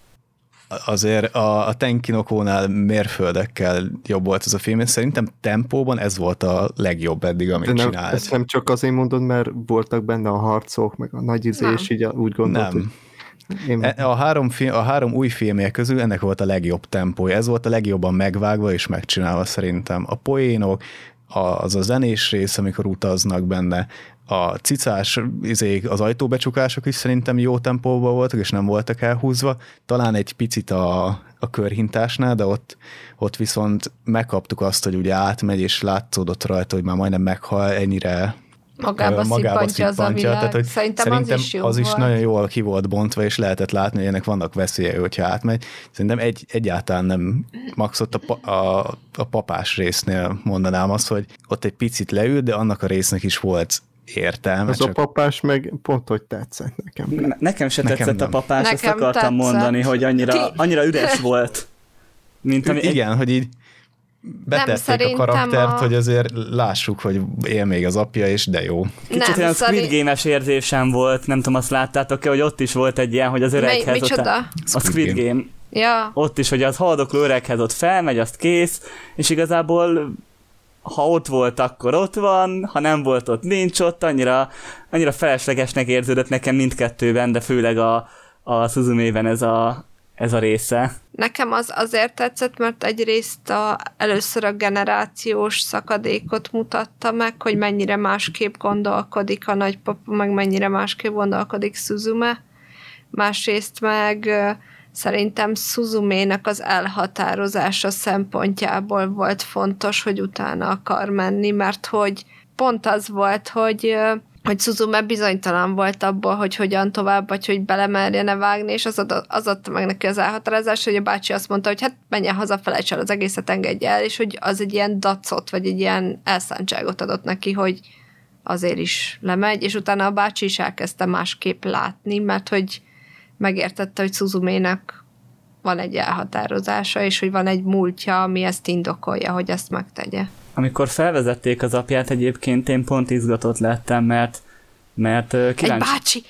azért a, a Tenkinokónál mérföldekkel jobb volt ez a film, és szerintem tempóban ez volt a legjobb eddig, amit nem, csinált. Ezt nem csak azért mondod, mert voltak benne a harcok, meg a nagy izé, és így úgy gondolt, nem. Hogy én... A három, film, a három új filmje közül ennek volt a legjobb tempója. Ez volt a legjobban megvágva és megcsinálva szerintem. A poénok, az a zenés rész, amikor utaznak benne, a cicás izék, az ajtóbecsukások is szerintem jó tempóban voltak, és nem voltak elhúzva. Talán egy picit a, a körhintásnál, de ott, ott viszont megkaptuk azt, hogy ugye átmegy, és látszódott rajta, hogy már majdnem meghal, ennyire magába, magába szippantja az a világ. Tehát, hogy szerintem, szerintem az is jó az is volt. nagyon jól ki volt bontva, és lehetett látni, hogy ennek vannak veszélyei, hogyha átmegy. Szerintem egy, egyáltalán nem maxott a, a, a papás résznél mondanám azt, hogy ott egy picit leült, de annak a résznek is volt értelme. Az csak... a papás meg pont, hogy tetszett nekem. Ne, nekem se nekem tetszett nem. a papás, nekem azt akartam tetszett. mondani, hogy annyira, annyira üres volt. Mint ami igen, egy... hogy így betették a karaktert, a... hogy azért lássuk, hogy él még az apja, és de jó. Kicsit nem, olyan Squid Game-es érzésem volt, nem tudom, azt láttátok-e, hogy ott is volt egy ilyen, hogy az öreghez... Mi, micsoda? A, a Squid Game. Game. Ja. Ott is, hogy az haldokló öreghez ott felmegy, azt kész, és igazából ha ott volt, akkor ott van, ha nem volt ott, nincs ott, annyira, annyira feleslegesnek érződött nekem mindkettőben, de főleg a, a Suzumében ez a, ez a része. Nekem az azért tetszett, mert egyrészt a, először a generációs szakadékot mutatta meg, hogy mennyire másképp gondolkodik a nagypapa, meg mennyire másképp gondolkodik Suzume. Másrészt meg szerintem Suzumének az elhatározása szempontjából volt fontos, hogy utána akar menni, mert hogy pont az volt, hogy, hogy Suzume bizonytalan volt abból, hogy hogyan tovább, vagy hogy belemerjene vágni, és az, ad, az adta meg neki az elhatározás, hogy a bácsi azt mondta, hogy hát menjen haza, felejts el az egészet, engedj el, és hogy az egy ilyen dacot, vagy egy ilyen elszántságot adott neki, hogy azért is lemegy, és utána a bácsi is elkezdte másképp látni, mert hogy megértette, hogy Suzumének van egy elhatározása, és hogy van egy múltja, ami ezt indokolja, hogy ezt megtegye. Amikor felvezették az apját, egyébként én pont izgatott lettem, mert, mert kíváncsi... Egy bácsi!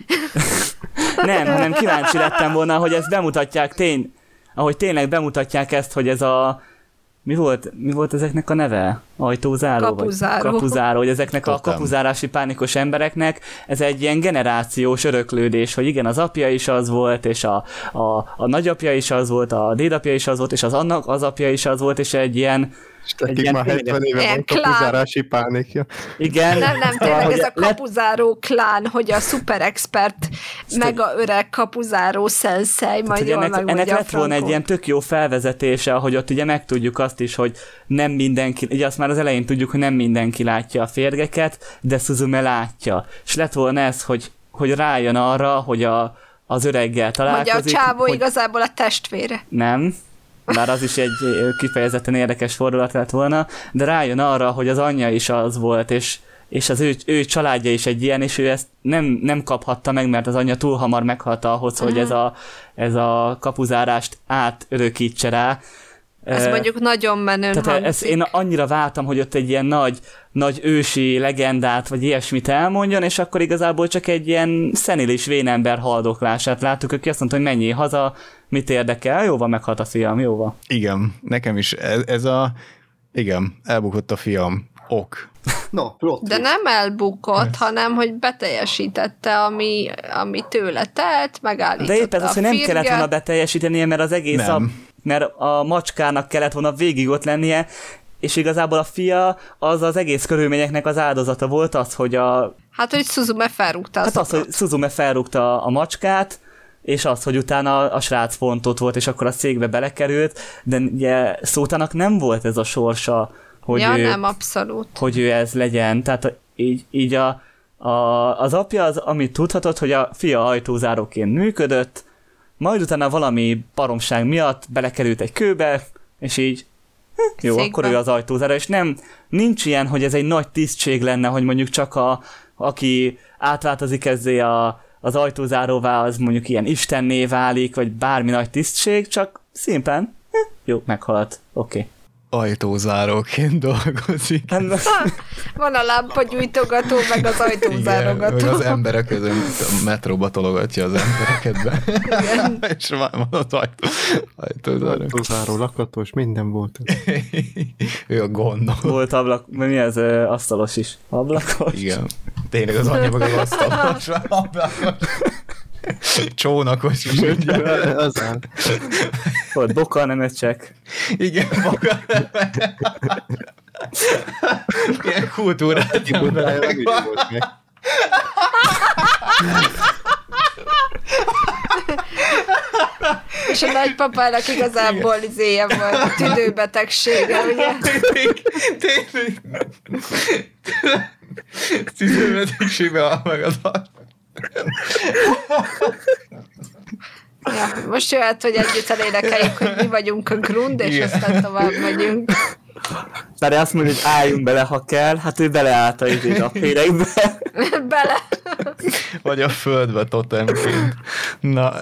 Nem, hanem kíváncsi lettem volna, hogy ezt bemutatják tény, ahogy tényleg bemutatják ezt, hogy ez a Mi volt, mi volt ezeknek a neve? Ajtózáró? Kapuzáró. Vagy kapuzáró, hogy ezeknek Totem. a kapuzárási pánikos embereknek ez egy ilyen generációs öröklődés, hogy igen, az apja is az volt, és a, a, a nagyapja is az volt, a dédapja is az volt, és az annak az apja is az volt, és egy ilyen... És nekik már hetven éve van kapuzárási pánikja. Igen. Nem, nem, tényleg ez a kapuzáró klán, hogy a szuper expert, mega öreg kapuzáró szenszei, majd jól ennek, megmondja ennek a lett volna egy ilyen tök jó felvezetése, ahogy ott ugye megtudjuk azt is, hogy nem mindenki, ugye azt már az elején tudjuk, hogy nem mindenki látja a férgeket, de Suzume látja. És lett volna ez, hogy, hogy rájön arra, hogy a, az öreggel találkozik. Hogy a csávó hogy igazából a testvére. Nem, bár az is egy kifejezetten érdekes fordulat lett volna, de rájön arra, hogy az anyja is az volt, és, és az ő, ő családja is egy ilyen, és ő ezt nem, nem kaphatta meg, mert az anyja túl hamar meghalt ahhoz, uh-huh. hogy ez a, ez a kapuzárást átörökítse rá. Ez uh, mondjuk nagyon menőn Tehát ezt én annyira vártam, hogy ott egy ilyen nagy, nagy ősi legendát, vagy ilyesmit elmondjon, és akkor igazából csak egy ilyen szenilis vénember haldoklását láttuk, aki azt mondta, hogy menjél haza, mit érdekel, jó van, meghalt a fiam, jó van. Igen, nekem is ez, ez a, igen, elbukott a fiam, ok. No, de nem elbukott, hanem hogy beteljesítette, ami, ami tőle telt, megállította de épp ez az, hogy nem firget. kellett volna beteljesítenie, mert az egész a, mert a macskának kellett volna végig ott lennie, és igazából a fia az az egész körülményeknek az áldozata volt az, hogy a... Hát, hogy Suzume felrúgta Hát az, hogy Suzume felrúgta a macskát, és az, hogy utána a srác pont ott volt, és akkor a székbe belekerült, de ugye Szótának nem volt ez a sorsa, hogy, ja, ő, nem, abszolút. hogy ő ez legyen. Tehát így, így a, a, az apja az, amit tudhatott, hogy a fia ajtózáróként működött, majd utána valami baromság miatt belekerült egy kőbe, és így jó, Székben. Akkor ő az ajtózáró, és nem, nincs ilyen, hogy ez egy nagy tisztség lenne, hogy mondjuk csak a, aki átváltozik ezzé a, az ajtózáróvá, az mondjuk ilyen istenné válik, vagy bármi nagy tisztség, csak szimplán, jó, meghalt, oké. Okay. Ajtózáróként dolgozik. Van a lámpagyújtogató, meg az ajtózárogató. Igen, meg az emberek között a metróba tologatja az embereket be. Igen. És van az ajtó, ajtózáró. Ajtózáró, lakatos, minden volt. Ő a gondol. Volt ablak, mi ez, asztalos is. Ablakos? Igen. Tényleg az anyja meg az asztalos, ablakos. Csónakos is. Volt boka, nemecsek. Igen, boka, nemecsek. Ilyen kultúrát volt meg. És a nagypapának igazából izéje volt, tüdőbetegsége, ugye? Tényleg. Tüdőbetegségbe hal meg az agy. Ja, most jöhet, hogy együtt elénekeljük, hogy mi vagyunk a Grund, és igen. Aztán tovább megyünk. Pedig azt mondja, hogy álljunk bele, ha kell, hát ő beleállt a izé a féregbe. Bele. Vagy a földbe totemként. Na.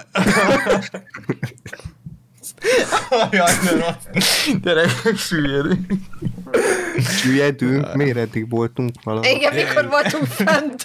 Jaj, ne rossz. Gyerekek, süllyedünk. Süllyedünk? Miért eddig voltunk valahol? Igen, mikor voltunk fent.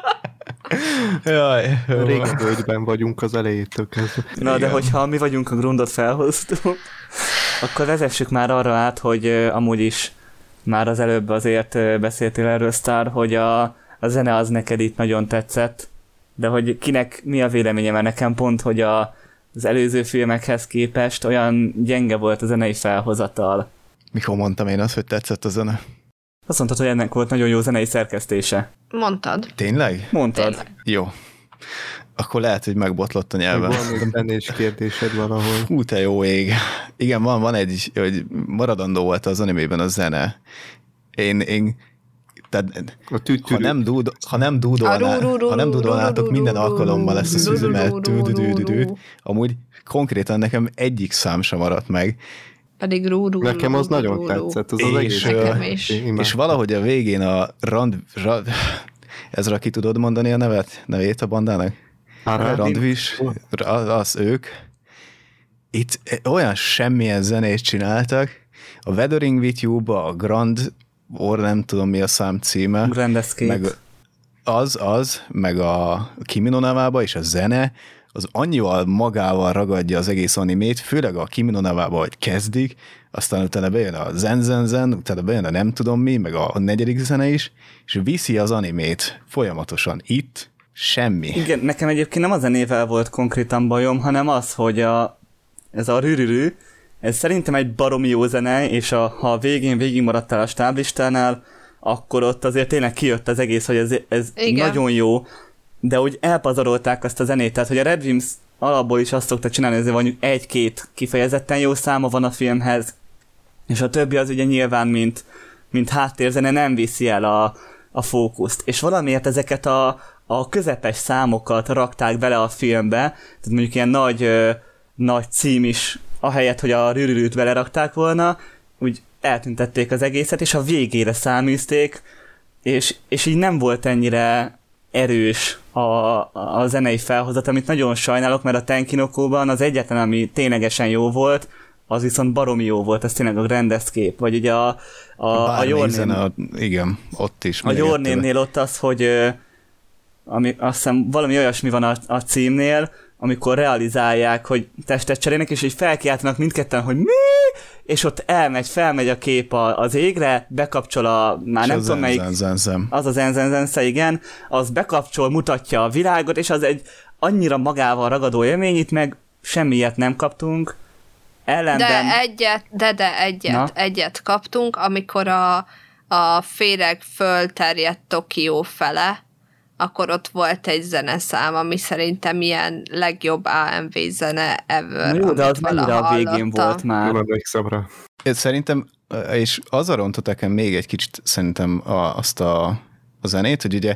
Jaj. Régi völgyben vagyunk az elejétől kezdve. Na, de hogyha mi vagyunk a Grundot felhoztuk, akkor vezessük már arra át, hogy uh, amúgy is már az előbb azért uh, beszéltél erről, Sztár, hogy a, a zene az neked itt nagyon tetszett, de hogy kinek mi a véleménye, mert nekem pont, hogy a, az előző filmekhez képest olyan gyenge volt a zenei felhozatal. Mikor mondtam én azt, hogy tetszett a zene? Azt mondtad, hogy ennek volt nagyon jó zenei szerkesztése. Mondtad. Tényleg? Mondtad. Tényleg. Jó. Akkor lehet, hogy megbotlott a nyelven. Van zenés kérdésed valahol. Hú, te jó ég. Igen, van, van egy, hogy maradandó volt az animében a zene. Én, én tehát, ha nem, dúd, ha nem dúdolná, ha nem dúdolnátok, minden alkalommal lesz a szüzemelt tűdüdüdüdü. Amúgy konkrétan nekem egyik szám sem maradt meg. Pedig rú, rú, nekem az rú, nagyon rú, tetszett, az és, az egész. És, és valahogy a végén a rand... rand ezra ki tudod mondani a nevet? Nevét a bandának? Randvis, az ők. Itt olyan semmilyen zenét csináltak. A Weathering with You-ba, a Grand, or nem tudom mi a szám címe. Grand Escape. Meg az, az, meg a Kimi no Na-ba és a zene, az annyival magával ragadja az egész animét, főleg a Kimi no Na-ba, hogy kezdik, aztán utána bejön a zen zen zen, utána bejön a nem tudom mi, meg a negyedik zene is, és viszi az animét folyamatosan. Itt semmi. Igen, nekem egyébként nem a zenével volt konkrétan bajom, hanem az, hogy a, ez a rürürű, ez szerintem egy baromi jó zene, és a, ha a végén végig maradtál a stáblistánál, akkor ott azért tényleg kijött az egész, hogy ez, ez nagyon jó, de úgy elpazarolták azt a zenét, tehát hogy a Red Wimps alapból is azt szokta csinálni, hogy mondjuk egy-két kifejezetten jó száma van a filmhez, és a többi az ugye nyilván, mint, mint háttérzene nem viszi el a, a fókuszt. És valamiért ezeket a, a közepes számokat rakták bele a filmbe, tehát mondjuk ilyen nagy, ö, nagy cím is, ahelyett, hogy a rürürűt belerakták volna, úgy eltüntették az egészet, és a végére száműzték, és, és így nem volt ennyire erős a, a zenei felhozat, amit nagyon sajnálok, mert a Tenkinokóban az egyetlen, ami ténylegesen jó volt, az viszont baromi jó volt, ez tényleg a Grand Escape, vagy ugye a, a, a Your Name, igen, ott is. A Your Name-nél ott az, hogy ami, azt hiszem valami olyasmi van a, a címnél, amikor realizálják, hogy testet cserélnek, és így felkiáltanak mindketten, hogy mi? És ott elmegy, felmegy a kép a, az égre, bekapcsol a, már és nem az tudom melyik, zen-zen-zen. az a zen-zen-zen, igen, az bekapcsol, mutatja a világot, és az egy annyira magával ragadó élmény, itt meg semmilyet nem kaptunk. Ellenben... De egyet, de de egyet, Na? egyet kaptunk, amikor a, a féreg fölterjedt Tokió fele, akkor ott volt egy zeneszám, ami szerintem ilyen legjobb á em vé zene ever. Na jó, de az mennyire a végén volt már. Nem emlékszem rá. Szerintem, és azzal rontották el még egy kicsit szerintem a, azt a, a zenét, hogy ugye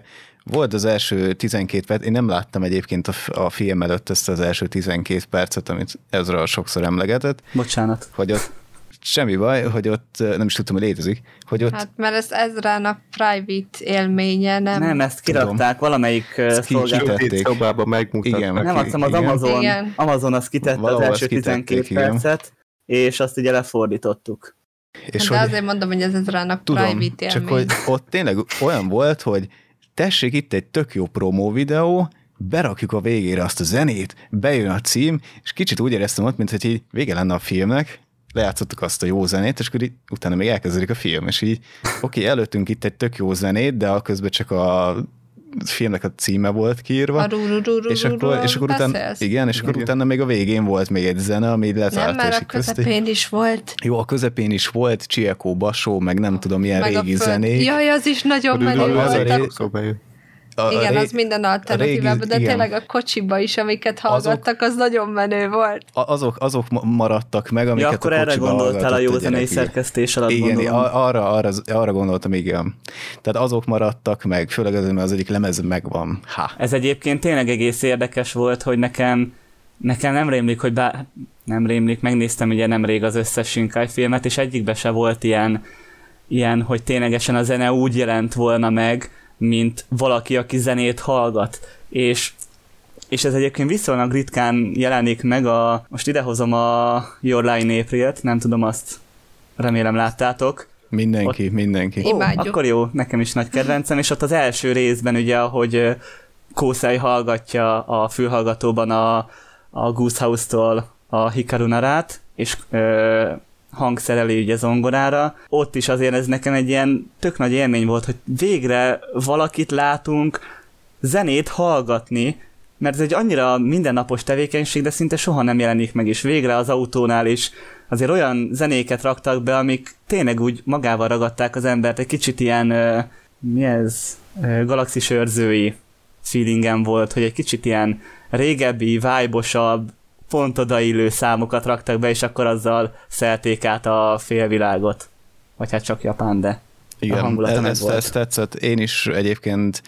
Volt az első tizenkét perc, én nem láttam egyébként a, a film előtt ezt az első tizenkét percet, amit Ezra sokszor emlegetett. Bocsánat. Hogy ott semmi baj, hogy ott nem is tudtam, hogy létezik. Hogy ott... Hát mert ez Ezrának private élménye, nem? Nem, ezt kirakták, tudom. Valamelyik szolgáltató szobában megmutatták. Igen, nem, azt hiszem az Amazon, igen. Amazon azt kitette valahol az első tizenkét percet, és azt ugye lefordítottuk. És de hogy, azért mondom, hogy ez Ezrának tudom, private élmény. csak hogy ott tényleg olyan volt, hogy tessék, itt egy tök jó promó videó, berakjuk a végére azt a zenét, bejön a cím, és kicsit úgy éreztem ott, mint hogy így vége lenne a filmnek, lejátszottuk azt a jó zenét, és akkor így, utána még elkezdődik a film, és így oké, okay, előttünk itt egy tök jó zenét, de a közben csak a filmnek a címe volt kiírva, és akkor, és akkor utána, igen, és akkor utána még a végén volt még egy zene, ami lezárta. Nem, már a közepén is volt. Jó, a közepén is volt Chieko Basó, meg nem tudom, milyen meg régi zenék. Jaj, az is nagyon menő volt. A, igen, ré... az minden alternatívában, de igen. Tényleg a kocsiba is, amiket hallgattak, azok, az nagyon menő volt. Azok, azok maradtak meg, amiket ja, akkor a erre gondoltál a jó zenei szerkesztés alatt, igen, gondolom. arra, arra, arra gondoltam, igen. Tehát azok maradtak meg, főleg az, mert az egyik lemez megvan. Ha. Ez egyébként tényleg egész érdekes volt, hogy nekem, nekem nem rémlik, hogy bár, nem rémlik, megnéztem ugye nemrég az összes Shinkai filmet, és egyikben se volt ilyen, ilyen, hogy ténylegesen a zene úgy jelent volna meg, mint valaki, aki zenét hallgat. És, és ez egyébként viszonylag ritkán jelenik meg a... Most idehozom a Your Lie in April-t, nem tudom, azt remélem láttátok. Mindenki, ott, mindenki. Ó, akkor jó, nekem is nagy kedvencem, és ott az első részben ugye, ahogy Kōsei hallgatja a fülhallgatóban a, a Goose House-tól a Hikaru Narát, és... Ö, hangszereli ugye zongorára, ott is azért ez nekem egy ilyen tök nagy élmény volt, hogy végre valakit látunk zenét hallgatni, mert ez egy annyira mindennapos tevékenység, de szinte soha nem jelenik meg, és végre az autónál is azért olyan zenéket raktak be, amik tényleg úgy magával ragadták az embert, egy kicsit ilyen, uh, mi ez, uh, galaxis őrzői feelingem volt, hogy egy kicsit ilyen régebbi, vibe-osabb, pont odaillő számokat raktak be, és akkor azzal szelték át a félvilágot. Vagy hát csak Japán, de igen, a hangulata ez, volt. Ez tetszett. Én is egyébként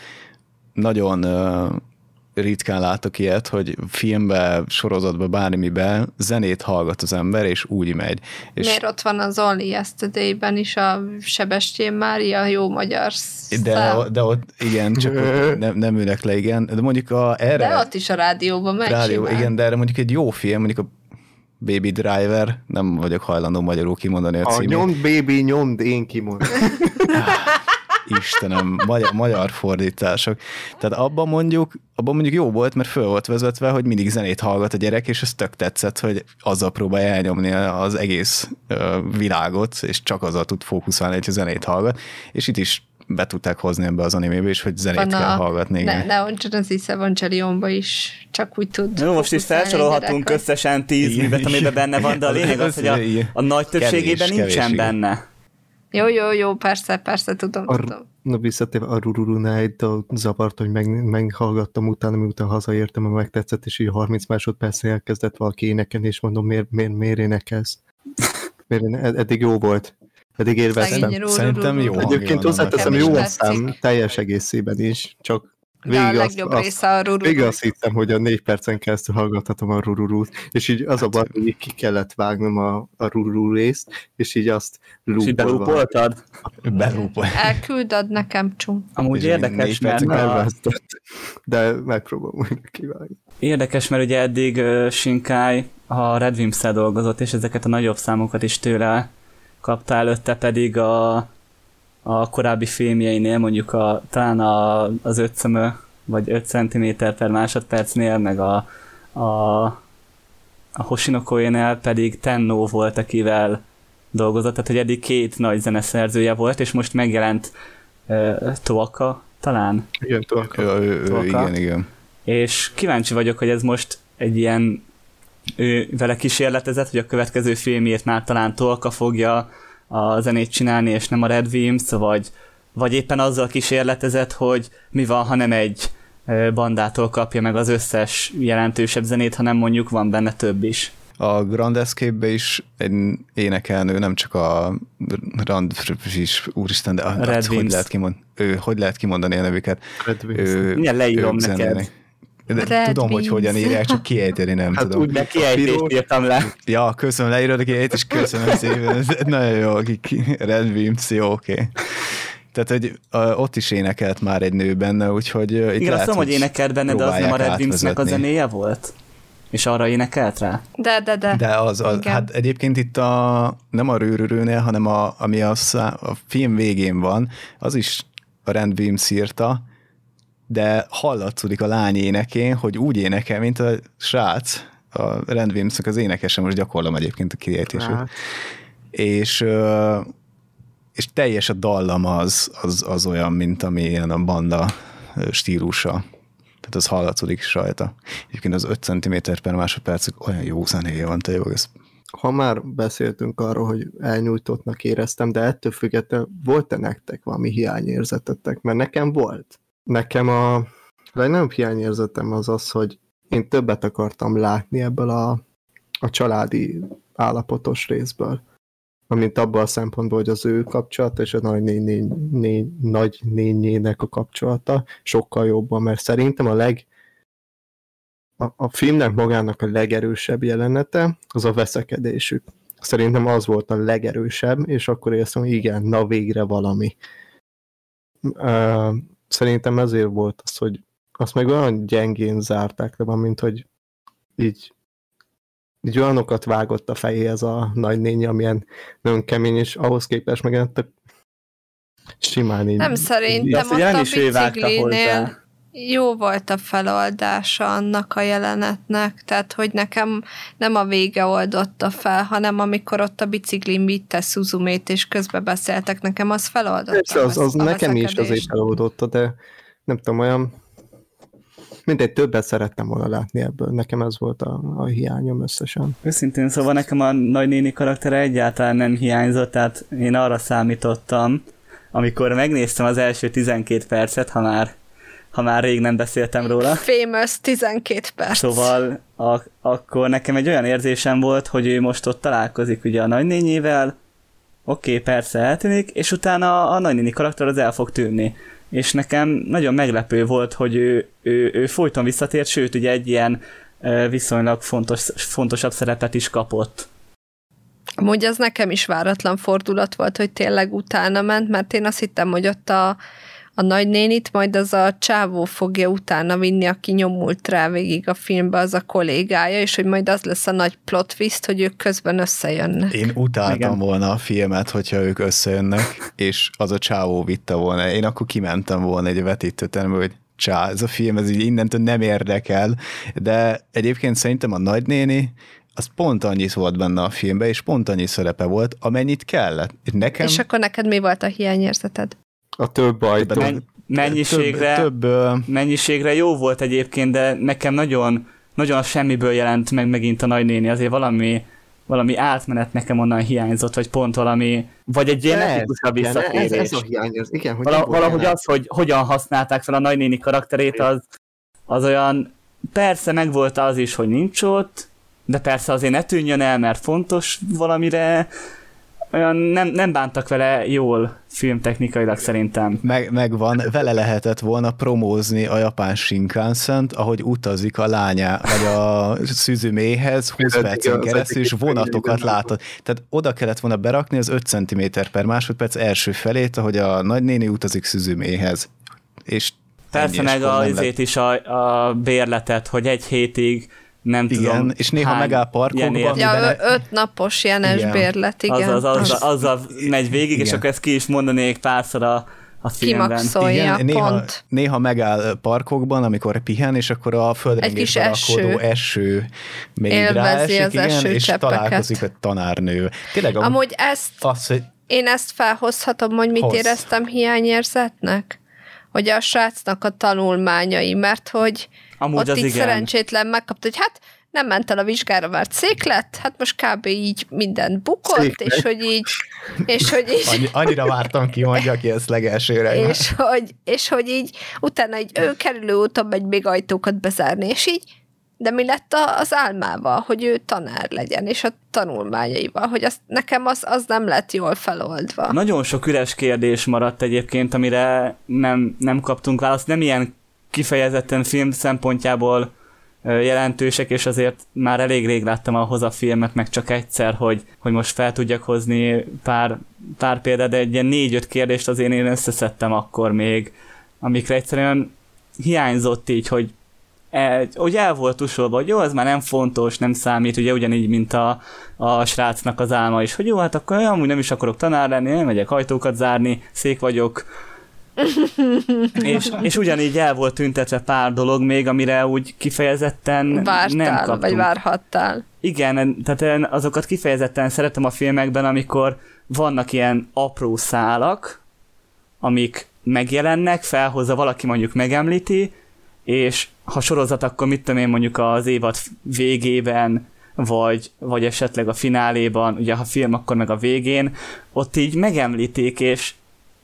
nagyon uh, ritkán látok ilyet, hogy filmbe, sorozatba, bármibe zenét hallgat az ember, és úgy megy. És miért ott van az Only Yesterday-ben is a Sebestyén Mária jó magyar de, de ott, igen, csak ott nem, nem ülnek le, igen. De mondjuk a, erre... De ott is a rádióban megy rádió, simán. igen, de erre mondjuk egy jó film, mondjuk a Baby Driver, nem vagyok hajlandó magyarul kimondani a, a címét. Nyomd, baby, nyomd, én kimondom. Istenem, magyar, magyar fordítások. Tehát abban mondjuk, abban mondjuk jó volt, mert föl volt vezetve, hogy mindig zenét hallgat a gyerek, és ez tök tetszett, hogy azzal próbálja elnyomni az egész uh, világot, és csak azzal tud fókuszálni, hogy a zenét hallgat. És itt is be tudták hozni ebbe az animébe is, hogy zenét van kell a, hallgatni. Ne, Neon Genesis Evangelionba is csak úgy tud. Jó, most is felsorolhatunk összesen tíz művet, amiben benne van, de a lényeg az, hogy a, a nagy többségében kevés, nincsen kevés, benne. Jó, jó, jó, persze, persze, tudom, a, tudom. Na visszatérve a Rururu Night-tól zavart, hogy meg, meghallgattam utána, miután hazaértem, meg megtetszett, és így harminc másodpercre elkezdett valaki énekelni, és mondom, miért, miért, miért énekelsz? Miért éne, eddig jó volt. Eddig élveztem. Szerintem jó. Egyébként hozzáteszem, jó a szám teljes egészében is, csak végig, a legjobb azt, része a Rururu. Végig azt hittem, hogy a négy percen keresztül hallgathatom a Rururút, és így az a baj, hogy ki kellett vágnom a, a Rururu részt, és így azt lúpoltad. Belúpoltad. Elküldöd nekem, Csung. Amúgy érdekes, mert a... de megpróbálom újra kivágni. Érdekes, mert ugye eddig uh, Shinkai a Red Wimps-szel dolgozott, és ezeket a nagyobb számokat is tőle kapta, előtte pedig a, a korábbi filmjeinél, mondjuk a, talán a, az öt szömö, vagy öt centiméter per másodpercnél, meg a, a, a Hoshinokoénél pedig Tenno volt, akivel dolgozott, tehát hogy eddig két nagy zeneszerzője volt, és most megjelent uh, Toaka, talán? Igen, Toaka. Ő, ő, ő, igen, igen. És kíváncsi vagyok, hogy ez most egy ilyen ő vele kísérletezett, hogy a következő filmjét már talán Tolka fogja a zenét csinálni, és nem a Red Wimps, vagy, vagy éppen azzal kísérletezett, hogy mi van, ha nem egy bandától kapja meg az összes jelentősebb zenét, hanem mondjuk van benne több is. A Grand Escape-be is egy énekelnő, nem csak a Rand is, úristen, de az, hogy, lehet kimond, ő, hogy lehet kimondani a nevüket? Milyen leírom neked? De tudom, hogy hogyan írják, csak kiejteni nem hát tudom. Úgy, de kiejtést írtam le. Ja, köszönöm, leírod a kiejtést, köszönöm szépen. Nagyon jó, Red Wimps, jó, oké. Okay. Tehát, hogy uh, ott is énekelt már egy nő benne, úgyhogy uh, itt igen, lehet, azt hogy énekelt benne, de az nem a Red Wimpsnek a zenéje volt? És arra énekelt rá? De, de, de. De az, az hát egyébként itt a, nem a rőrörőnél, hanem a, ami a, szá, a film végén van, az is a Red Wimps írta, de hallatszódik a lány énekén, hogy úgy énekel, mint a srác, a Red Wimpsnek az énekese, most gyakorlom egyébként a kiejtését. És, és teljes a dallam az, az, az olyan, mint amilyen a banda stílusa. Tehát az hallatszódik is rajta. Egyébként az öt centiméter per másodperc olyan jó zenéje van, te jó, ez. Ha már beszéltünk arról, hogy elnyújtottnak éreztem, de ettől függetlenül volt-e nektek valami hiányérzetetek? Mert nekem volt. Nekem a legnagyobb hiányérzetem az az, hogy én többet akartam látni ebből a, a családi állapotos részből. Amint abban a szempontból, hogy az ő kapcsolata és a nagynényének a kapcsolata sokkal jobban, mert szerintem a leg a, a filmnek magának a legerősebb jelenete az a veszekedésük. Szerintem az volt a legerősebb, és akkor éreztem, hogy igen, na végre valami. Uh, Szerintem ezért volt az, hogy azt meg olyan gyengén zárták le, mint hogy így, így olyanokat vágott a fejéhez a nagynénye, amilyen nagyon kemény, és ahhoz képest meg simán így... Nem szerintem, ott a biciklinél jó volt a feloldása annak a jelenetnek, tehát hogy nekem nem a vége oldotta fel, hanem amikor ott a biciklin vitte Suzumét, és közben beszéltek, nekem az feloldotta. Persze, az, az nekem is azért feloldotta, de nem tudom, olyan mindegy, többet szerettem volna látni ebből. Nekem ez volt a, a hiányom összesen. Őszintén szóval nekem a nagynéni karaktere egyáltalán nem hiányzott, tehát én arra számítottam, amikor megnéztem az első tizenkét percet, ha már ha már rég nem beszéltem róla. Famous tizenkét perc. Szóval a, akkor nekem egy olyan érzésem volt, hogy ő most ott találkozik ugye a nagynényével, oké, okay, persze eltűnik, és utána a nagynéni karakter az el fog tűnni. És nekem nagyon meglepő volt, hogy ő, ő, ő folyton visszatért, sőt, ugye egy ilyen viszonylag fontos, fontosabb szerepet is kapott. Amúgy az nekem is váratlan fordulat volt, hogy tényleg utána ment, mert én azt hittem, hogy ott a a nagynénit, majd az a csávó fogja utána vinni, aki nyomult rá végig a filmbe, az a kollégája, és hogy majd az lesz a nagy plot twist, hogy ők közben összejönnek. Én utáltam Igen. volna a filmet, hogyha ők összejönnek, és az a csávó vitte volna. Én akkor kimentem volna egy vetítőteremből, hogy csá, ez a film, ez így innentől nem érdekel, de egyébként szerintem a nagynéni az pont annyit volt benne a filmben, és pont annyi szerepe volt, amennyit kellett. Nekem... És akkor neked mi volt a hiányérzeted? A több baj. Men- mennyiségre, több, több, mennyiségre jó volt egyébként, de nekem nagyon, nagyon a semmiből jelent meg megint a nagynéni, azért valami, valami átmenet nekem onnan hiányzott, vagy pont valami, vagy egy ilyen etikusabb visszatérés. Ez, ez a hiány, ez, igen, hogy Val- valahogy az, hogy hogyan használták fel a nagynéni karakterét, az, az olyan, persze megvolt az is, hogy nincs ott, de persze azért ne tűnjön el, mert fontos valamire, olyan nem, nem bántak vele jól filmtechnikailag szerintem. Meg, megvan, vele lehetett volna promózni a japán Shinkansen-t, ahogy utazik a lánya, vagy a Suzuméhez húsz percen keresztül, és vonatokat látod. Tehát oda kellett volna berakni az öt centiméter per másodperc első felét, ahogy a nagynéni utazik Suzuméhez. És persze meg azért is a, a bérletet, hogy egy hétig nem igen, tudom. És néha megáll parkokban. Ja, öt napos jenes igen. bérlet, igen. Az, az, az, az, azzal megy végig, igen. És akkor ezt ki is mondanék párszor a, a filmben. Kimaxolja, igen, néha, pont. Néha megáll parkokban, amikor pihen, és akkor a földrengésben rakodó eső még ráesik, igen, és találkozik a tanárnő. Tényleg, amúgy ezt, az, hogy én ezt felhozhatom, hogy mit hossz. éreztem hiányérzetnek? Hogy a srácnak a tanulmányai, mert hogy amúgy ott így igen. szerencsétlen megkapta, hogy hát nem ment el a vizsgára, mert szék lett, hát most kb. Így mindent bukott, szék és hogy így... És hogy így Annyi, annyira vártam ki, mondja ki ezt legelsőre. És hogy, és hogy így utána így ő kerülő úton megy még ajtókat bezárni, és így de mi lett az álmával, hogy ő tanár legyen, és a tanulmányaival, hogy azt, nekem az, az nem lett jól feloldva. Nagyon sok üres kérdés maradt egyébként, amire nem, nem kaptunk választ. Nem ilyen kifejezetten film szempontjából jelentősek, és azért már elég rég láttam ahhoz a filmet, meg csak egyszer, hogy, hogy most fel tudjak hozni pár, pár példát, de egy ilyen négy-öt kérdést azért én összeszedtem akkor még, amikre egyszerűen hiányzott így, hogy el, hogy el volt tusolva, hogy jó, ez már nem fontos, nem számít, ugye ugyanígy, mint a, a srácnak az álma is, hogy jó, hát akkor amúgy nem is akarok tanár lenni, nem megyek ajtókat zárni, szék vagyok, és, és ugyanígy el volt tüntetve pár dolog még, amire úgy kifejezetten vártál, nem kaptunk. vagy várhattál. Igen, tehát én azokat kifejezetten szeretem a filmekben, amikor vannak ilyen apró szálak, amik megjelennek, felhozza valaki, mondjuk megemlíti, és ha sorozat, akkor mit tudom én, mondjuk az évad végében, vagy, vagy esetleg a fináléban, ugye ha film, akkor meg a végén, ott így megemlítik, és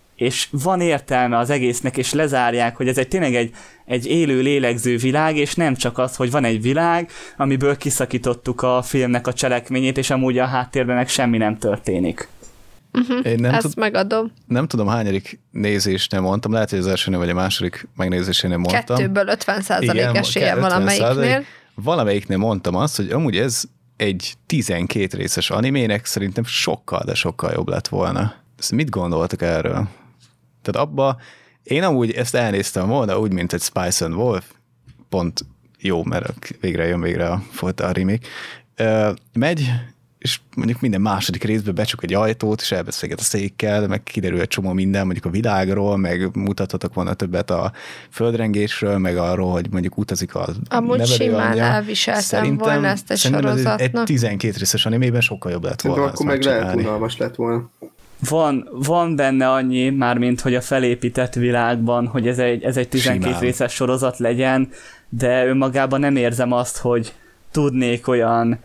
és van értelme az egésznek, és lezárják, hogy ez egy tényleg egy, egy élő, lélegző világ, és nem csak az, hogy van egy világ, amiből kiszakítottuk a filmnek a cselekményét, és amúgy a háttérben meg semmi nem történik. Uh-huh, Én nem ezt tud, megadom. Nem tudom, hányadik nézésnél mondtam, lehet, hogy az elsőnél vagy a második megnézésénél mondtam. Kettőből ötven százalék esélye valamelyiknél. Valamelyiknél mondtam azt, hogy amúgy ez egy tizenkét részes animének szerintem sokkal, de sokkal jobb lett volna. Ezt mit gondoltak erről? Tehát abba én amúgy ezt elnéztem volna, úgy, mint egy Spice and Wolf, pont jó, mert végre jön végre a, a remake. Uh, megy, és mondjuk minden második részben becsuk egy ajtót, és elbeszélget a székkel, meg kiderül egy csomó minden, mondjuk a világról, meg mutathatok volna többet a földrengésről, meg arról, hogy mondjuk utazik a amúgy simán elviseltem szerintem, volna ezt egy sorozatnak. Egy tizenkét részes animében sokkal jobb lett volna. Akkor meg lehet unalmas lett volna. Van, van benne annyi, mármint hogy a felépített világban, hogy ez egy, ez egy tizenkét simán részes sorozat legyen, de önmagában nem érzem azt, hogy tudnék olyan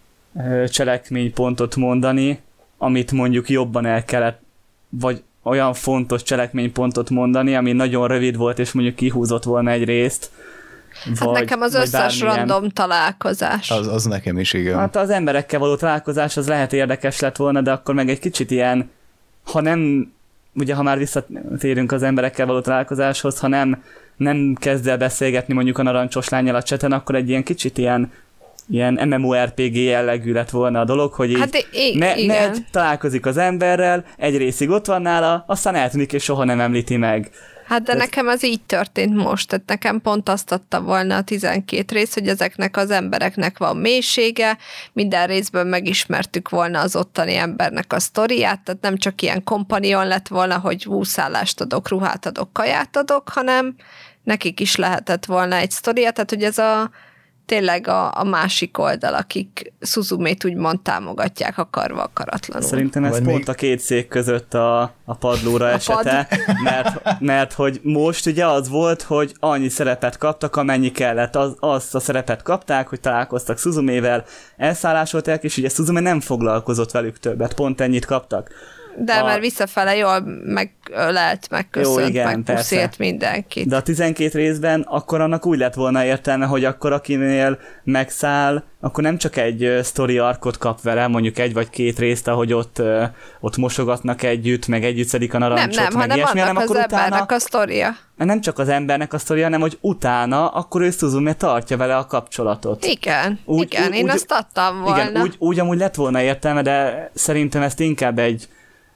ö, cselekménypontot mondani, amit mondjuk jobban el kellett, vagy olyan fontos cselekménypontot mondani, ami nagyon rövid volt, és mondjuk kihúzott volna egy részt. Hát vagy, nekem az összes bármilyen random találkozás. Az, az nekem is, igen. Hát az emberekkel való találkozás az lehet érdekes lett volna, de akkor meg egy kicsit ilyen, ha nem, ugye ha már visszatérünk az emberekkel való találkozáshoz, ha nem, nem kezd el beszélgetni mondjuk a narancsos lánnyal a cseten, akkor egy ilyen kicsit ilyen, ilyen MMORPG jellegű lett volna a dolog, hogy így hát i- ne, Ned találkozik az emberrel, egy részig ott van nála, aztán eltűnik és soha nem említi meg. Hát de ez... nekem az így történt most, tehát nekem pont azt adta volna a tizenkét rész, hogy ezeknek az embereknek van mélysége, minden részben megismertük volna az ottani embernek a sztoriát, tehát nem csak ilyen kompanion lett volna, hogy húszállást adok, ruhát adok, kaját adok, hanem nekik is lehetett volna egy sztoria, tehát hogy ez a tényleg a, a másik oldal, akik Suzumét úgymond támogatják akarva akaratlanul. Szerintem ez Vagy pont még... a két szék között a, a padlóra a esete, pad. mert, mert hogy most ugye az volt, hogy annyi szerepet kaptak, amennyi kellett. Az, azt a szerepet kapták, hogy találkoztak Suzumével, elszállásolták, és ugye Suzume nem foglalkozott velük többet, pont ennyit kaptak. De a... már visszafele jól megölelt, megköszönt, megpuszélt mindenkit. De a tizenkét részben akkor annak úgy lett volna értelme, hogy akkor akinél megszáll, akkor nem csak egy sztori arkot kap vele, mondjuk egy vagy két részt, ahogy ott, ott mosogatnak együtt, meg együtt szedik a narancsot, nem, nem, meg hanem ilyesmi, annak hanem az akkor utána... embernek a sztoria. Nem csak az embernek a sztoria, hanem hogy utána akkor ő Suzume tartja vele a kapcsolatot. Igen, úgy, igen, úgy, én úgy, azt adtam volna. Igen, úgy, úgy amúgy lett volna értelme, de szerintem ezt inkább egy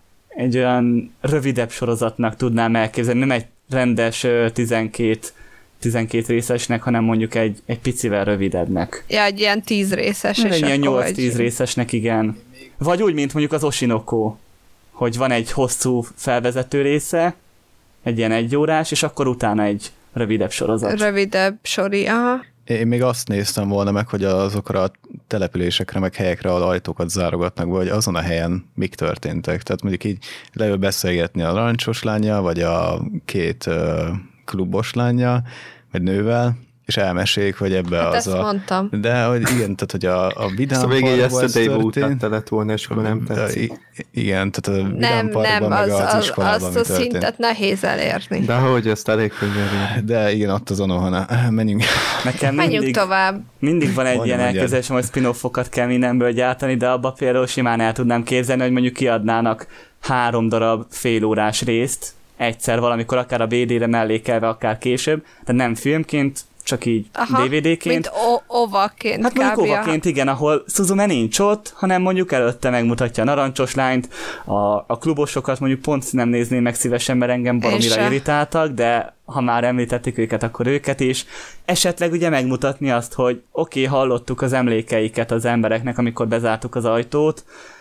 egy olyan rövidebb sorozatnak tudnám elképzelni, nem egy rendes tizenkét, tizenkét részesnek, hanem mondjuk egy, egy picivel rövidebbnek. Ja, egy ilyen tíz részes. Egy ilyen nyolc-tíz részesnek, igen. Vagy úgy, mint mondjuk az Oshinoko, hogy van egy hosszú felvezető része, egy ilyen egyórás, és akkor utána egy rövidebb sorozat. Rövidebb sori, aha. Én még azt néztem volna meg, hogy azokra a településekre, meg helyekre, ahol ajtókat zárogatnak, vagy azon a helyen mik történtek. Tehát mondjuk így leül beszélgetni a narancsos lánnyal, vagy a két uh, klubos lánnyal, vagy nővel, és elmesélik, hogy ebbe hát az ezt a... mondtam. De hogy igen, tehát hogy a, a vidám parkban végig ez yesterday után lett volna, és akkor nem tetszik. Igen, tehát a Nem, vidám parkban, nem, meg az, az, az, iskolában, azt mi a történt. szintet nehéz elérni. De hogy ezt elég könnyen. De igen, ott az onohana. Menjünk. Nekem Menjünk mindig, tovább. mindig van egy Mondj, ilyen mondjad. elképzelésem, hogy spin-offokat kell mindenből gyártani, de abba például simán el tudnám képzelni, hogy mondjuk kiadnának három darab félórás részt egyszer valamikor, akár a bé dére mellékelve, akár később, de nem filmként, csak így Aha, dé vé dé-ként. mint o- ovaként. Hát mondjuk kb. ovaként, igen, ahol Suzume nincs ott, hanem mondjuk előtte megmutatja a narancsos lányt, a, a klubosokat mondjuk pont nem nézném meg szívesen, mert engem baromira irritáltak, de ha már említették őket, akkor őket is. Esetleg ugye megmutatni azt, hogy oké, okay, hallottuk az emlékeiket az embereknek, amikor bezártuk az ajtót,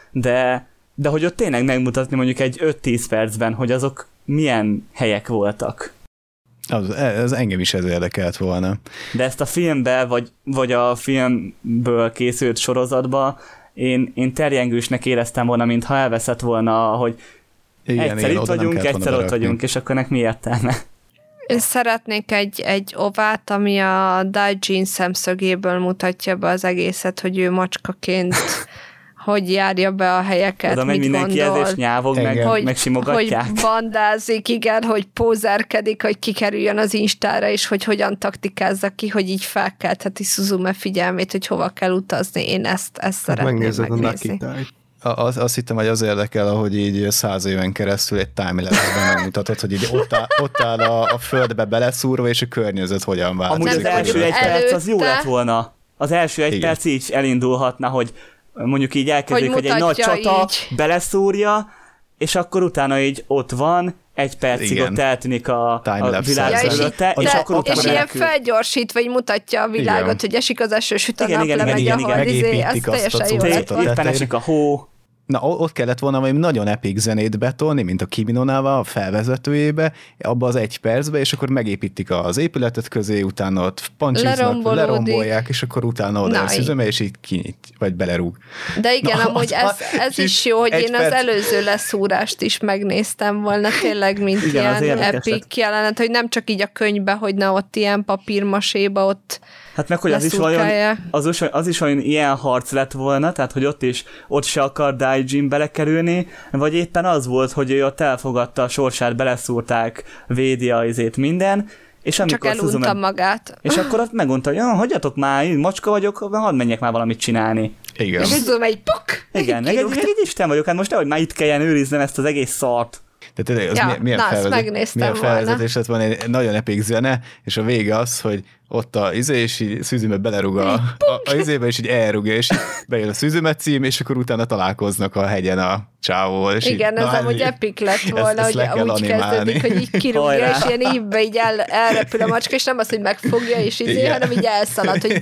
de, de hogy ott tényleg megmutatni mondjuk egy öt-tíz percben, hogy azok milyen helyek voltak. Az, ez engem is ez érdekelt volna. De ezt a filmbe, vagy, vagy a filmből készült sorozatba én, én terjengősnek éreztem volna, mintha elveszett volna, hogy igen, egyszer igen, itt vagyunk, egyszer ott vagyunk, és akkor nek mi értelme? Én szeretnék egy, egy ovát, ami a Daijin szemszögéből mutatja be az egészet, hogy ő macskaként hogy járja be a helyeket, oda mit mindenki gondol. ez, és nyávog, meg, hogy, meg simogatják. Hogy bandázik, igen, hogy pózerkedik, hogy kikerüljön az Instára, és hogy hogyan taktikázza ki, hogy így felkeltheti Suzume figyelmét, hogy hova kell utazni. Én ezt, ezt szeretném Megnézed megnézni. a Nucky Az, azt hittem, hogy az érdekel, ahogy így száz éven keresztül egy timelapse-ben megmutatod, hogy így ott áll, ott áll a, a földbe beleszúrva, és a környezet hogyan változik. Amúgy az első egy előtte... perc az jó lett volna. Az első egy igen. perc így elindulhatna, hogy mondjuk így elkezdik, hogy, hogy egy nagy csata így. beleszúrja, és akkor utána így ott van, egy percig igen. ott eltűnik a, a világ ja, előtte, és, és, és akkor utána és ilyen menekül. felgyorsítva, hogy mutatja a világot, igen. hogy esik az eső, süt a nap, lemegy a hold, izé, ez teljesen jó lett volna. Éppen esik a hó. Na, ott kellett volna valami nagyon epic zenét betolni, mint a Kiminonával a felvezetőjébe, abba az egy percbe, és akkor megépítik az épületet közé, utána ott pancsiznak, lerombolják, és akkor utána oda a Suzume, és így kinyit, vagy belerúg. De igen, Na, amúgy az, ez, ez is jó, hogy én perc. az előző leszúrást is megnéztem volna, tényleg, mint igen, ilyen epic jelenet, hogy nem csak így a könyvbe, hogy na ott ilyen papírmaséba ott hát meg, hogy az is, olyan, az, is, az is olyan ilyen harc lett volna, tehát, hogy ott is, ott se akar Daijin belekerülni, vagy éppen az volt, hogy ő ott elfogadta a sorsát, beleszúrták, védi a izét minden, és amikor csak elunta Suzume, magát. És akkor ott megmondta, hogy ah, hagyjatok már, én macska vagyok, hadd menjek már valamit csinálni. Igen. És Suzume egy puk! Igen, meg egy, meg egy Isten vagyok, hát most nehogy már itt kelljen őriznem ezt az egész szart. De tényleg, az ja, milyen, milyen, na, felvezet, milyen felvezetés lett van, egy nagyon epic zene, és a vége az, hogy ott a izé, és így Suzume belerúg a, a, a izébe, és így elrúgja, és így bejön a Suzume cím, és akkor utána találkoznak a hegyen a csávóval. És igen, így, ez na, amúgy epic lett volna, ezt, ezt hogy úgy kezdődik, hogy így kirúgja, és ilyen ívbe így el, elrepül a macska, és nem az, hogy megfogja, és izé, igen. hanem így elszalad, hogy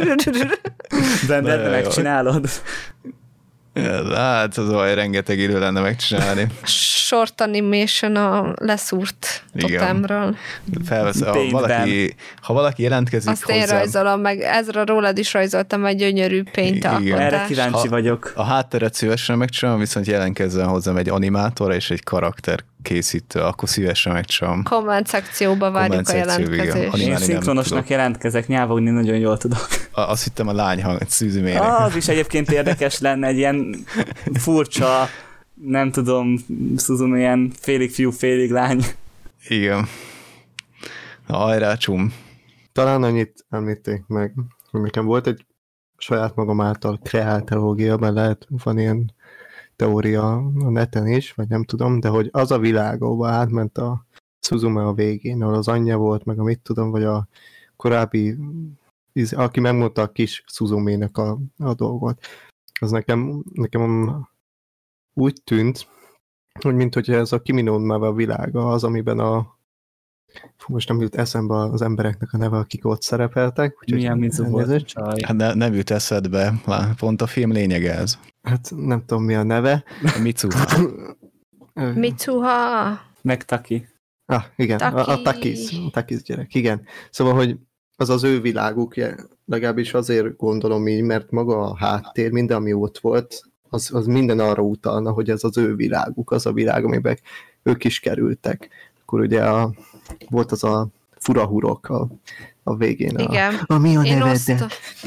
de megcsinálod. Hát az olyan rengeteg idő lenne megcsinálni. Short animation a leszúrt totemről. Felvesz, ha valaki, ha valaki jelentkezik azt hozzám... én rajzolom meg, ezre rólad is rajzoltam egy gyönyörű paint alkotást. Erre kíváncsi ha, vagyok. A hátteret szívesen megcsinálom, viszont jelentkezzen hozzám egy animátor és egy karakter készítő, akkor szívesen megcsinálom. Komment szekcióba várjuk a jelentkezést. Én szinkronosnak jelentkezek, nyávogni nagyon jól tudok. A, azt hittem a lány hang, Suzumének. Az is egyébként érdekes lenne, egy ilyen furcsa, nem tudom, Suzume ilyen félig fiú, félig lány. Igen. Na, hajrá, csum. Talán annyit említék meg, hogy nekem volt egy saját magam által kreált teológia, mert lehet, van ilyen teória a neten is, vagy nem tudom, de hogy az a világ, ahova átment a Suzume a végén, ahol az anyja volt, meg a mit tudom, vagy a korábbi, aki megmondta a kis Suzumének a, a dolgot, az nekem, nekem úgy tűnt, hogy mint hogy ez a Kimi no Nawa világa az, amiben a fú, most nem jut eszembe az embereknek a neve, akik ott szerepeltek. Milyen Mizu volt? Hát ne, nem jut eszedbe, pont a film lényege ez. Hát nem tudom mi a neve. Mitsuha. Mitsuha. Meg Taki. Ah, igen, Taki. a, a Takis, a Takis gyerek, igen. Szóval, hogy az az ő világuk, legalábbis azért gondolom így, mert maga a háttér, minden, ami ott volt, az, az minden arra utalna, hogy ez az ő világuk, az a világ, amiben ők is kerültek. Akkor ugye a, volt az a furahurok, a a végén. Igen. A, a mi a Én neved? osztom,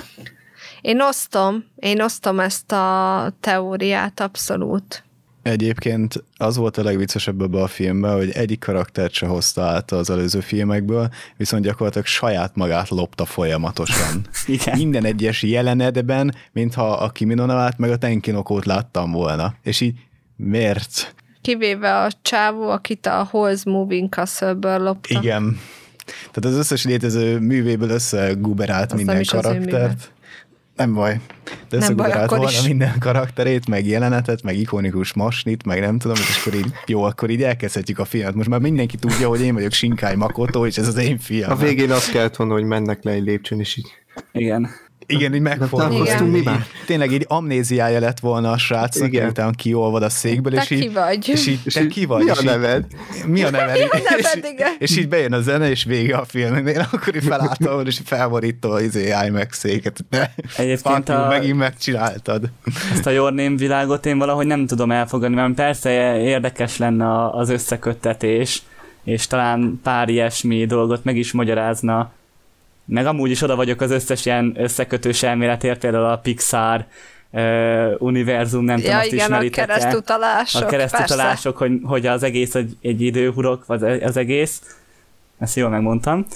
én osztom, én osztom ezt a teóriát abszolút. Egyébként az volt a legviccesebb ebben a filmben, hogy egyik karaktert se hozta át az előző filmekből, viszont gyakorlatilag saját magát lopta folyamatosan. Igen. Minden egyes jelenetben, mintha a Kimi no Na-vát meg a Tenkinokót láttam volna. És így miért? Kivéve a csávó, akit a Halls Moving Castle-ből lopta. Igen. Tehát az összes létező művéből összeguberált az minden karaktert. Nem baj. De összeguberált volna is minden karakterét, meg jelenetet, meg ikonikus masnit, meg nem tudom, és akkor így, jó, akkor így elkezdhetjük a filmet. Most már mindenki tudja, hogy én vagyok Shinkai Makoto, és ez az én fiam. A végén azt kellett volna, hogy mennek le egy lépcsőn, és így... Igen. Igen, így megfordult. Mi már? Tényleg így amnéziája lett volna a srácnak, miután kiolvad a székből, te és így, ki vagy? És így, te ki vagy? Mi a neved? Mi a neved? Mi a neved, és, igen. és így bejön a zene, és vége a filmnél, akkor így felálltam, és felborító az izé IMAX széket. Egyébként a... megint megcsináltad. Ezt a Your Name világot én valahogy nem tudom elfogadni, mert persze érdekes lenne az összeköttetés, és talán pár ilyesmi dolgot meg is magyarázna. Meg amúgy is oda vagyok az összes ilyen összekötős elméletért, például a Pixar uh, univerzum, nem ja, tudom, azt igen, ismeritek-e. a keresztutalások, A keresztutalások, hogy, hogy az egész egy, egy időhurok, vagy az egész. Ezt jól megmondtam.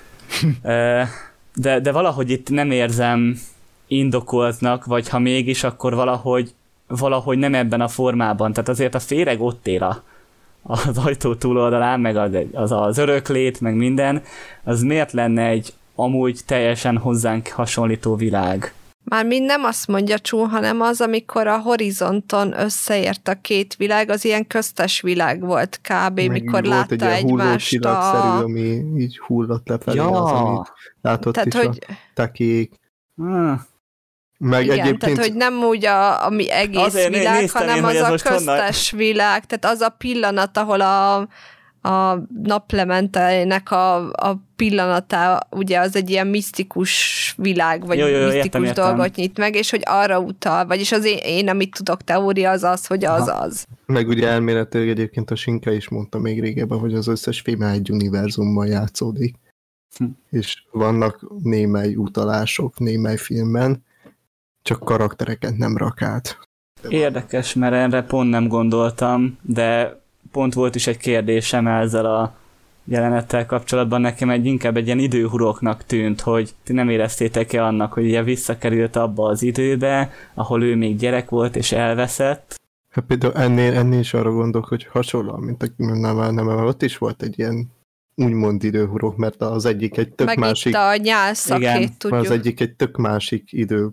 uh, de, de valahogy itt nem érzem indokoltnak, vagy ha mégis, akkor valahogy, valahogy nem ebben a formában. Tehát azért a féreg ott él a az ajtó túloldalán, meg az, az, az öröklét, meg minden, az miért lenne egy amúgy teljesen hozzánk hasonlító világ? Mármint nem azt mondja Csú, hanem az, amikor a horizonton összeért a két világ, az ilyen köztes világ volt kb. Meg mikor látta egy egymást a... ami így hullott lefelé, ja. az, amit látott tehát, is hogy... a takiék. Ah. Meg igen, egyébként... tehát hogy nem úgy a, a mi egész azért világ, hanem én, az a köztes honnan... világ, tehát az a pillanat, ahol a, a naplementének a, a pillanata, ugye az egy ilyen misztikus világ, vagy jó, jó, jó, misztikus értem, értem. dolgot nyit meg, és hogy arra utal, vagyis az én, én amit tudok teória, az az, hogy az Aha. az. Meg ugye elméletileg egyébként a Shinkai is mondta még régebben, hogy az összes film egy univerzumban játszódik. Hm. És vannak némely utalások némely filmben, csak karaktereket nem rak át. Érdekes, mert erre pont nem gondoltam, de pont volt is egy kérdésem ezzel a jelenettel kapcsolatban. Nekem egy inkább egy ilyen időhuroknak tűnt, hogy ti nem éreztétek-e annak, hogy ugye visszakerült abba az időbe, ahol ő még gyerek volt és elveszett. Hát például ennél, ennél is arra gondolok, hogy hasonlóan, mint a nem, nem, ott is volt egy ilyen úgymond időhurok, mert az egyik egy tök meg másik... Meg itt a nyálszakét tudjuk. Az egyik egy tök másik idő...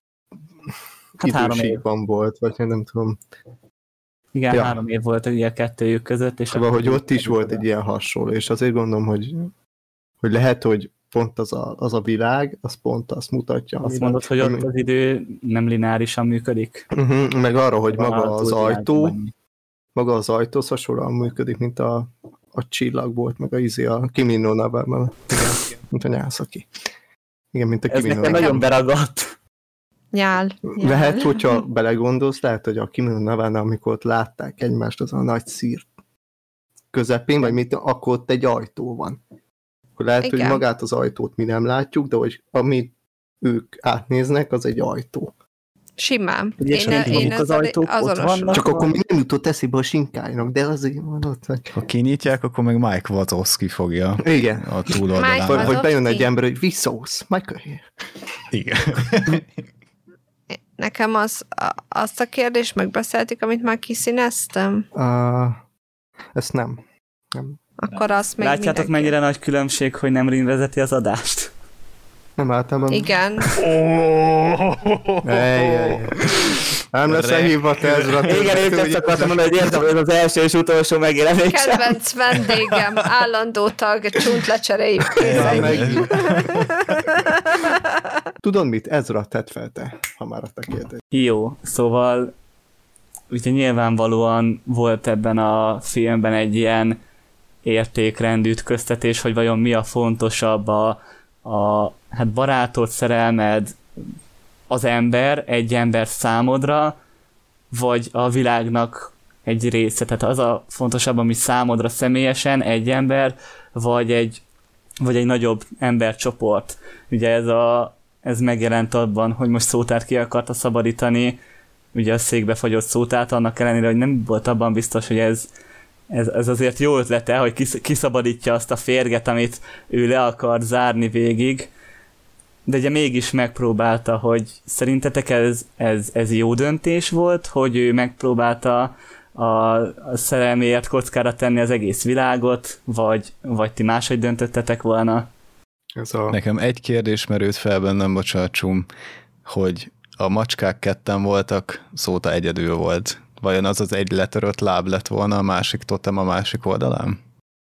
Hát három évban volt, vagy nem tudom. Igen, ja. három év volt ugye a kettőjük között. És szóval, hogy ott is volt egy ilyen hasonló, és azért gondolom, hogy, hogy lehet, hogy pont az a, az a világ, az pont azt mutatja. Azt mondod, hogy ott az idő nem lineárisan működik? Uh-huh, meg arra, hogy maga az ajtó, maga az ajtó hasonlóan működik, mint a, a csillag volt, meg a izé a Kimi no Na-ban, mint a Nyászaki. Igen, mint a Kimi no Na. Ez nekem nagyon beragadt. Nyál, nyál. Lehet, hogyha belegondolsz, lehet, hogy a Kimi no Na-ban, amikor ott látták egymást az a nagy szír közepén, vagy mit, akkor ott egy ajtó van. Akkor lehet, igen. hogy magát az ajtót mi nem látjuk, de hogy amit ők átnéznek, az egy ajtó. Simán. Én, én, én az ajtók ott vannak. Csak akkor mi nem jutott eszébe a Shinkájnak, de azért van ott. Hogy... Ha kinyitják, akkor meg Mike Wazowski fogja. Igen. A túloldalán. Hogy, hogy bejön egy ember, hogy visszahoz. Michael here. Igen. Nekem az, azt a kérdést megbeszéltük, amit már kiszíneztem? Uh, ezt nem. nem. Akkor azt még látjátok, mindenki. Mennyire nagy különbség, hogy nem Rin vezeti az adást? Nem általában. Igen. Ej, ej. Nem lesz elhívva te ezra. Igen, én csak akartam mondani, hogy értem, hogy ez az első és utolsó megjelenés. Kedvenc vendégem, állandó tag, csunt lecseréljük. Tudod mit? Ezra tett fel te, ha már a te kérdés. Jó, szóval ugye nyilvánvalóan volt ebben a filmben egy ilyen értékrendű ütköztetés, hogy vajon mi a fontosabb, a, a hát barátod, szerelmed, az ember, egy ember számodra, vagy a világnak egy része. Tehát az a fontosabb, ami számodra személyesen, egy ember, vagy egy vagy egy nagyobb embercsoport. Ugye ez, a, ez megjelent abban, hogy most Szótárt ki akarta szabadítani, ugye a székbe fagyott Szótárt, annak ellenére, hogy nem volt abban biztos, hogy ez, ez, ez azért jó ötlete, hogy kisz, kiszabadítja azt a férget, amit ő le akar zárni végig, de ugye mégis megpróbálta, hogy szerintetek ez, ez, ez jó döntés volt, hogy ő megpróbálta a, a szerelméért kockára tenni az egész világot, vagy, vagy ti máshogy döntöttetek volna? Ez a... Nekem egy kérdés merült fel bennem, bocsánat, Csum, hogy a macskák ketten voltak, Szóta egyedül volt. Vajon az az egy letörött láb lett volna a másik totem a másik oldalán?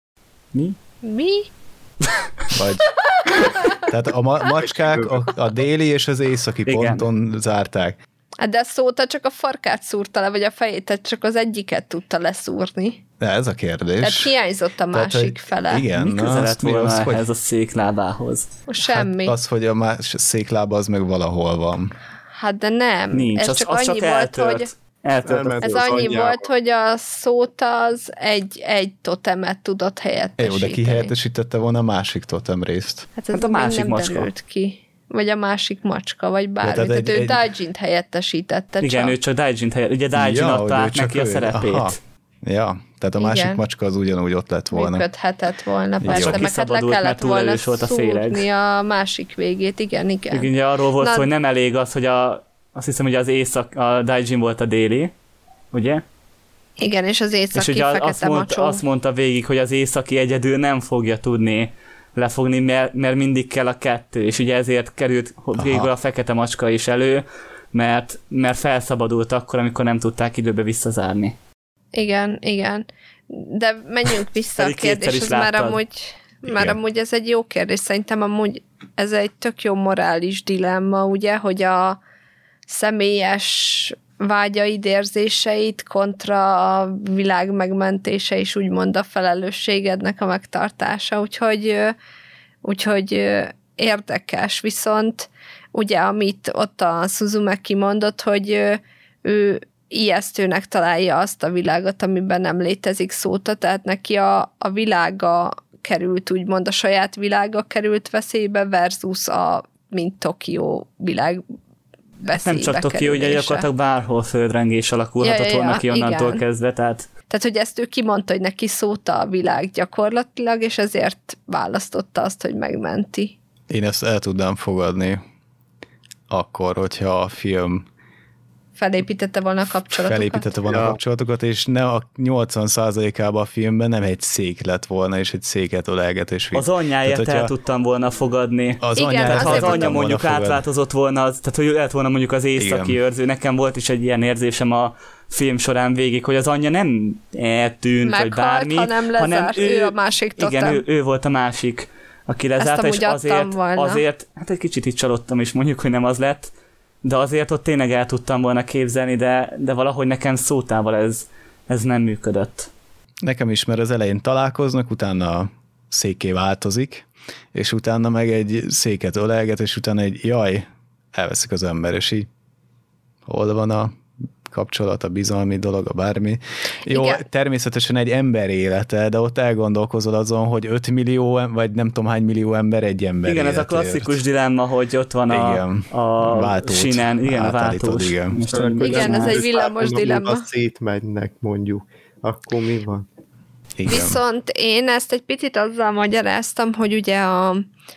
Mi? Mi? Vagy... Tehát a ma- macskák a, a déli és az északi igen. ponton zárták. De a Szóta csak a farkát szúrta le, vagy a fejét, tehát csak az egyiket tudta leszúrni. De ez a kérdés. Tehát hiányzott a másik tehát, fele. Igen. Mi köze lett volna az, ehhez hogy... a széklábához? Semmi. Hát az, hogy a más széklába az meg valahol van. Hát de nem. Nincs, ez az, csak az annyi csak volt, eltört. hogy... Eltört. Ez annyi anyjával. volt, hogy a Szóta az egy, egy totemet tudott helyettesíteni. Jó, de ki helyettesítette volna a másik totem részt? Hát ez hát a másik nem macska. derült ki. Vagy a másik macska, vagy bármi. Ja, tehát, tehát egy, ő egy... Daijint helyettesítette igen, csak. ő csak Daijint helyettesítette. Ugye Daijin ja, adta át neki ő. a szerepét. Aha. Ja, tehát a igen. másik macska az ugyanúgy ott lett volna. Működhetett volna, persze, csak meg hát le kellett volna szúrni a, a másik végét, igen, igen. Igen, ugye arról volt szó, hogy nem elég az, hogy a, azt hiszem, hogy az éjszak, a Daijin volt a déli, ugye? Igen, és az északi és ugye fekete azt mondta, macsó. azt mondta végig, hogy az északi egyedül nem fogja tudni lefogni, mert, mert mindig kell a kettő, és ugye ezért került végül a fekete macska is elő, mert, mert felszabadult akkor, amikor nem tudták időbe visszazárni. Igen, igen. De menjünk vissza a kérdéshez, mert amúgy, mert amúgy ez egy jó kérdés. Szerintem amúgy ez egy tök jó morális dilemma, ugye, hogy a személyes vágyaid, érzéseit kontra a világ megmentése is úgymond a felelősségednek a megtartása, úgyhogy, úgyhogy érdekes, viszont ugye amit ott a Suzume kimondott, hogy ő ijesztőnek találja azt a világot, amiben nem létezik Szóta, tehát neki a, a világa került, úgymond a saját világa került veszélybe versus a mint Tokió világ nem csak Tokió, ugye gyakorlatilag bárhol földrengés alakulhatott ja, ja, volna ki onnantól igen. kezdve, tehát... Tehát, hogy ezt ő kimondta, hogy neki Szóta a világ gyakorlatilag, és ezért választotta azt, hogy megmenti. Én ezt el tudnám fogadni akkor, hogyha a film felépítette volna a kapcsolatokat. Felépítette volna ja. a kapcsolatokat, és ne a nyolcvan százalékában a filmben nem egy szék lett volna, és egy széket ölelget és az anyjáért tehát, el hogyha... tudtam volna fogadni. Az igen, anyjáért ha az anyja mondjuk átváltozott volna, az, tehát hogy lehet volna mondjuk az északi igen. őrző, nekem volt is egy ilyen érzésem a film során végig, hogy az anyja nem eltűnt, meghalt, vagy bármi, hanem lezárt, hanem ő, ő a másik totem. Igen, ő, ő volt a másik, aki lezárta, és azért, azért, hát egy kicsit itt csalódtam is, mondjuk, hogy nem az lett, de azért ott tényleg el tudtam volna képzelni, de, de valahogy nekem Szótával ez, ez nem működött. Nekem is, mert az elején találkoznak, utána székké változik, és utána meg egy széket ölelget, és utána egy jaj, elveszik az ember, és így hol van a kapcsolat, a bizalmi dolog, a bármi. Jó, igen. Természetesen egy ember élete, de ott elgondolkozol azon, hogy öt millió, vagy nem tudom hány millió ember egy ember igen, életért. Ez a klasszikus dilemma, hogy ott van a, igen, a váltót, sinen, igen, a váltós. Igen, igen, igen ez egy villamos dilemma. Ha szétmegynek mondjuk, akkor mi van? Igen. Viszont én ezt egy picit azzal magyaráztam, hogy ugye a,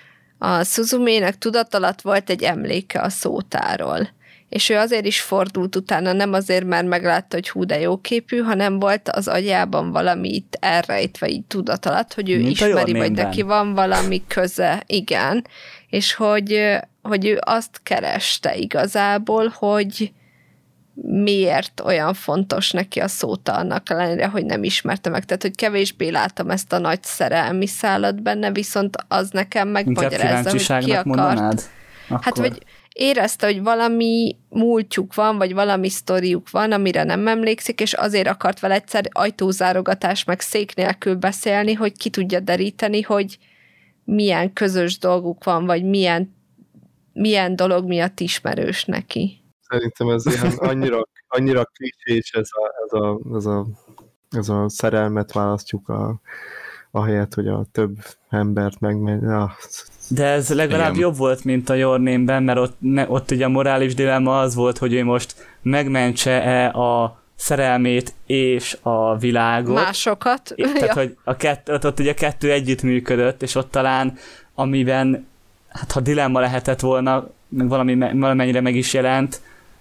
a Suzumének tudat alatt volt egy emléke a Szótáról. És ő azért is fordult utána, nem azért, mert meglátta, hogy hú, de jóképű, hanem volt az agyában valami itt elrejtve így tudat alatt, hogy ő mint ismeri, vagy neki van valami köze, igen. És hogy, hogy ő azt kereste igazából, hogy miért olyan fontos neki a Szóta annak ellenére, hogy nem ismerte meg. Tehát, hogy kevésbé láttam ezt a nagy szerelmi szállat benne, viszont az nekem megmagyarázza, hogy ki akart. Mondanád? Hát, vagy érezte, hogy valami múltjuk van, vagy valami sztoriuk van, amire nem emlékszik, és azért akart vele egyszer ajtózárogatás meg szék nélkül beszélni, hogy ki tudja deríteni, hogy milyen közös dolguk van, vagy milyen, milyen dolog miatt ismerős neki. Szerintem ez ilyen annyira, annyira klisés ez a, ez, a, ez, a, ez a szerelmet választjuk a, ahelyett, hogy a több embert megmegy. Ah. De ez legalább igen. jobb volt, mint a Your Name-ben, mert ott, ne, ott ugye a morális dilemma az volt, hogy ő most megmentse-e a szerelmét és a világot. Másokat. Tehát, ja. hogy a kett, ott, ott ugye a kettő együtt működött, és ott talán, amiben, hát ha dilemma lehetett volna, meg valami, valamennyire meg is jelent,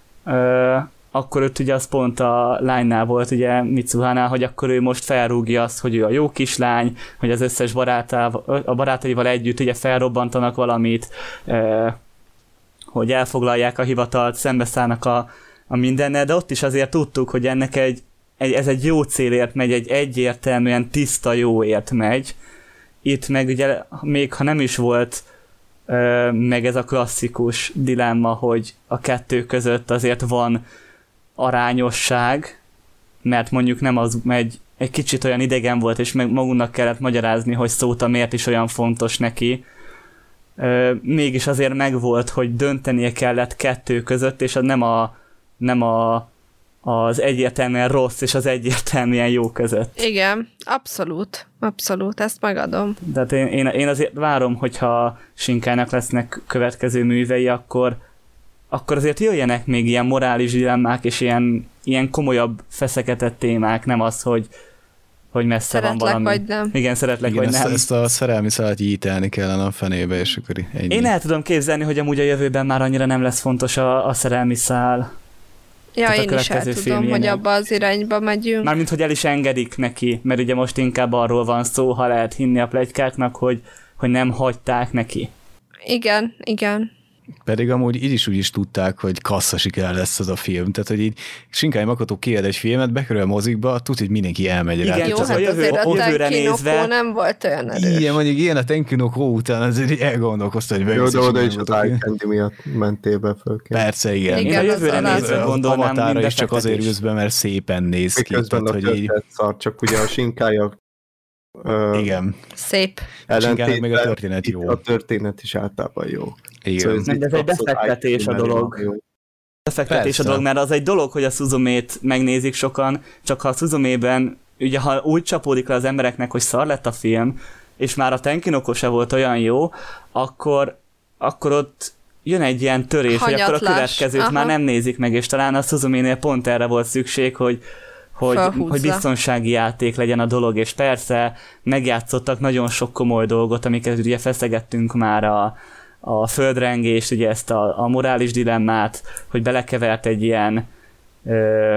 ö, akkor ott ugye az pont a lánynál volt, ugye Mitsuhánál, hogy akkor ő most felrúgja azt, hogy ő a jó kislány, hogy az összes barátával, a barátaival együtt ugye felrobbantanak valamit, ö, hogy elfoglalják a hivatalt, szembeszállnak a, a mindennel, de ott is azért tudtuk, hogy ennek egy, egy, ez egy jó célért megy, egy egyértelműen tiszta jóért megy. Itt meg ugye még ha nem is volt ö, meg ez a klasszikus dilemma, hogy a kettő között azért van arányosság, mert mondjuk nem az egy, egy kicsit olyan idegen volt, és meg magunknak kellett magyarázni, hogy Szóta miért is olyan fontos neki. Ö, mégis azért megvolt, hogy döntenie kellett kettő között, és az nem, a, nem a, az egyértelműen rossz és az egyértelműen jó között. Igen, abszolút, abszolút, ezt megadom. Tehát én, én, én azért várom, hogyha Shinkai-nak lesznek következő művei, akkor akkor azért jöjjenek még ilyen morális dilemmák, és ilyen, ilyen komolyabb feszeketett témák, nem az, hogy, hogy messze szeretlek van valami. Vagy nem. Igen, szeretlek Igen, vagy ezt, nem. Ezt a szerelmi szállat nyítelni kellene a fenébe, és akkor ennyi. Én el tudom képzelni, hogy amúgy a jövőben már annyira nem lesz fontos a, a szerelmi szál. Ja, én is el tudom, hogy abba az irányba megyünk. Mármint, hogy el is engedik neki, mert ugye most inkább arról van szó, ha lehet hinni a pletykáknak, hogy, hogy nem hagyták neki. Igen, igen. Pedig amúgy így is úgy is tudták, hogy kassza siker lesz az a film. Tehát, hogy így Shinkai Makoto kiad egy filmet, bekerül a mozikba, tud, hogy mindenki elmegy rá. Igen, jó, csak hát a jövő, azért a jövőre nézve... nem volt olyan erős. Igen, mondjuk ilyen a Tenkinoko után azért így elgondolkozta, hogy jó, de oda is az Eye-Candy miatt mentél be fölként. Persze, igen. igen Én a jövőre nézve gondolnám, az Avatára is csak azért is. ülsz be, mert szépen néz ki. Miközben tehát, a hogy így... szar, csak ugye a Shinkai a Uh, igen. Szép. Shinkai meg a történet jó. A történet is általában jó. Igen. Szóval ez, ez egy befektetés a dolog. Befektetés a dolog, mert az egy dolog, hogy a Suzumét megnézik sokan, csak ha a Suzumében, ugye ha úgy csapódik le az embereknek, hogy szar lett a film, és már a Tenkinoko se volt olyan jó, akkor, akkor ott jön egy ilyen törés, hanyatlás. Hogy akkor a következőt aha. már nem nézik meg, és talán a Suzuménél pont erre volt szükség, hogy Hogy, hogy biztonsági játék legyen a dolog, és persze megjátszottak nagyon sok komoly dolgot, amiket ugye feszegettünk már a, a földrengést, ugye ezt a, a morális dilemmát, hogy belekevert egy ilyen ö,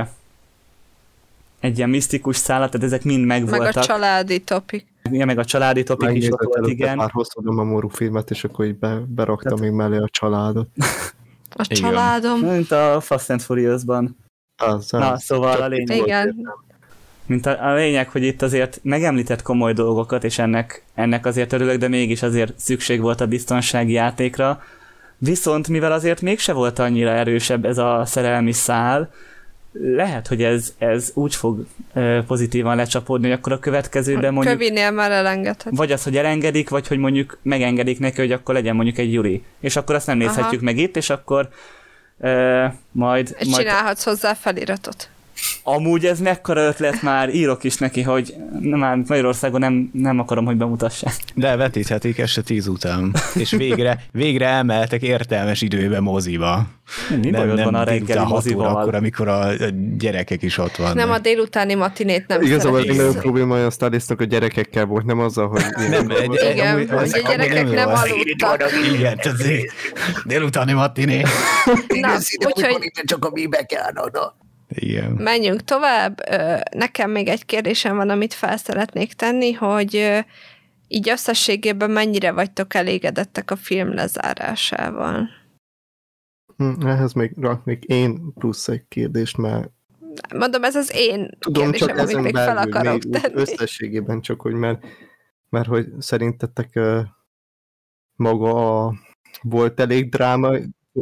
egy ilyen misztikus szállat, tehát ezek mind megvoltak. Meg a családi topik. Ja, meg a családi topik is ott volt, igen. Már hosszadom a Moru filmet, és akkor így be, beraktam tehát... még mellé a családot. A igen. Családom. Mint a Fast and Furious-ban. Az, Na, az. szóval csak a lényeg. Igen. Mint a, a lényeg, hogy itt azért megemlített komoly dolgokat, és ennek, ennek azért örülök, de mégis azért szükség volt a biztonsági játékra. Viszont mivel azért mégse volt annyira erősebb ez a szerelmi szál, lehet, hogy ez, ez úgy fog uh, pozitívan lecsapódni, hogy akkor a következőben mondjuk... Kövinél már elengedhet. Vagy az, hogy elengedik, vagy hogy mondjuk megengedik neki, hogy akkor legyen mondjuk egy Yuri. És akkor azt nem nézhetjük aha. meg itt, és akkor uh, majd... És majd... csinálhatsz hozzá feliratot. Amúgy ez mekkora ötlet már, írok is neki, hogy nem, már Magyarországon nem, nem akarom, hogy bemutassák. De vetíthetik este tíz után. És végre, végre emeltek értelmes időbe moziba. Mi nem, nem van a reggeli mozival? Akkor, amikor a gyerekek is ott vannak. Nem a délutáni matinét nem igazából egy nagyon problémája a sztálisztok a gyerekekkel volt, nem azzal, hogy... Nem, egy, igen, amúgy, hogy a gyerekek nem, nem aludtak. Igen, tehát délutáni matiné. Na, úgyhogy... csak a mibe kell, oda. Igen. Menjünk tovább. Nekem még egy kérdésem van, amit fel szeretnék tenni, hogy így összességében mennyire vagytok elégedettek a film lezárásával? Ehhez még raknék én plusz egy kérdést, mert mondom, ez az én tudom, kérdésem, amit még fel akarok még tenni. Összességében csak, hogy mert, mert hogy szerintetek uh, maga a, volt elég drámai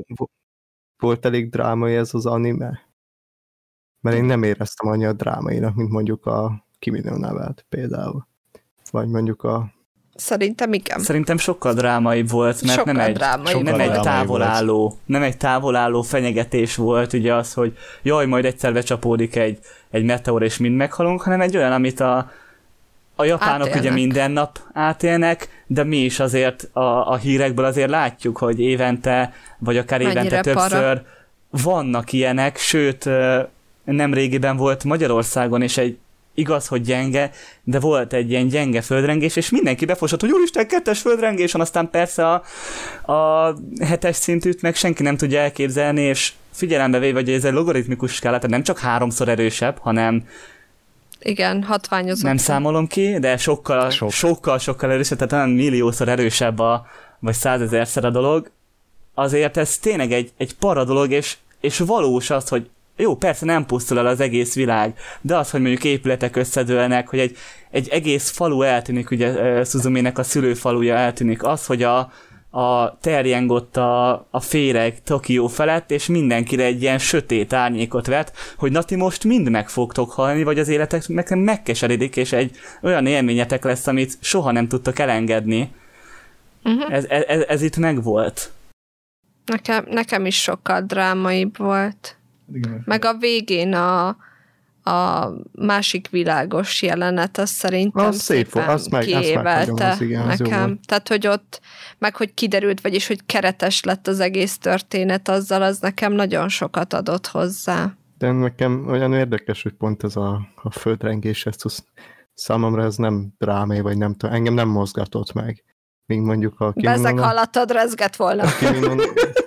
volt elég drámai ez az anime? Mert én nem éreztem annyira drámainak, mint mondjuk a Kimi no Navet például. Vagy mondjuk a... Szerintem igen. Szerintem sokkal drámaibb volt, mert sokkal nem egy, nem egy távolálló, nem egy távolálló fenyegetés volt, ugye az, hogy jaj, majd egyszer becsapódik egy, egy meteor és mind meghalunk, hanem egy olyan, amit a a japánok átélnek. ugye minden nap átélnek, de mi is azért a, a hírekből azért látjuk, hogy évente, vagy akár évente Mennyire többször para. vannak ilyenek, sőt nemrégiben volt Magyarországon is egy igaz, hogy gyenge, de volt egy ilyen gyenge földrengés, és mindenki befosott, hogy úristen, kettes földrengés van, aztán persze a, a hetes szintűt meg senki nem tudja elképzelni, és figyelembe véve, hogy ez egy logaritmikus skála, tehát nem csak háromszor erősebb, hanem Igen, hatványozott. nem számolom ki, de sokkal, Sok. sokkal, sokkal erősebb, tehát olyan milliószor erősebb a, vagy százezerszer a dolog. Azért ez tényleg egy, egy para dolog, és, és valós az, hogy jó, persze nem pusztul el az egész világ, de az, hogy mondjuk épületek összedőlnek, hogy egy, egy egész falu eltűnik, ugye Suzumének a szülőfaluja eltűnik, az, hogy a, a terjeng ott a, a féreg Tokió felett, és mindenkire egy ilyen sötét árnyékot vet, hogy na ti most mind meg fogtok halni, vagy az életek nekem megkeseredik, és egy olyan élményetek lesz, amit soha nem tudtak elengedni. Uh-huh. Ez, ez, ez itt megvolt. Nekem, nekem is sokkal drámaibb volt. Igen. Meg a végén a, a másik világos jelenet, az szerintem Az szép volt, szépen azt meg- azt meghagyom, kiévelte az igen, az jó nekem. volt. Tehát, hogy ott, meg hogy kiderült, vagyis, hogy keretes lett az egész történet, azzal az nekem nagyon sokat adott hozzá. De nekem olyan érdekes, hogy pont ez a, a földrengés, ez az, számomra ez nem drámai, vagy nem tudom, engem nem mozgatott meg. Míg mondjuk a Bezek Kimono... hallottad, rezgett volna. Kimono...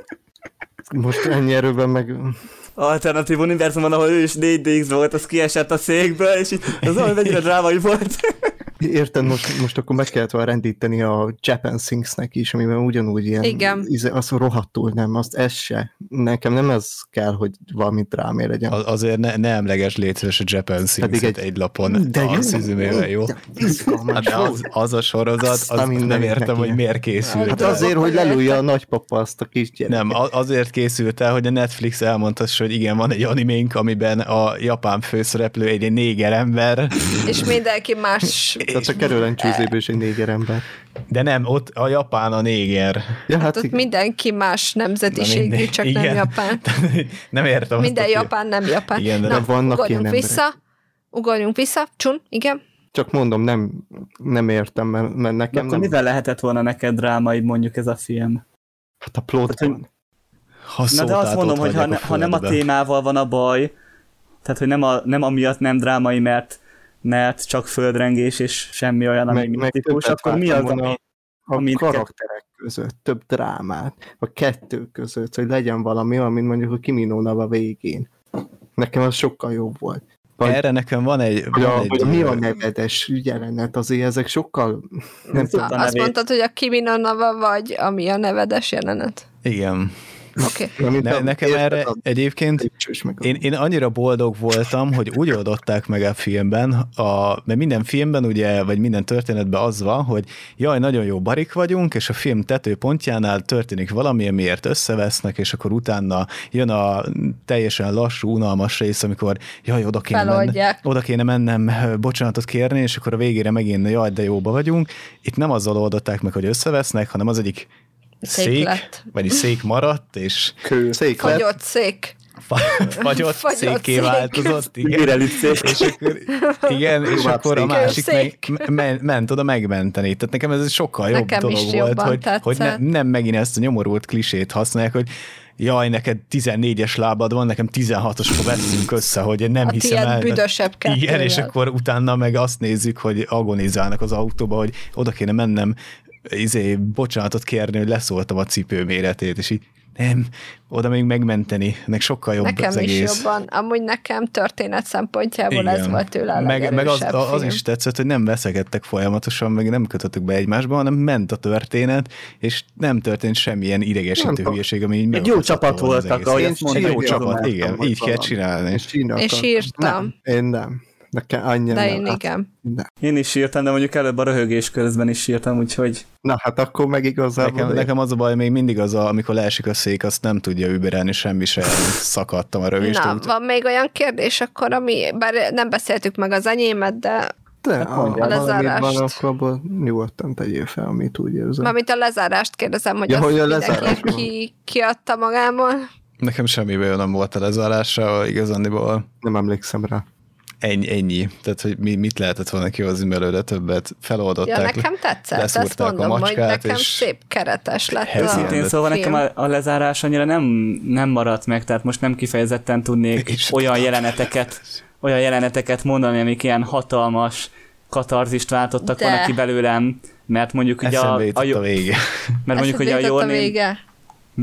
Most ennyi erőben meg... Alternatív univerzum van, ahol ő is négy dé iksz volt, az kiesett a székből, és így, az olyan mennyire drámai volt. Érted, most, most akkor meg kellett volna rendíteni a Japan Sings-nek is, amiben ugyanúgy ilyen... Igen. Íze, az rohadtul nem, azt ez se. Nekem nem ez kell, hogy valami drámé legyen. Az, azért ne, ne emleges létszős a Japan Sings egy, egy lapon de a jó, Suzumével, jó? de izgalmas Hát de az, volt. az a sorozat, az Azt a nem mindenit értem, neki. hogy miért készült. Hát el. azért, hogy lelője a nagypapa azt a kisgyereket. Nem, a- azért készült el, hogy a Netflix elmondhassa, hogy igen, van egy animénk, amiben a japán főszereplő egy néger ember, És mindenki más... Tehát a Caroline Csúzéből is egy néger ember. de nem, ott a japán a néger. Ja, Hát ott igen. mindenki más nemzetiségű, mindegy, csak igen. nem japán. Nem értem. Minden azt a fi- japán, nem japán. Igen, de Na, vannak ugorjunk ilyen emberek. vissza. Ugorjunk vissza. Csun, igen. Csak mondom, nem, nem értem, mert, mert De nekem akkor nem... mivel lehetett volna neked drámaibb mondjuk ez a film? Hát a plotban. Ha Na de azt mondom, hogy ha, ne, ha nem a témával van a baj, tehát hogy nem, a, nem amiatt nem drámai, mert, mert csak földrengés és semmi olyan, ami Meg, meg misztikus, többet akkor mi az, vártam volna ami... a ami neked- karakterek között, több drámát, a kettő között, hogy legyen valami olyan, mint mondjuk a Kiminónak a végén. Nekem az sokkal jobb volt. Vagy, Erre nekem van egy... hogy a, Van egy hogy mi a nevedes jelenet, azért ezek sokkal... Nem tudtam. tudom. a Azt nevét. mondtad, hogy a Kimi no Nawa vagy, ami a nevedes jelenet. Igen. Oké. Okay. amit Ne, nem nekem érted, erre az egyébként lépcsős meg az- Én, én annyira boldog voltam, hogy úgy oldották meg a filmben, a, mert minden filmben ugye, vagy minden történetben az van, hogy jaj, nagyon jó barik vagyunk, és a film tetőpontjánál történik valami, amiért összevesznek, és akkor utána jön a teljesen lassú, unalmas rész, amikor jaj, oda kéne, mennem, oda kéne mennem bocsánatot kérni, és akkor a végére megint jaj, de jóba vagyunk. Itt nem azzal oldották meg, hogy összevesznek, hanem az egyik Szék szék, lett. vagyis szék maradt, és Kő, szék lett. Fagyott szék. fa- fagyott, Fagyott széké szék. változott, igen. Virelit szép. És akkor, igen, és Tovább akkor a szék. másik meg, Szék. men, ment oda megmenteni. Tehát nekem ez egy sokkal jobb Nekem is dolog jobban volt, hogy, tetszett. hogy ne, nem megint ezt a nyomorult klisét használják, hogy jaj, neked tizennégyes lábad van, nekem tizenhatosra veszünk össze, hogy én nem A hiszem tiéd el. büdösebb kettővel. Igen, és akkor utána meg azt nézzük, hogy agonizálnak az autóba, hogy oda kéne mennem izé, bocsánatot kérni, hogy leszóltam a cipő méretét, és így nem, oda még megmenteni, ennek sokkal jobb Nekem az is egész. jobban. Amúgy nekem történet szempontjából Igen. ez volt tőle a meg, meg az, legerősebb az film. is tetszett, hogy nem veszekedtek folyamatosan, meg nem kötöttük be egymásba, hanem ment a történet, és nem történt semmilyen idegesítő Nem hülyeség, ami így Egy jó megosztott csapat volna az voltak, egész. ahogy Én azt mondták. Jó sírtam, csapat, láttam, igen, hogy így kell valami. csinálni. És sírtam. És sírtam. Nem, én nem. Nekem annyi De nem. én igen. Nem. Én is sírtam, de mondjuk előbb a röhögés közben is sírtam, úgyhogy Na hát akkor meg igazából... Nekem, nekem az a baj, még mindig az, a, amikor leesik a szék, azt nem tudja überelni, semmi sem szakadtam a rögést. Na, van még olyan kérdés akkor, ami, bár nem beszéltük meg az enyémet, de De, ha a valamit lezárást. van, akkor abból nyugodtan tegyél fel, amit úgy érzem. mármint a lezárást kérdezem, hogy Ja, azt hogy a mindenki lezárás ki, kiadta magából. Nekem semmiben nem volt a lezárása, igazándiból. Nem emlékszem rá. Ennyi, ennyi. Tehát, hogy mi, mit lehetett volna kihozni belőle többet, feloldották. Ja, nekem tetszett, ezt mondom, hogy nekem és... szép keretes lett a Szintén szóval film. Nekem a, a lezárás annyira nem, nem maradt meg, tehát most nem kifejezetten tudnék és olyan jeleneteket, olyan jeleneteket mondani, amik ilyen hatalmas katarzist váltottak volna ki belőlem, mert mondjuk ugye a, a, a vége. Mert mondjuk ugye a Your Name... Hm?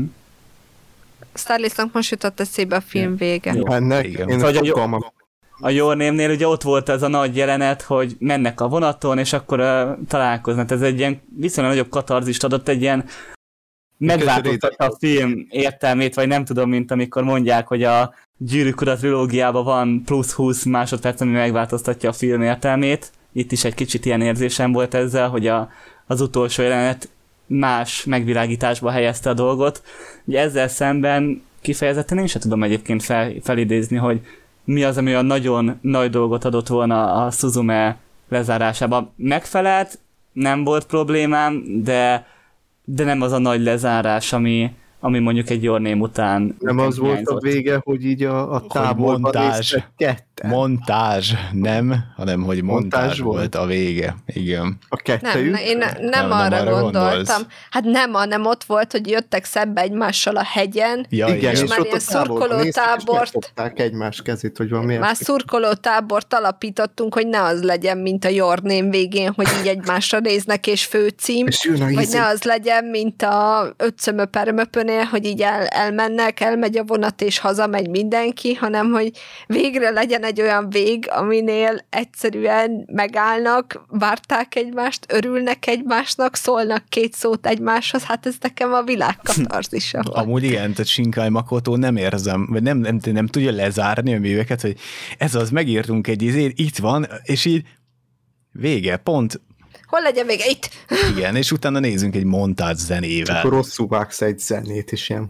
Starlistnak most jutott eszébe a film vége. Ennek én a, a Your Name-nél ugye ott volt ez a nagy jelenet, hogy mennek a vonaton, és akkor uh, találkoznak. Ez egy ilyen viszonylag nagyobb katarzist adott, egy ilyen megváltoztatta a film értelmét, vagy nem tudom, mint amikor mondják, hogy a Gyűrűk Ura trilógiában van plusz húsz másodperc, ami megváltoztatja a film értelmét. Itt is egy kicsit ilyen érzésem volt ezzel, hogy a, az utolsó jelenet más megvilágításba helyezte a dolgot. Ugye ezzel szemben kifejezetten én sem tudom egyébként fel, felidézni, hogy mi az, ami olyan nagyon nagy dolgot adott volna a Suzume lezárásában. Megfelelt, nem volt problémám, de, de nem az a nagy lezárás, ami, ami mondjuk egy Your Name után... Nem az volt a vége, hogy így a, a távolban néztek ketten. Montázs, nem, hanem hogy montázs, montázs volt? volt a vége. Igen. A kettejük? Nem, én nem, nem arra, nem arra gondoltam. Gondolsz. Hát nem, hanem ott volt, hogy jöttek szembe egymással a hegyen, ja, igen, és, és már ilyen szurkolótábort... egymás kezét, hogy van miért. Már szurkolótábort alapítottunk, hogy ne az legyen, mint a Your Name végén, hogy így egymásra néznek és főcím, és vagy ne az legyen, mint a ötszömöpermöpönél, hogy így el, elmennek, elmegy a vonat és hazamegy mindenki, hanem hogy végre legyen egy olyan vég, aminél egyszerűen megállnak, várták egymást, örülnek egymásnak, szólnak két szót egymáshoz, hát ez nekem a világ katarzisa volt. Amúgy igen, tehát Shinkai Makoto nem érzem, vagy nem, nem, nem tudja lezárni a műveket, hogy ez az, megírtunk egy izét, itt van, és így vége, pont. Hol legyen vége? Itt! Igen, és utána nézzünk egy montázs zenével. Akkor rosszul vágsz egy zenét is ilyen.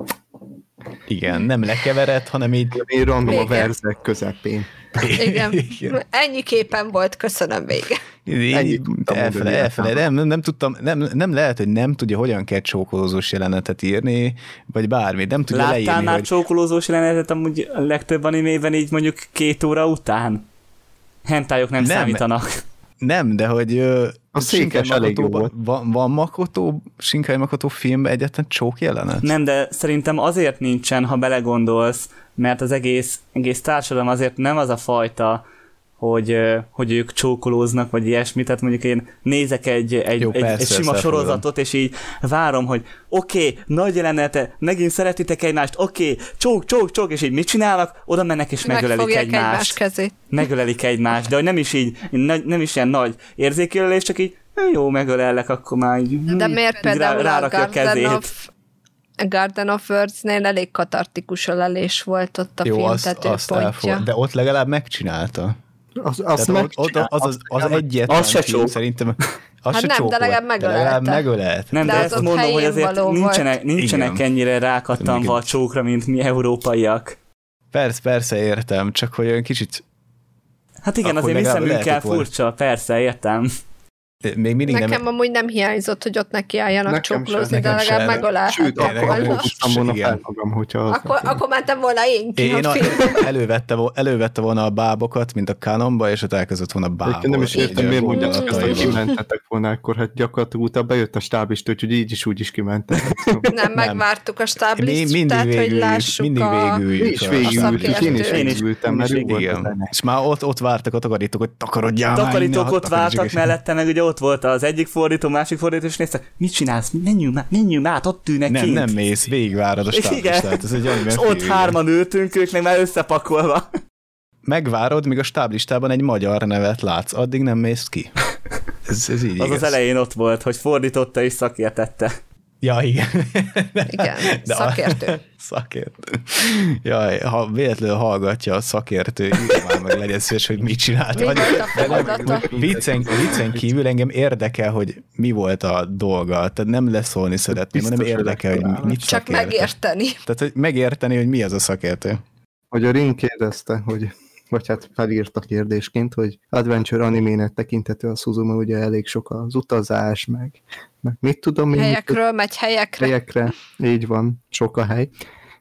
Igen, nem lekeveredt, hanem így... Én random a verzek közepén. Igen. Igen. Ennyi képen volt, köszönöm, vége. Ennyi, elfele, elfele, nem, nem, nem tudtam, nem, nem lehet, hogy nem tudja, hogyan kell csókolózós jelenetet írni, vagy bármi, nem tudja Láttál leírni. Láttál már hogy... csókolózós jelenetet amúgy a legtöbb animében így mondjuk két óra után? Hentályok nem, nem számítanak. Nem, de hogy... A székes elég jó volt. Van, van Makoto, Shinkai Makoto filmben egyetlen csók jelenet? Nem, de szerintem azért nincsen, ha belegondolsz, mert az egész, egész társadalom azért nem az a fajta, hogy, hogy ők csókolóznak, vagy ilyesmi, tehát mondjuk én nézek egy, egy, Jó, egy, persze, egy sima sorozatot, és így várom, hogy oké, okay, nagy jelenete, megint szeretitek egymást, oké, okay, csók, csók, csók, és így mit csinálnak? Oda mennek, és megölelik egymást. Egymás megölelik egymást, de hogy nem is így, nem is ilyen nagy érzékelés, csak így, jó, megölellek, akkor már így, de miért például rá, rárakja a kezét. Of... A Garden of Words-nél elég katartikus ölelés volt ott a filmtetőpontja. De ott legalább megcsinálta. Az, az, meg ott, ott, az, az, az egyetlen az se film, szerintem az hát se nem, de legalább megölelte. megölelt. Nem, de, de ezt mondom, hogy azért nincsenek, nincsenek ennyire rákattanva a csókra, mint mi európaiak. Persze, persze értem, csak hogy olyan kicsit... Hát igen, azért mi szemünkkel furcsa, persze, értem. Még mindig nekem nem... amúgy nem hiányzott, hogy ott neki álljanak csókolózni, de legalább megölelhették volna. Akkor, akkor mentem volna én ki én a film. Elővette, elővette volna a bábokat, mint a Canonba, és ott elkezdett volna bábot. Én nem is értem, miért mondják azt, hogy kimentetek volna, akkor hát gyakorlatilag utána bejött a stáblist, úgyhogy így is úgy is kimentetek. Nem, megvártuk a stáblist, tehát hogy lássuk mindig végüljük. Én is végültem, mert jó volt. És már ott vártak a takarítók, hogy takarodjál. Takarítók ott vártak mellette, meg ugye ott volt az egyik fordító, másik fordító, és néztek, mit csinálsz? Menjünk már, menjünk már, ott ülnek nem, kint. Nem mész, végigvárod a stáblistát. Ez egy és ott hárman ültünk, ők meg már összepakolva. Megvárod, míg a stáblistában egy magyar nevet látsz, addig nem mész ki. Ez, ez így az igaz. Az elején ott volt, hogy fordította és szakértette. Ja, igen. Igen, de szakértő. A, szakértő. Jaj, ha véletlenül hallgatja a szakértő, írja már meg, legyen szíves, hogy mit csinált. Mi volt a viccen, viccen kívül engem érdekel, hogy mi volt a dolga. Tehát nem leszólni szeretném, hanem érdekel, hogy mit Csak szakérte. megérteni. Tehát, hogy megérteni, hogy mi az a szakértő. Hogy a Ring kérdezte, hogy vagy hát felírta kérdésként, hogy adventure animének tekintető a Suzume, ugye elég sok az utazás, meg, meg mit tudom én. Helyekről megy helyekre. Helyekre, így van, sok a hely.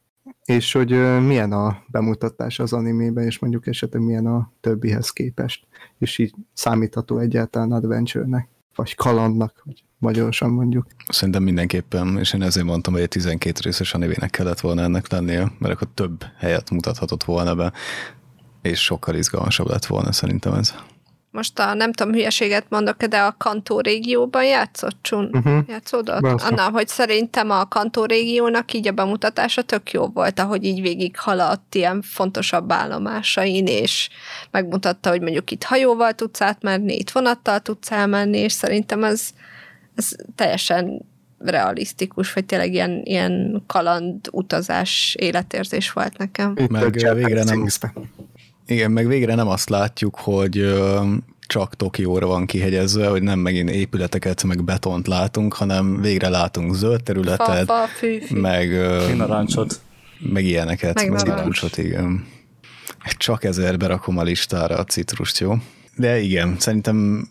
És hogy ö, milyen a bemutatás az animében, és mondjuk esetleg milyen a többihez képest. És így számítható egyáltalán adventure-nek, vagy kalandnak, vagy magyarosan mondjuk. Szerintem mindenképpen, és én ezért mondtam, hogy egy tizenkét részes animének kellett volna ennek lennie, mert akkor több helyet mutathatott volna be, és sokkal izgalmasabb lett volna szerintem ez. Most a nem tudom, hülyeséget mondok, de a Kantó régióban játszott, Csun? Uh-huh. Játszódott? Annál, hogy szerintem a Kantó régiónak így a bemutatása tök jó volt, ahogy így végig haladt ilyen fontosabb állomásain, és megmutatta, hogy mondjuk itt hajóval tudsz átmenni, itt vonattal tudsz elmenni, és szerintem ez, ez teljesen realisztikus, vagy tényleg ilyen, ilyen kaland, utazás, életérzés volt nekem. Itt meg végre nem... Igen, meg végre nem azt látjuk, hogy ö, csak Tokióra van kihegyezve, hogy nem megint épületeket, meg betont látunk, hanem végre látunk zöld területet, fa, fa, fű, fű. meg ö, narancsot. meg ilyeneket, meg, meg narancsot, igen. Csak ezért berakom a listára a citrust, jó? De igen, szerintem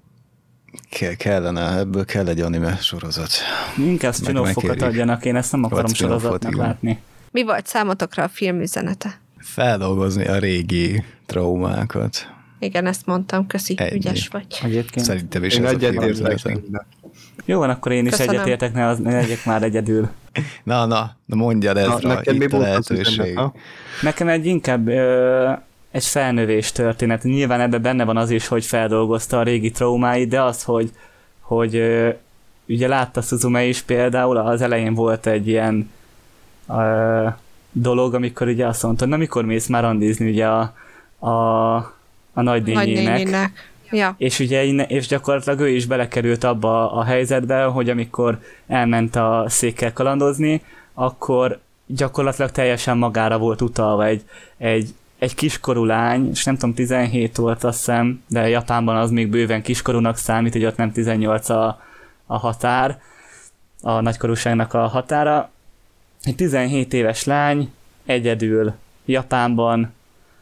ke- kellene, ebből kell egy anime sorozat. Inkább spin-offokat adjanak, én ezt nem akarom sorozatnak látni. Mi volt számotokra a film üzenete? Feldolgozni a régi traumákat. Igen, ezt mondtam, köszi, Ennyi. Ügyes vagy. Egyébként. Szerintem is én ez a film egyetértek. Jó van, akkor én is Köszönöm. egyetértek, ne, az, ne legyek már egyedül. Na, na, na mondjad Ezra, Na, itt a lehetőség. Nekem egy inkább ö, egy felnövés történet. Nyilván ebben benne van az is, hogy feldolgozta a régi traumáit, de az, hogy, hogy ö, ugye látta Suzume is például, az elején volt egy ilyen ö, dolog, amikor ugye azt mondta, hogy na mikor mész már randizni ugye a, a, a nagynéninek. Nagynéninek. Ja. És ugye és gyakorlatilag ő is belekerült abba a helyzetbe, hogy amikor elment a székkel kalandozni, akkor gyakorlatilag teljesen magára volt utalva egy, egy, egy kiskorú lány, és nem tudom, tizenhét volt azt hiszem, de Japánban az még bőven kiskorúnak számít, hogy ott nem tizennyolc a, a határ, a nagykorúságnak a határa. Egy tizenhét éves lány, egyedül Japánban.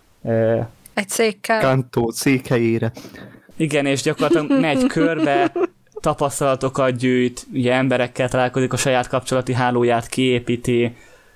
Egy székkel. Kantó székhelyére. Igen, és gyakorlatilag megy körbe, tapasztalatokat gyűjt, ugye emberekkel találkozik, a saját kapcsolati hálóját kiépíti,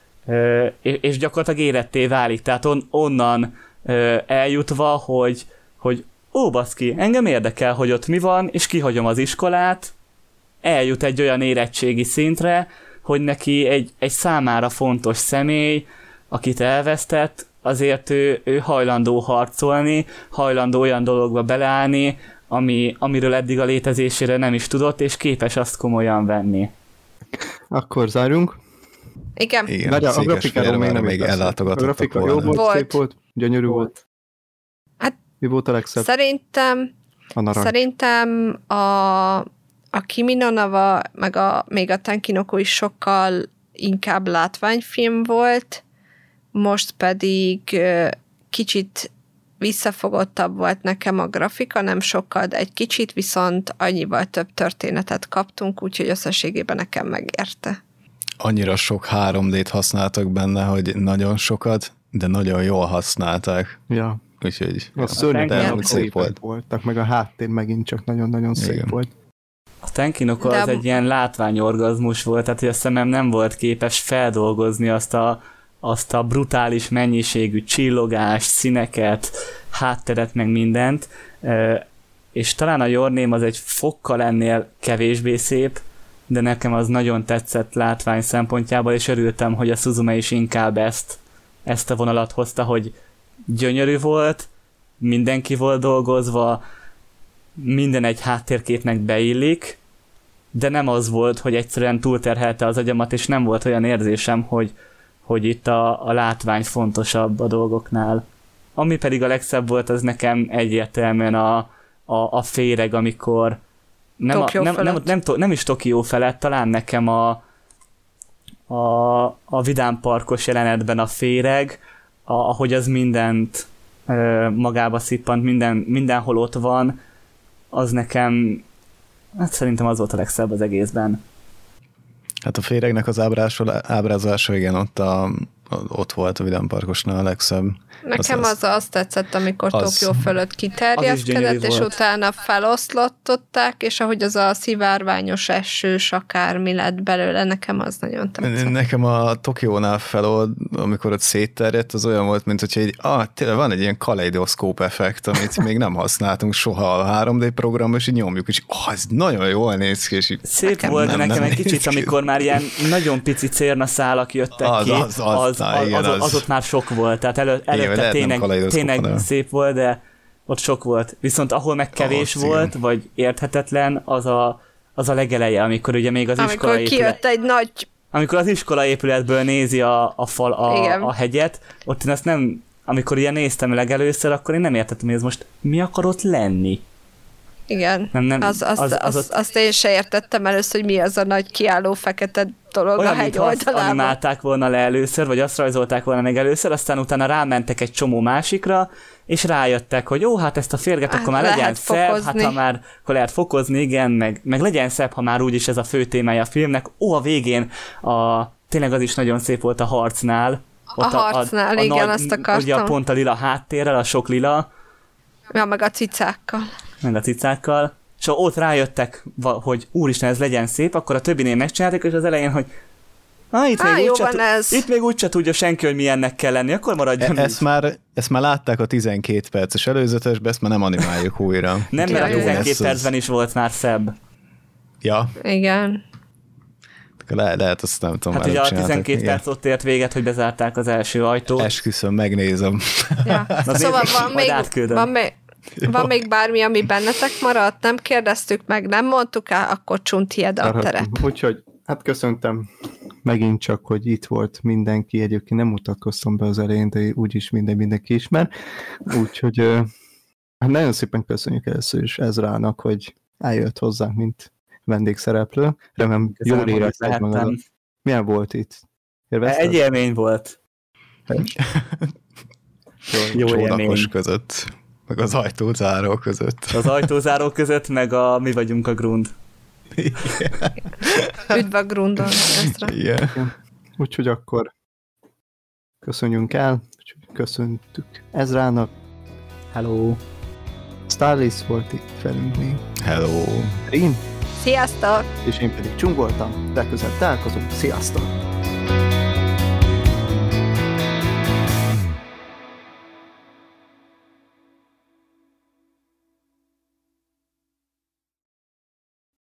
és gyakorlatilag éretté válik. Tehát on, onnan eljutva, hogy, hogy ó, baszki, engem érdekel, hogy ott mi van, és kihagyom az iskolát, eljut egy olyan érettségi szintre, hogy neki egy, egy számára fontos személy, akit elvesztett, azért ő, ő hajlandó harcolni, hajlandó olyan dologba beleállni, ami, amiről eddig a létezésére nem is tudott, és képes azt komolyan venni. Akkor zárjunk. Igen. Igen, Várja, a Székes grafikáról még nem még A ellátogatottak grafika jó volna. volt, Volt. szép volt, gyönyörű volt. Hát, mi volt a legszebb? Szerintem, A narancs. szerintem a, a Kimi no Na wa, meg a, még a Tenkinoko is sokkal inkább látványfilm volt, most pedig ö, kicsit visszafogottabb volt nekem a grafika, nem sokkal, de egy kicsit, viszont annyival több történetet kaptunk, úgyhogy összességében nekem megérte. Annyira sok három dét használtak benne, hogy nagyon sokat, de nagyon jól használták. Ja. Úgyhogy A szörnyek Tenkinoko nagyon szép volt. voltak, meg a háttér megint csak nagyon-nagyon szép Igen. volt. A Tenkinoko De az a- egy ilyen látványorgazmus volt, tehát hogy a szemem nem volt képes feldolgozni azt a, azt a brutális mennyiségű csillogást, színeket, hátteret, meg mindent, Ö, és talán a Your Name az egy fokkal ennél kevésbé szép, de nekem az nagyon tetszett látvány szempontjából, és örültem, hogy a Suzume is inkább ezt, ezt a vonalat hozta, hogy gyönyörű volt, mindenki volt dolgozva, minden egy háttérképnek beillik, de nem az volt, hogy egyszerűen túlterhelte az agyamat, és nem volt olyan érzésem, hogy, hogy itt a, a látvány fontosabb a dolgoknál. Ami pedig a legszebb volt, az nekem egyértelműen a, a, a féreg, amikor nem, a, nem, nem, nem, nem, nem is Tokió felett, talán nekem a, a, a Vidám parkos jelenetben a féreg, a, ahogy az mindent ö, magába szippant, minden, mindenhol ott van, az nekem, hát szerintem az volt a legszebb az egészben. Hát a féregnek az ábrásol, ábrázolása, igen, ott a, ott volt a vidámparkosnál a legszebb. Nekem az, az, az tetszett, amikor az, Tokió fölött kiterjeszkedett, és volt. Utána feloszlották, és ahogy az a szivárványos esős akármi lett belőle, nekem az nagyon tetszett. Nekem a Tokiónál felold, amikor ott szétterjedt, az olyan volt, mint hogyha egy, ah, tényleg van egy ilyen kaleidoszkóp effekt, amit még nem használtunk soha a három dé programban, és így nyomjuk, és ah, ez nagyon jól néz ki, és így szép nekem volt, de nekem nem egy kicsit, ki. Amikor már ilyen nagyon pici cérnaszálak jöttek az, ki, az, az, az, az, igen, az, az, az ott már sok volt, tehát elő, előtte tényleg, tényleg szép volt, de ott sok volt. Viszont ahol meg kevés oh, volt, igen. vagy érthetetlen, az a, az a legeleje, amikor ugye még az amikor iskola épület... kijött egy nagy... Amikor az iskola épületből nézi a, a fal, a, a hegyet, ott én ezt nem... Amikor ilyen néztem legelőször, akkor én nem értettem, hogy ez most mi akar ott lenni. Igen, nem, nem, az, az, az, az, az, azt én se értettem először, hogy mi az a nagy kiálló fekete dolog olyan, a hegy oldalában. Olyan, animálták volna le először, vagy azt rajzolták volna meg először, aztán utána rámentek egy csomó másikra, és rájöttek, hogy jó, hát ezt a férget akkor már legyen szebb, hát ha már akkor lehet fokozni, igen, meg, meg legyen szebb, ha már úgyis ez a fő témája a filmnek. Ó, a végén, a, tényleg az is nagyon szép volt a harcnál. A, a harcnál, a, a, a igen, nagy, azt akartam. Ugye a pont a lila háttérrel, a sok lila. Ja, meg a cicákkal. meg a cicákkal, és ott rájöttek, hogy úristen, ez legyen szép, akkor a többinél megcsinálták, és az elején, hogy ah, itt, Á, még úgy se, itt még úgyse tudja senki, hogy milyennek kell lenni, akkor maradjon e- ezt, már, ezt már látták a tizenkét perces előzetesbe, ezt már nem animáljuk újra. Nem, mert a tizenkét percben is volt már szebb. Ja. Igen. Le- lehet, azt nem tudom. Hát ugye a tizenkét perc ott ért véget, hogy bezárták az első ajtót. Esküszöm, megnézem. Ja. Szóval van még, van még Van még bármi, ami bennetek maradt? Nem kérdeztük meg, nem mondtuk el, akkor Csunt hied a terep. Úgyhogy, hát köszöntem megint csak, hogy itt volt mindenki. Egyébként nem mutatkoztam be az elején, de úgyis minden mindenki ismer. Úgyhogy hát nagyon szépen köszönjük először is Ezrának, hogy eljött hozzánk, mint vendégszereplő. Remélem, jól érezted magad. Milyen volt itt? Érvezted? Egy élmény volt. Jó élmény. Között. Meg az ajtózáró között. Az ajtózáró között, meg a mi vagyunk a Grund. Üdv a Grundon. Yeah. Úgyhogy akkor köszönjünk el. Köszöntük Ezrának. Hello. Starlis volt itt velünk még. Hello. Én. Sziasztok. És én pedig Csung voltam. Legközelebb találkozunk. Sziasztok.